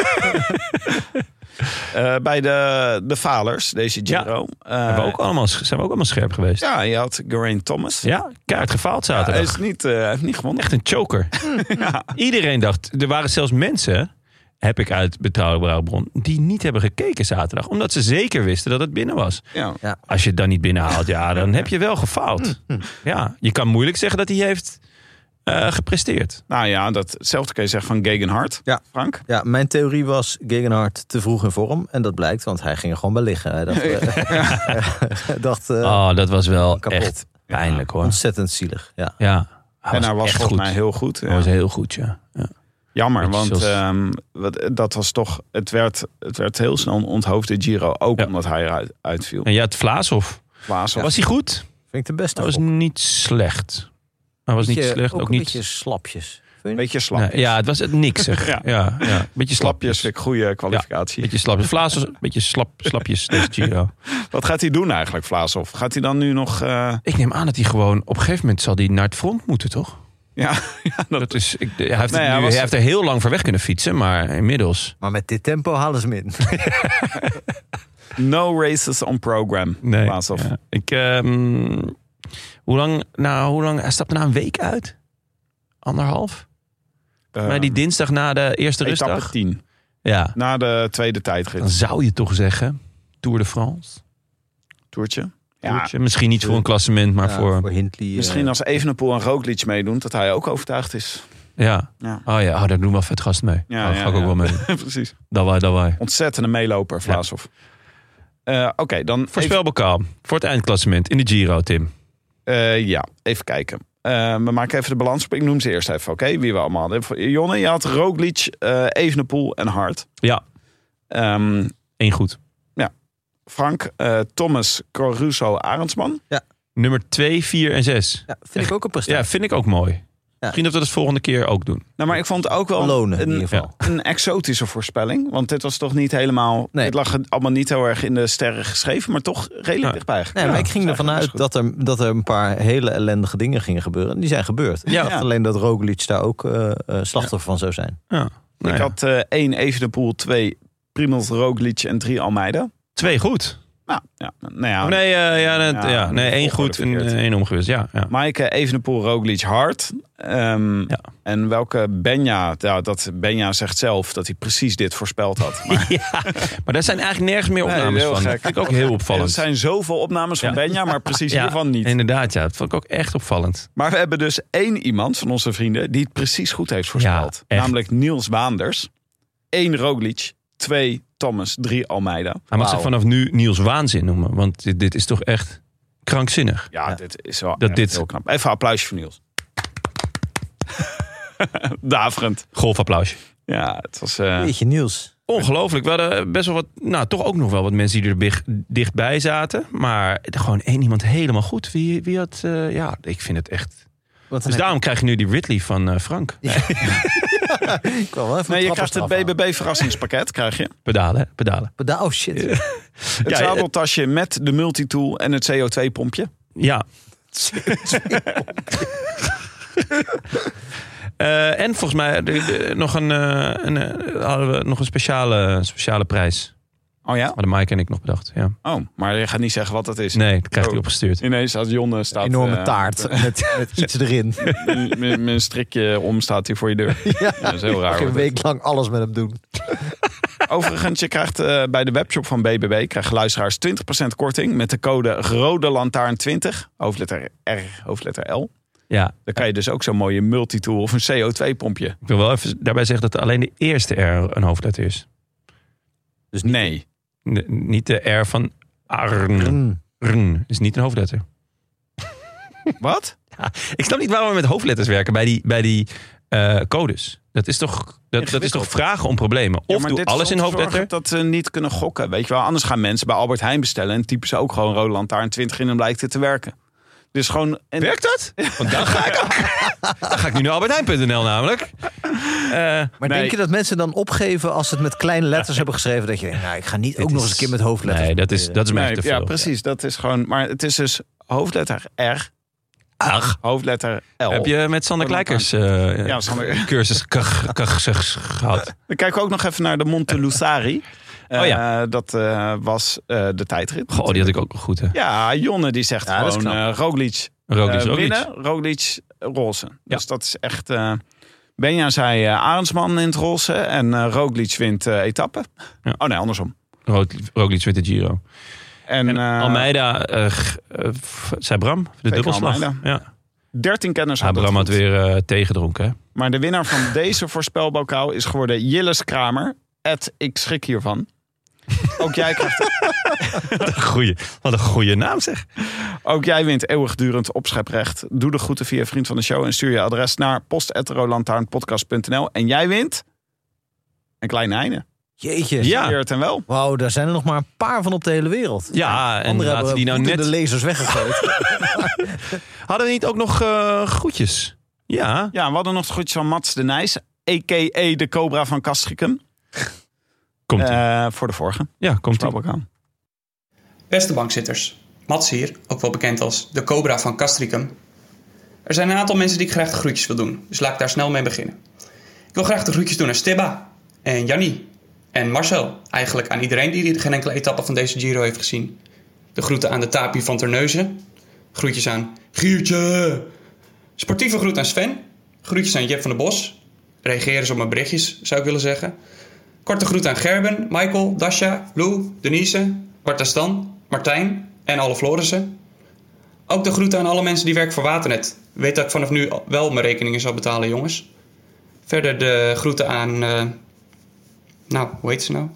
bij de, de falers, deze Giro. Ja. Uh, hebben we ook allemaal, zijn we ook allemaal scherp geweest. Ja, je had Geraint Thomas. Ja, kaart gefaald zaterdag. Ja, hij, is niet, uh, hij heeft niet gewonnen. Echt een choker. Ja. Iedereen dacht, er waren zelfs mensen... heb ik uit betrouwbare bron, die niet hebben gekeken zaterdag. Omdat ze zeker wisten dat het binnen was. Ja. Ja. Als je het dan niet binnenhaalt, ja, dan heb je wel gefaald. Ja, je kan moeilijk zeggen dat hij heeft uh, gepresteerd. Nou ja, dat, hetzelfde kun je zeggen van Gegenhardt, ja. Frank. Ja, mijn theorie was Gegenhardt te vroeg in vorm. En dat blijkt, want hij ging er gewoon bij liggen. Hij dacht, uh, ja. dacht uh, oh, dat was wel kapot. Echt pijnlijk, hoor. Ontzettend zielig, ja. Ja, hij en hij was, was volgens mij heel goed. Ja. Hij was heel goed, ja. Ja. Jammer, want zoals... um, dat was toch. Het werd, het werd heel snel onthoofd, de Giro. Ook ja. omdat hij eruit uitviel. En ja, het Vlaashoff. Vlaashoff. Was hij goed? Vind ik de beste. Hij was niet slecht. Hij was beetje, niet slecht. Ook, ook niet... een beetje slapjes. Beetje slapjes. Nee, ja, het was het niksig. ja. Ja, ja. Beetje slapjes. Slapjes, goede kwalificatie. Ja, beetje slapjes. Vlaashoff, beetje slap, slapjes deze Giro. Wat gaat hij doen eigenlijk, Vlaashoff? Gaat hij dan nu nog... Uh... Ik neem aan dat hij gewoon... Op een gegeven moment zal hij naar het front moeten, toch? Ja, ja dat... dat is, ik, hij, heeft nee, nu, hij, was... hij heeft er heel lang voor weg kunnen fietsen, maar inmiddels... Maar met dit tempo halen ze hem in. No races on program, nee, Vlaashoff. Ja. Ik, um, hoe lang, nou, hoe lang... Hij stapte na een week uit? Anderhalf? Uh, maar die dinsdag na de eerste rustdag? Etappe tien. Ja. Na de tweede tijdrit. Dan zou je toch zeggen, Tour de France? Toertje. Ja, misschien niet voor een klassement, maar ja, voor... voor Hindley. Misschien uh... als Evenepoel en Roglic meedoen, dat hij ook overtuigd is. Ja. ja. Oh ja, oh, daar doen we vet gast mee. Ja, oh, dat ja, ga ik ja. ook wel mee. Precies. Dawai, dawai. Ontzettende meeloper, Vlaashoff. Ja. Uh, Oké, okay, dan... Voorspelbokaal even... voor het eindklassement in de Giro, Tim. Uh, ja, even kijken. Uh, we maken even de balans op. Ik noem ze eerst even, oké? Okay? Wie we allemaal hadden. Jonne, je had Roglic, uh, Evenepoel en Hart. Ja. Um, Eén goed. Ja. Frank, uh, Thomas, Caruso, Arendsman. Ja. Nummer twee, vier en zes. Ja, vind ik ook een prestatie. Ja, vind ik ook mooi. Ja. Misschien dat we dat de volgende keer ook doen. Nou, maar ik vond het ook wel Lonen, een, in ieder geval. een exotische voorspelling. Want dit was toch niet helemaal... Nee. Het lag allemaal niet heel erg in de sterren geschreven, maar toch redelijk ja. dichtbij. Nee, maar ja, ik ging ervan uit dat er, dat er een paar hele ellendige dingen gingen gebeuren. Die zijn gebeurd. Ja. Ik dacht alleen dat Roglic daar ook uh, uh, slachtoffer ja. van zou zijn. Ja. Nou, ik ja. had uh, één Evenepoel, twee Primož Roglic en drie Almeida. Twee goed. Nou, ja, nou ja. Oh, nee, uh, ja, net, ja, ja, nee, één goed en uh, één omgewist. Ja, ja. Maaike, Evenepoel, Roglic, Hart. Um, ja. En welke Benja, ja, dat Benja zegt zelf dat hij precies dit voorspeld had. Maar, ja, maar daar zijn eigenlijk nergens meer opnames nee, van. Gek. Dat vind ik ook heel opvallend. Er zijn zoveel opnames van ja. Benja, maar precies ja, hiervan niet. Inderdaad, ja. Dat vond ik ook echt opvallend. Maar we hebben dus één iemand van onze vrienden die het precies goed heeft voorspeld. Ja, namelijk Niels Waanders. Eén Roglic, twee Thomas, drie Almeida. Hij mag wow. zich vanaf nu Niels Waanzin noemen. Want dit, dit is toch echt krankzinnig. Ja, ja. dit is wel dat echt dit... heel knap. Even een applausje voor Niels. Daverend. Golfapplausje. Ja, het was... Uh... Beetje Niels. Ongelooflijk. We hadden best wel wat... Nou, toch ook nog wel wat mensen die er big, dichtbij zaten. Maar gewoon één iemand helemaal goed. Wie, wie had... Uh, ja, ik vind het echt... Dus heb... daarom krijg je nu die Ridley van uh, Frank. Ja. ja, ik wel even nee, je krijgt het B B B verrassingspakket, krijg je. Pedalen, hè? Pedalen. Pedalen, oh shit. Ja. Het ja, zadeltasje met de multitool en het C O twee pompje. Ja. uh, en volgens mij de, de, nog, een, uh, een, uh, hadden we nog een speciale, speciale prijs. Oh ja? Maar de Mike en ik nog bedacht, ja. Oh, maar je gaat niet zeggen wat dat is. Nee, dat krijgt hij Oh. opgestuurd. Ineens als Jonne staat... Een enorme uh, taart met, met iets erin. Met met een strikje om staat hij voor je deur. Ja. Ja, dat is heel raar. Een wordt week lang alles met hem doen. het. Overigens, je krijgt uh, bij de webshop van B B B... krijgen luisteraars twintig procent korting met de code Rode Lantaarn twintig. Hoofdletter R, hoofdletter L. Ja, Dan kan je dus ook zo'n mooie multitool of een C O twee pompje. ik wil wel even daarbij zeggen dat alleen de eerste R een hoofdletter is. Dus niet Nee. N- niet de R van Arn. Mm. Rn is niet een hoofdletter. Wat? Ik snap niet waarom we met hoofdletters werken bij die, bij die uh, codes. Dat is, toch, dat, dat is toch vragen om problemen. Ja, Of maar doe dit is alles om in te hoofdletter. zorgen dat ze niet kunnen gokken. Weet je wel, anders gaan mensen bij Albert Heijn bestellen... en typen ze ook gewoon Rode Lantaarn twintig in en blijkt het te werken. Dus gewoon... En... Werkt dat? Want dan ga ik ook. Dan ga ik nu naar albertheijn punt n l namelijk. Uh, Maar Nee. denk je dat mensen dan opgeven als ze het met kleine letters hebben geschreven? Dat je denkt, nou, ik ga niet ook Dit nog is- eens een keer met hoofdletters. Nee, dat is, dat is me echt Nee, te ja, veel. precies. Dat is gewoon... Maar het is dus hoofdletter R, Ach, hoofdletter L. heb je met Sander Kleikers uh, Ja, Sander. cursus kach, kach, gehad? Dan kijken we ook nog even naar de Monte Lussari. Oh ja. Uh, dat uh, was uh, de tijdrit. Goh, die had ik ook nog goed, hè? Ja, Jonne die zegt Ja, dat is gewoon knap. uh, Roglic, Roglic, uh, Roglic. winnen, Roglic roze. Ja. Dus dat is echt... Uh, Benja zei uh, Arendsman in het roze en uh, Roglic wint uh, etappe. Ja. Oh nee, andersom. Roglic, Roglic wint de Giro. En, En uh, Almeida, uh, uh, zei Bram, de dubbelslag. Almeida. Ja. dertien kenners Ja, hadden Bram het had goed. weer uh, tegendronken, hè? Maar de winnaar van deze voorspelbokaal is geworden Jilles Kramer. Ed, ik schrik hiervan. Ook jij krijgt... Wat een goeie, wat een goeie naam, zeg. Ook jij wint eeuwigdurend opscheprecht. Doe de groeten via vriend van de show en stuur je adres naar post at rolantaarnpodcast punt n l. En jij wint een kleine einde. Jeetje. Ja. Eer het en wel. Wauw, daar zijn er nog maar een paar van op de hele wereld. Ja, en Anderen laten die nou hebben net... de lezers weggegooid. Hadden we niet ook nog uh, groetjes? Ja. Ja, we hadden nog het groetjes van Mats de Nijs. A K A de Cobra van Castricum. Komt Uh, voor de vorige Ja, komt ie. voorspelbokaal. Beste bankzitters, Mats hier, ook wel bekend als de Cobra van Castricum. Er zijn een aantal mensen die ik graag de groetjes wil doen, dus laat ik daar snel mee beginnen. Ik wil graag de groetjes doen aan Stibba en Jannie en Marcel. Eigenlijk aan iedereen die geen enkele etappe van deze Giro heeft gezien. De groeten aan de Tapi van Terneuzen. Groetjes aan Giertje. Sportieve groet aan Sven. Groetjes aan Jep van der Bos. Reageren ze op mijn berichtjes, zou ik willen zeggen. Korte groet aan Gerben, Michael, Dasha, Lou, Denise, Bart Stan, Martijn en alle Florissen. Ook de groeten aan alle mensen die werken voor Waternet. Weet dat ik vanaf nu wel mijn rekeningen zal betalen, jongens. Verder de groeten aan... Uh, nou, hoe heet ze nou?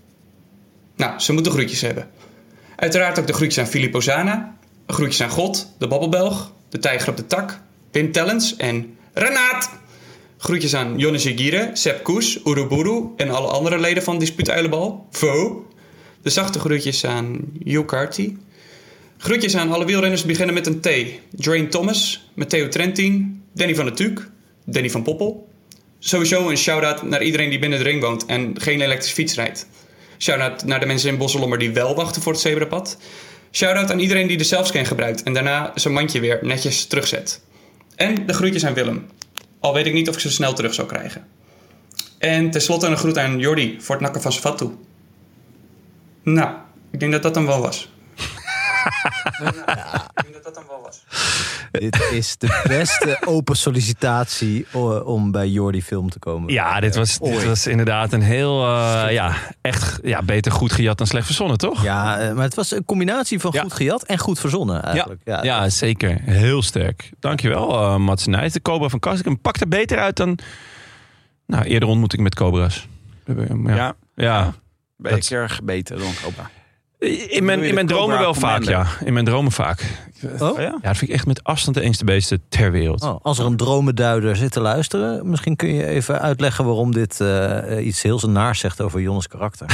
Nou, ze moeten groetjes hebben. Uiteraard ook de groetjes aan Filippo Zana. Groetjes aan God, de Babbelbelg, de Tijger op de Tak, Wim Tellens en Renaat. Groetjes aan Jonne Zegire, Sepp Koes, Uruburu en alle andere leden van Dispuut Uilenbal. Vo. De zachte groetjes aan Hugh Carty. Groetjes aan alle wielrenners die beginnen met een T. Drain Thomas, Matteo Trentin, Danny van der Tuuk, Danny van Poppel. Sowieso een shout-out naar iedereen die binnen de ring woont en geen elektrische fiets rijdt. Shout-out naar de mensen in Bosselommer die wel wachten voor het zebrapad. Shout-out aan iedereen die de selfscan gebruikt en daarna zijn mandje weer netjes terugzet. En de groetjes aan Willem. Al weet ik niet of ik ze snel terug zou krijgen. En tenslotte een groet aan Jordi voor het nakken van zijn vat toe. Nou, ik denk dat dat hem wel was. nou, ik denk dat dat hem wel was. Dit is de beste open sollicitatie o- om bij Jordi Film te komen. Ja, dit was, dit Ooit. was inderdaad een heel... Uh, ja, echt ja, beter goed gejat dan slecht verzonnen, toch? Ja, eh, maar het was een combinatie van Ja. goed gejat en goed verzonnen eigenlijk. Ja, Ja, zeker. Heel sterk. Dankjewel, uh, Mats Nijs. De Cobra van Castricum pakt er beter uit dan... Nou, eerder ontmoet ik met Cobra's. Ja. Ja, ja. ja. ben ik Dat- keer gebeten door een Cobra. In mijn, in mijn de dromen Cobra wel vaak, Commander? ja. In mijn dromen vaak. Oh? Oh ja? Ja, dat vind ik echt met afstand de engste beesten ter wereld. Oh, als er een dromenduider zit te luisteren, misschien kun je even uitleggen waarom dit uh, iets heel naars zegt over Jonnes karakter.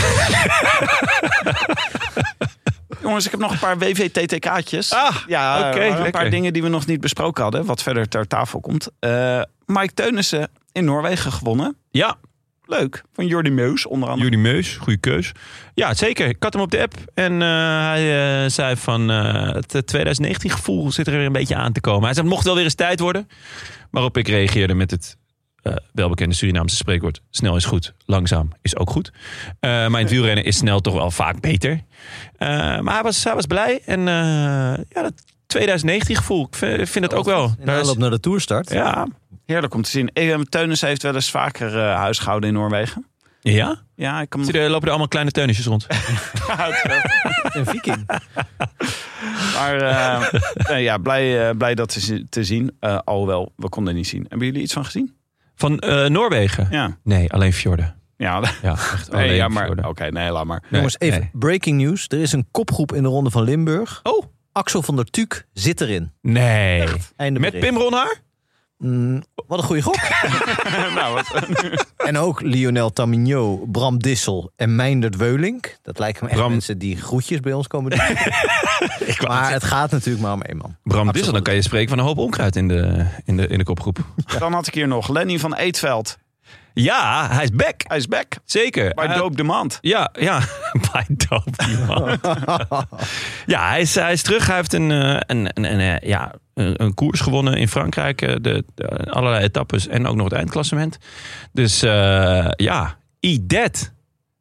Jongens, ik heb nog een paar W V T T K'tjes. Ah, ja, oké, er waren een lekker. paar dingen die we nog niet besproken hadden, wat verder ter tafel komt. Uh, Mike Teunissen in Noorwegen gewonnen. Ja, Leuk. Van Jordi Meus onder andere. Jordi Meus, goede keus. Ja, zeker. Ik had hem op de app en uh, hij uh, zei van uh, het twintig negentien gevoel zit er weer een beetje aan te komen. Hij zei, het mocht wel weer eens tijd worden. Waarop ik reageerde met het uh, welbekende Surinaamse spreekwoord. Snel is goed, langzaam is ook goed. Uh, maar in het wielrennen is snel toch wel vaak beter. Uh, maar hij was, hij was blij. En uh, ja, dat twintig negentien gevoel, ik vind, vind het ook wel. In aanloop naar de Tourstart. Ja. Heerlijk om te zien. Teunus heeft wel eens vaker uh, huis gehouden in Noorwegen. Ja? Ja, ik kan... Zie je, lopen er allemaal kleine teunetjes rond? Een viking. Maar uh, nee, ja, blij, uh, blij dat te, te zien. Uh, alhoewel, we konden niet zien. Hebben jullie iets van gezien? Van uh, Noorwegen? Ja. Nee, alleen fjorden. Ja, ja echt nee, alleen ja, maar fjorden. Oké, okay, nee, laat maar. Nee, Jongens, even nee. breaking news. Er is een kopgroep in de Ronde van Limburg. Oh. Axel van der Tuuk zit erin. Nee. Einde Met bericht. Pim Ronhaar? Mm, wat een goede gok. nou, wat... En ook Lionel Tamigno, Bram Dissel en Meindert Weulink. Dat lijken me echt Bram... mensen die groetjes bij ons komen doen. Ik maar het gaat natuurlijk maar om één man. Bram Axel Dissel, dan kan je spreken van een hoop onkruid in de, in de, in de kopgroep. Ja. Dan had ik hier nog Lenny van Eetveld. Ja, hij is back. Hij is back. Zeker. Bij uh, Dope Demand. Ja, ja. Bij Dope Demand. ja, hij is, hij is terug. Hij heeft een, een, een, een, ja, een, een koers gewonnen in Frankrijk. De, de, allerlei etappes en ook nog het eindklassement. Dus uh, ja, eat that.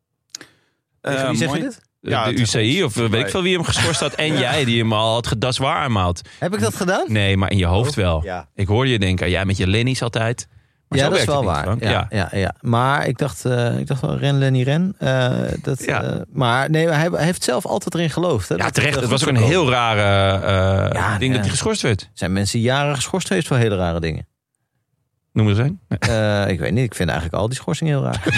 Uh, wie zeg je dit? De, ja, de U C I of weet ik mij. veel wie hem geschorst had. En jij die hem al had gedaswaar aanmaalt. Heb ik dat gedaan? Nee, maar in je hoofd wel. Ja. Ik hoorde je denken, jij met je Lenny's altijd. Maar ja, zo dat is werkt wel het niet, waar. Frank. Ja, ja. Ja, ja. Maar ik dacht, uh, ik dacht wel, ren Lenny ren. Uh, dat, Ja. uh, maar nee, hij, hij heeft zelf altijd erin geloofd. Hè, Ja, dat terecht. uh, Het was ook goed een zou heel rare uh, Ja, ding ja. dat hij geschorst werd. komen. Zijn mensen jaren geschorst geweest voor hele rare dingen? Noem er zijn. Uh, ik weet niet, ik vind eigenlijk al die schorsingen heel raar.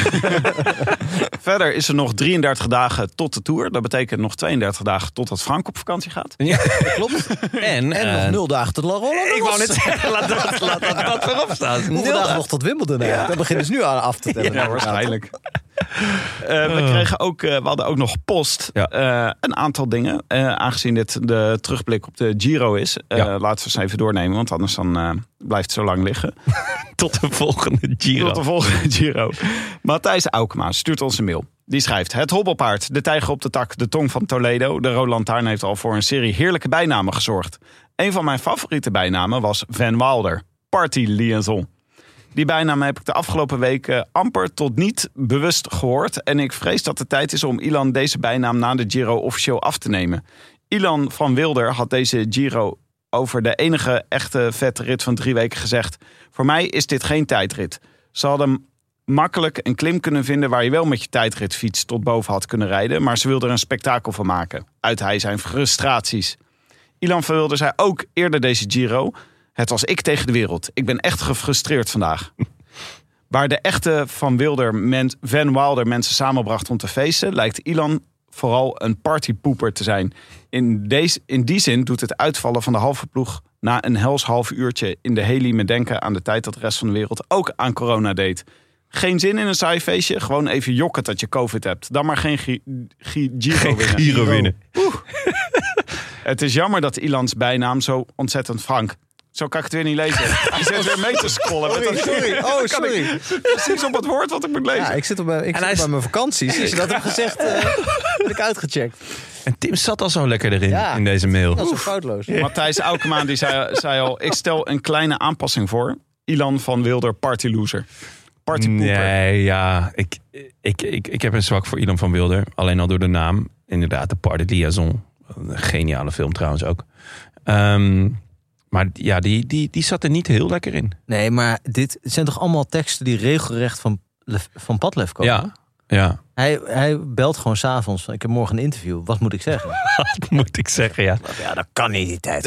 Verder is er nog drieëndertig dagen tot de Tour. Dat betekent nog tweeëndertig dagen totdat Frank op vakantie gaat. Ja. Klopt. En, En uh, nog nul dagen tot La Roland. ik wou net zeggen, laat dat, laat dat, dat voorop staan. Hoeveel Nul dagen nog tot Wimbledon eigenlijk? Dan beginnen ze nu aan af te tellen. Ja, waarschijnlijk. Uh, we, kregen ook, uh, we hadden ook nog post. Ja. Uh, een aantal dingen. Uh, aangezien dit de terugblik op de Giro is. Uh, Ja. Laten we eens even doornemen. Want anders dan, uh, blijft het zo lang liggen. Tot de volgende Giro. Tot de volgende Giro. Matthijs Aukema stuurt ons een mail. Die schrijft: het hobbelpaard, de tijger op de tak, de tong van Toledo. De Rode Lantaarn heeft al voor een serie heerlijke bijnamen gezorgd. Een van mijn favoriete bijnamen was Van Wilder. Party Liaison. Die bijnaam heb ik de afgelopen weken amper tot niet bewust gehoord. En ik vrees dat het tijd is om Ilan deze bijnaam na de Giro officieel af te nemen. Ilan van Wilder had deze Giro over de enige echte vette rit van drie weken gezegd: voor mij is dit geen tijdrit. Ze hadden makkelijk een klim kunnen vinden waar je wel met je tijdritfiets tot boven had kunnen rijden. Maar ze wilden er een spektakel van maken. Uit hij zijn frustraties. Ilan van Wilder zei ook eerder deze Giro: het was ik tegen de wereld. Ik ben echt gefrustreerd vandaag. Waar de echte Van Wilder, men, Van Wilder mensen samenbracht om te feesten, lijkt Ilan vooral een partypoeper te zijn. In, deze, in die zin doet het uitvallen van de halve ploeg na een hels half uurtje in de heli me denken aan de tijd dat de rest van de wereld ook aan corona deed. Geen zin in een saai feestje, gewoon even jokken dat je COVID hebt. Dan maar geen gi- gi- Giro Geen winnen. Giro winnen. Oeh. Het is jammer dat Ilans bijnaam zo ontzettend Frank. Zo kan ik het weer niet lezen. Hij zit weer mee te scrollen. Sorry, met dat- sorry. Oh, Kan sorry. ik precies op het woord wat ik moet lezen. Ja, ik zit op mijn, ik En zit hij op is- bij mijn vakanties. Als je dat hebt gezegd, uh, heb ik uitgecheckt. En Tim zat al zo lekker erin Ja. in deze mail. Dat is zo foutloos. Matthijs Aukema die zei, zei al: ik stel een kleine aanpassing voor. Ilan van Wilder, party loser. Party poeper. Nee, ja. Ik, ik, ik, ik heb een zwak voor Ilan van Wilder. Alleen al door de naam. Inderdaad, de Part de Liaison. Een geniale film trouwens ook. Um, maar ja, die, die, die zat er niet heel lekker in. Nee, maar dit zijn toch allemaal teksten die regelrecht van, van Padlef komen? Ja, ja. Hij, hij belt gewoon s'avonds van: ik heb morgen een interview. Wat moet ik zeggen? Dat moet ik zeggen, ja. Ja, dat kan niet die tijd.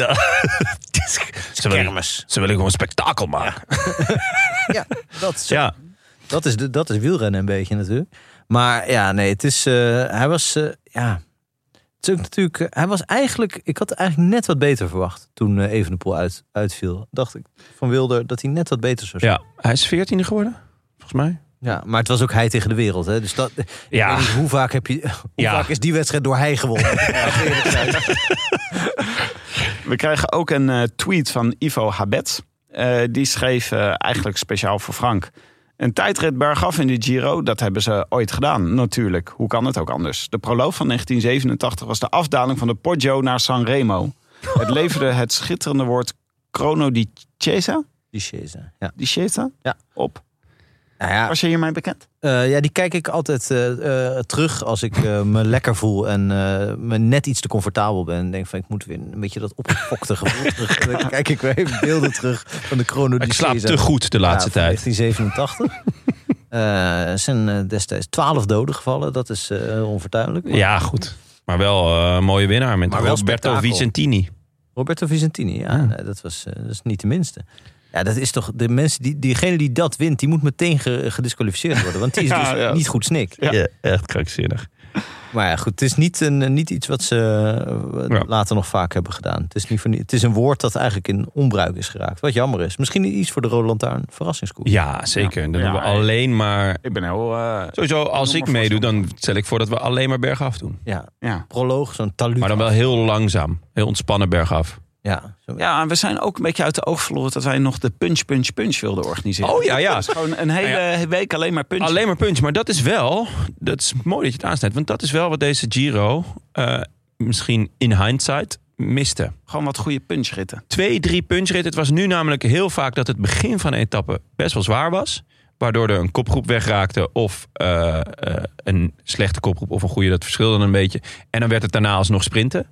Ze willen, Kermis. ze willen gewoon een spektakel maken. Ja, dat is, Ja. dat is, de, dat is wielrennen een beetje natuurlijk. Maar ja, nee, het is... Uh, hij was... Uh, ja, het is ook natuurlijk... Uh, hij was eigenlijk... Ik had eigenlijk net wat beter verwacht toen uh, Evenepoel uit, uitviel. Dacht ik van Wilder dat hij net wat beter zou zijn. Ja, hij is veertiende geworden, volgens mij. Ja, maar het was ook hij tegen de wereld. Hè? Dus dat, Ja. ik weet niet, hoe vaak heb je... Hoe Ja. vaak is die wedstrijd door hij gewonnen? Ja, eerlijk zijn. We krijgen ook een uh, tweet van Ivo Habet. Uh, die schreef uh, eigenlijk speciaal voor Frank: een tijdrit bergaf in de Giro, dat hebben ze ooit gedaan, natuurlijk. Hoe kan het ook anders? De proloog van negentien zevenentachtig was de afdaling van de Poggio naar Sanremo. Het leverde het schitterende woord Chrono di Chiesa, Die Chiesa, ja. di Chiesa Ja. op. Nou ja, Was je hiermee bekend? uh, ja, die kijk ik altijd uh, uh, terug als ik uh, me lekker voel en uh, me net iets te comfortabel ben. En denk van, ik moet weer een beetje dat opgefokte gevoel terug. Dan kijk ik weer even beelden terug van de Chrono. Ik slaap te goed de laatste ja, tijd. negentien zevenentachtig. uh, er zijn uh, destijds twaalf doden gevallen. Dat is uh, onvertuinlijk. Maar... Ja, goed. Maar wel uh, een mooie winnaar met Maar wel Roberto spektakel. Vicentini. Roberto Vicentini, ja. Ja. Nee, dat, was, uh, dat is niet de minste. Ja, dat is toch de mensen die diegene die dat wint, die moet meteen ge, gedisqualificeerd worden, want die is Ja, dus ja. niet goed snik. Ja. Ja, echt krankzinnig. Maar ja, goed, het is niet, een, niet iets wat ze uh, Ja. later nog vaak hebben gedaan. Het is, niet voor, het is een woord dat eigenlijk in onbruik is geraakt. Wat jammer is. Misschien iets voor de Rode Lantaarn verrassingskoers. Ja, zeker. Dan Ja, doen we ja. alleen maar... Ik ben heel... Uh, Sowieso, als Noem ik maar meedoe, voorstel. dan stel ik voor dat we alleen maar bergaf doen. Ja, ja. proloog, zo'n taluut. Maar dan wel heel langzaam. Heel ontspannen bergaf. Ja, zo, ja, en we zijn ook een beetje uit de oog verloren dat wij nog de punch, punch, punch wilden organiseren. Oh ja, ja. Dat is gewoon een hele Nou week alleen maar punch. Alleen maar punch. Maar dat is wel... Dat is mooi dat je het aansnijdt. Want dat is wel wat deze Giro... Uh, misschien in hindsight miste. Gewoon wat goede punchritten. Twee, drie punchritten. Het was nu namelijk heel vaak dat het begin van een etappe best wel zwaar was. Waardoor er een kopgroep wegraakte of uh, uh, een slechte kopgroep of een goede. Dat verschilde dan een beetje. En dan werd het daarna alsnog sprinten.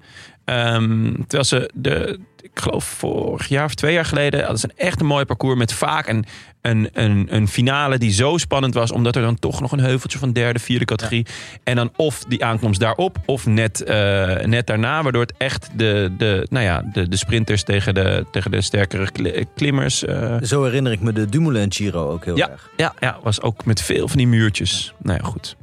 Um, terwijl ze, de, ik geloof vorig jaar of twee jaar geleden... hadden ze een echt een mooi parcours met vaak een, een, een, een finale die zo spannend was... omdat er dan toch nog een heuveltje van derde, vierde categorie... Ja. En dan of die aankomst daarop of net, uh, net daarna... waardoor het echt de, de, nou ja, de, de sprinters tegen de, tegen de sterkere klimmers... Uh... Zo herinner ik me de Dumoulin Giro ook heel ja, erg. Ja, ja, was ook met veel van die muurtjes. Ja. Nou ja, goed.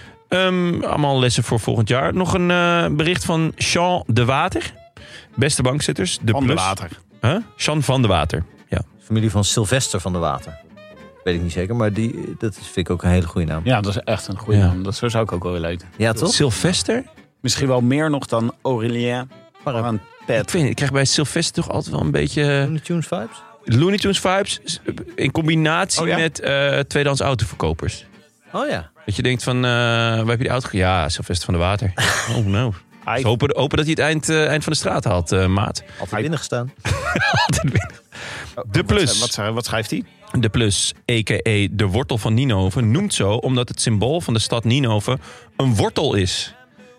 Um, allemaal lessen voor volgend jaar. Nog een uh, bericht van Jean de Water. Beste bankzitters. De van plus. de Water. Huh? Jean van de Water. Ja. Familie van Sylvester van de Water. Weet ik niet zeker, maar die, dat vind ik ook een hele goede naam. Ja, dat is echt een goede Ja. naam. Dat zo zou ik ook wel willen weten. Ja, toch? Sylvester? Misschien wel meer nog dan Aurélien Parapet. Ik, weet niet, ik krijg bij Sylvester toch altijd wel een beetje... Looney Tunes vibes? Looney Tunes vibes. In combinatie oh, ja? met uh, tweedehands autoverkopers. Oh ja. Dat je denkt van, uh, waar heb je die auto? Ja, Sylvester van de Water. Oh no. Dus hopen, hopen dat hij het eind, uh, eind van de straat haalt, uh, maat. Altijd binnen gestaan. Altijd binnen. De plus. Wat, wat, wat schrijft hij? De plus, a k a de wortel van Ninove, noemt zo omdat het symbool van de stad Ninove een wortel is.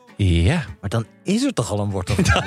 Ja. Maar dan is er toch al een wortel van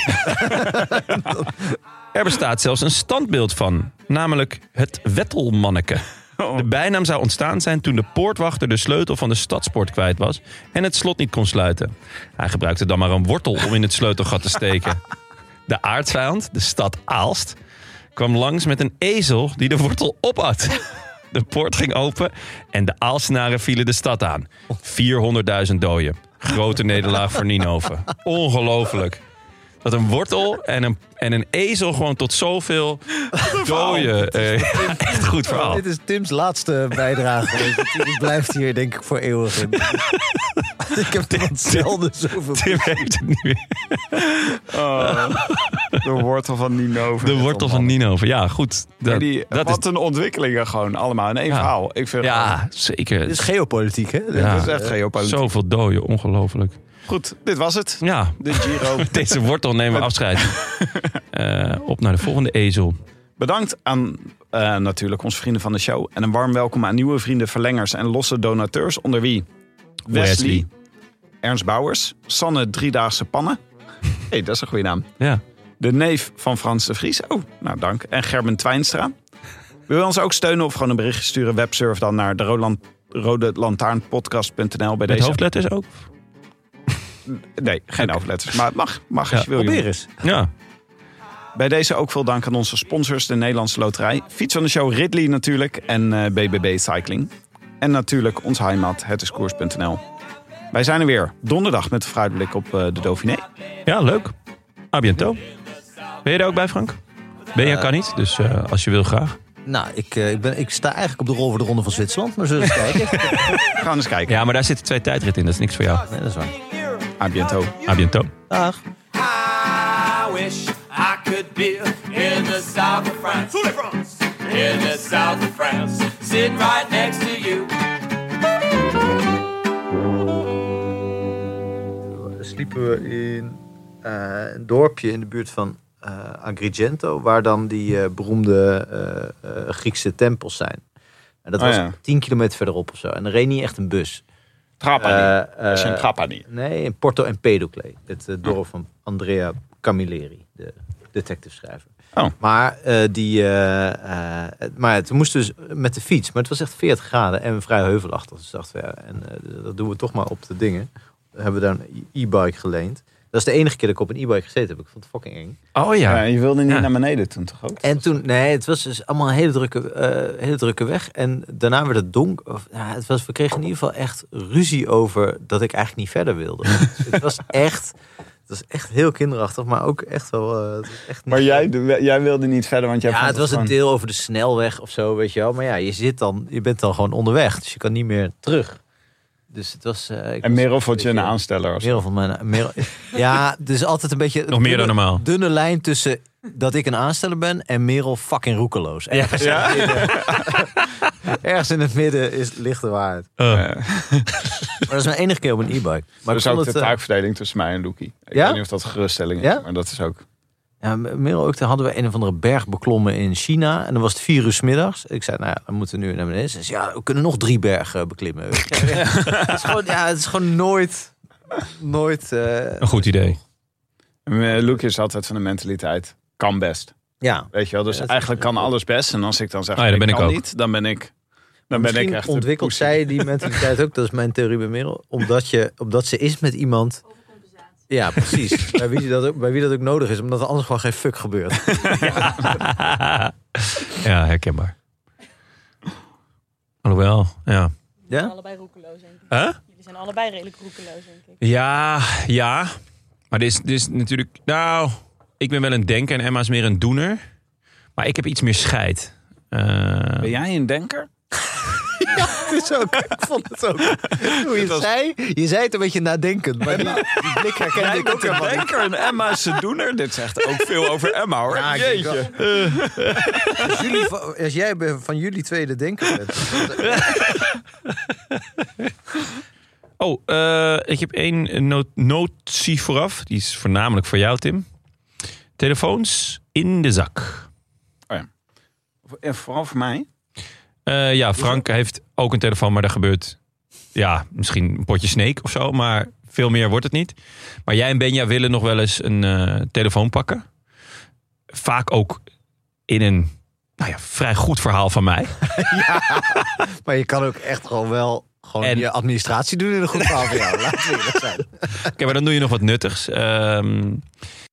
Er bestaat zelfs een standbeeld van, namelijk het Wettelmanneke. De bijnaam zou ontstaan zijn toen de poortwachter de sleutel van de stadspoort kwijt was en het slot niet kon sluiten. Hij gebruikte dan maar een wortel om in het sleutelgat te steken. De aartsvijand, de stad Aalst, kwam langs met een ezel die de wortel opat. De poort ging open en de Aalstenaren vielen de stad aan. vierhonderdduizend doden. Grote nederlaag voor Ninove. Ongelooflijk. Dat een wortel en een, en een ezel gewoon tot zoveel doden. Uh, echt goed verhaal. Oh, dit is Tim's laatste bijdrage. Die blijft hier denk ik voor eeuwig in. Ik heb Tim zelden zoveel... Tim heeft het niet meer. Oh, de wortel van Ninove. De wortel van Ninove, ja goed. Dat, die, dat wat is, een ontwikkelingen gewoon allemaal in één ja. verhaal. Ik vind ja, gewoon, zeker. Dit is geopolitiek, hè? Ja. Dit is echt geopolitiek. Zoveel doden, ongelooflijk. Goed, dit was het. Ja, De Giro. deze wortel nemen we afscheid. uh, op naar de volgende ezel. Bedankt aan uh, natuurlijk onze vrienden van de show. En een warm welkom aan nieuwe vrienden, verlengers en losse donateurs. Onder wie Wesley, Wesley. Ernst Bouwers, Sanne Driedaagse Pannen. Hey, dat is een goede naam. Ja. De neef van Frans de Vries. Oh, nou dank. En Gerben Twijnstra. Wil je ons ook steunen of gewoon een berichtje sturen? Websurf dan naar de rode lantaarnpodcast punt n l bij Met deze. hoofdletters ook? Nee, geen Okay. hoofdletters. Maar het mag, mag als Ja, je wil. Probeer jongen. eens. Ja. Bij deze ook veel dank aan onze sponsors, de Nederlandse Loterij. Fiets van de show Ridley natuurlijk en uh, B B B Cycling. En natuurlijk ons heimat, het is koers punt n l. Wij zijn er weer donderdag met een vooruitblik op uh, de Dauphiné. Ja, leuk. A biento. Ben je er ook bij, Frank? Ben je, Uh, kan niet, dus uh, als je wil, graag. Nou, ik, uh, ik, ben, ik sta eigenlijk op de rol voor de Ronde van Zwitserland. Maar zullen we eens kijken? Gaan we eens kijken. Ja, maar daar zitten twee tijdritten in, dat is niks voor jou. Nee, dat is waar. A biento. A biento. Dag. I wish I could be in the south of France. In the south of France. Sitting right next to you. Sliepen we in uh, een dorpje in de buurt van uh, Agrigento, waar dan die uh, beroemde uh, uh, Griekse tempels zijn. En dat Oh, was ja. tien kilometer verderop of zo. En er reed niet echt een bus. Trapani. Eh, Dat is eh, een Trapani. Nee, in Porto Empedocle. Het uh, dorp van Andrea Camilleri, de detective schrijver. Oh. Maar, uh, die, uh, uh, maar toen moesten we dus met de fiets. Maar het was echt veertig graden en vrij heuvelachtig. Dus dachten we, ja, en uh, dat doen we toch maar op de dingen. We hebben daar een e-bike geleend. Dat is de enige keer dat ik op een e-bike gezeten heb. Ik vond het fucking eng. Oh Ja. ja. je wilde niet Ja. naar beneden toen toch ook? En toen, nee, het was dus allemaal een hele drukke, uh, hele drukke weg. En daarna werd het donker. Of, ja, het was, we kregen in ieder geval echt ruzie over dat ik eigenlijk niet verder wilde. Het was echt, het was echt heel kinderachtig, maar ook echt wel. Uh, het was echt niet Maar jij, jij wilde niet verder, want jij ja, vond het was gewoon... een deel over de snelweg of zo, weet je wel. Maar ja, je zit dan, je bent dan gewoon onderweg, dus je kan niet meer terug. Dus het was. Uh, ik En was Merel vond je een beetje- aansteller of zo? Merel van mijn. Merel, ja, dus altijd een beetje. Nog meer dan dunne- normaal. Dunne lijn tussen dat ik een aansteller ben en Merel fucking roekeloos. Ergens, Ja? in, het midden, ergens in het midden is, ligt de waarheid. Oh. Ja. Maar dat is mijn enige keer op een e-bike. Maar Dat ik is ook vond de het, uh, taakverdeling tussen mij en Loekie. Ik Ja? weet niet of dat een geruststelling is, Ja? maar dat is ook... ja, Merel ook, daar hadden we een of andere berg beklommen in China. En dan was het vier uur 's middags. Ik zei, nou ja, dan moeten we nu naar beneden. Ze zei, ja, we kunnen nog drie bergen beklimmen. Ja, het is gewoon, ja, het is gewoon nooit, nooit... uh, Een goed idee. En Loekie is altijd van de mentaliteit, kan best. ja, Weet je wel, dus Ja, dat is eigenlijk kan heel alles best. En als ik dan zeg, Oh ja, dan ben ik ik kan ook. niet, dan ben ik... Dan ben ik Misschien echt een ontwikkelt poesie. zij die mentaliteit ook. Dat is mijn theorie bij Merel. Omdat, je, omdat ze is met iemand... Ja, precies. bij, wie dat ook, bij wie dat ook nodig is. Omdat er anders gewoon geen fuck gebeurt. Ja, herkenbaar. Alhoewel, ja. Ja? Allebei roekeloos, denk ik. Huh? Jullie zijn allebei redelijk roekeloos, denk ik. Ja, ja. Maar dit is, dit is natuurlijk... Nou, ik ben wel een denker en Emma is meer een doener. Maar ik heb iets meer scheid. Eh, Ben jij een denker? Het is ook, ik vond het ook. Hoe je het zei, je zei het een beetje nadenkend. Maar die, die blik herkende Jij ik ook bent een helemaal niet. denker en Emma is een doener. Dit zegt ook veel over Emma, hoor. Ja, ik denk Jeetje. wel. Als, jullie, als jij van jullie twee de denker bent. Oh, uh, ik heb één not- notie vooraf. Die is voornamelijk voor jou, Tim. Telefoons in de zak. En vooral voor mij. Uh, ja, Frank heeft ook een telefoon, maar daar gebeurt... Ja, misschien een potje Snake of zo, maar veel meer wordt het niet. Maar jij en Benja willen nog wel eens een uh, telefoon pakken. Vaak ook in een nou ja, vrij goed verhaal van mij. Ja, maar je kan ook echt gewoon wel gewoon En- je administratie doen in een goed verhaal van jou. Laten we eerlijk zijn. Oké, maar dan doe je nog wat nuttigs. Um,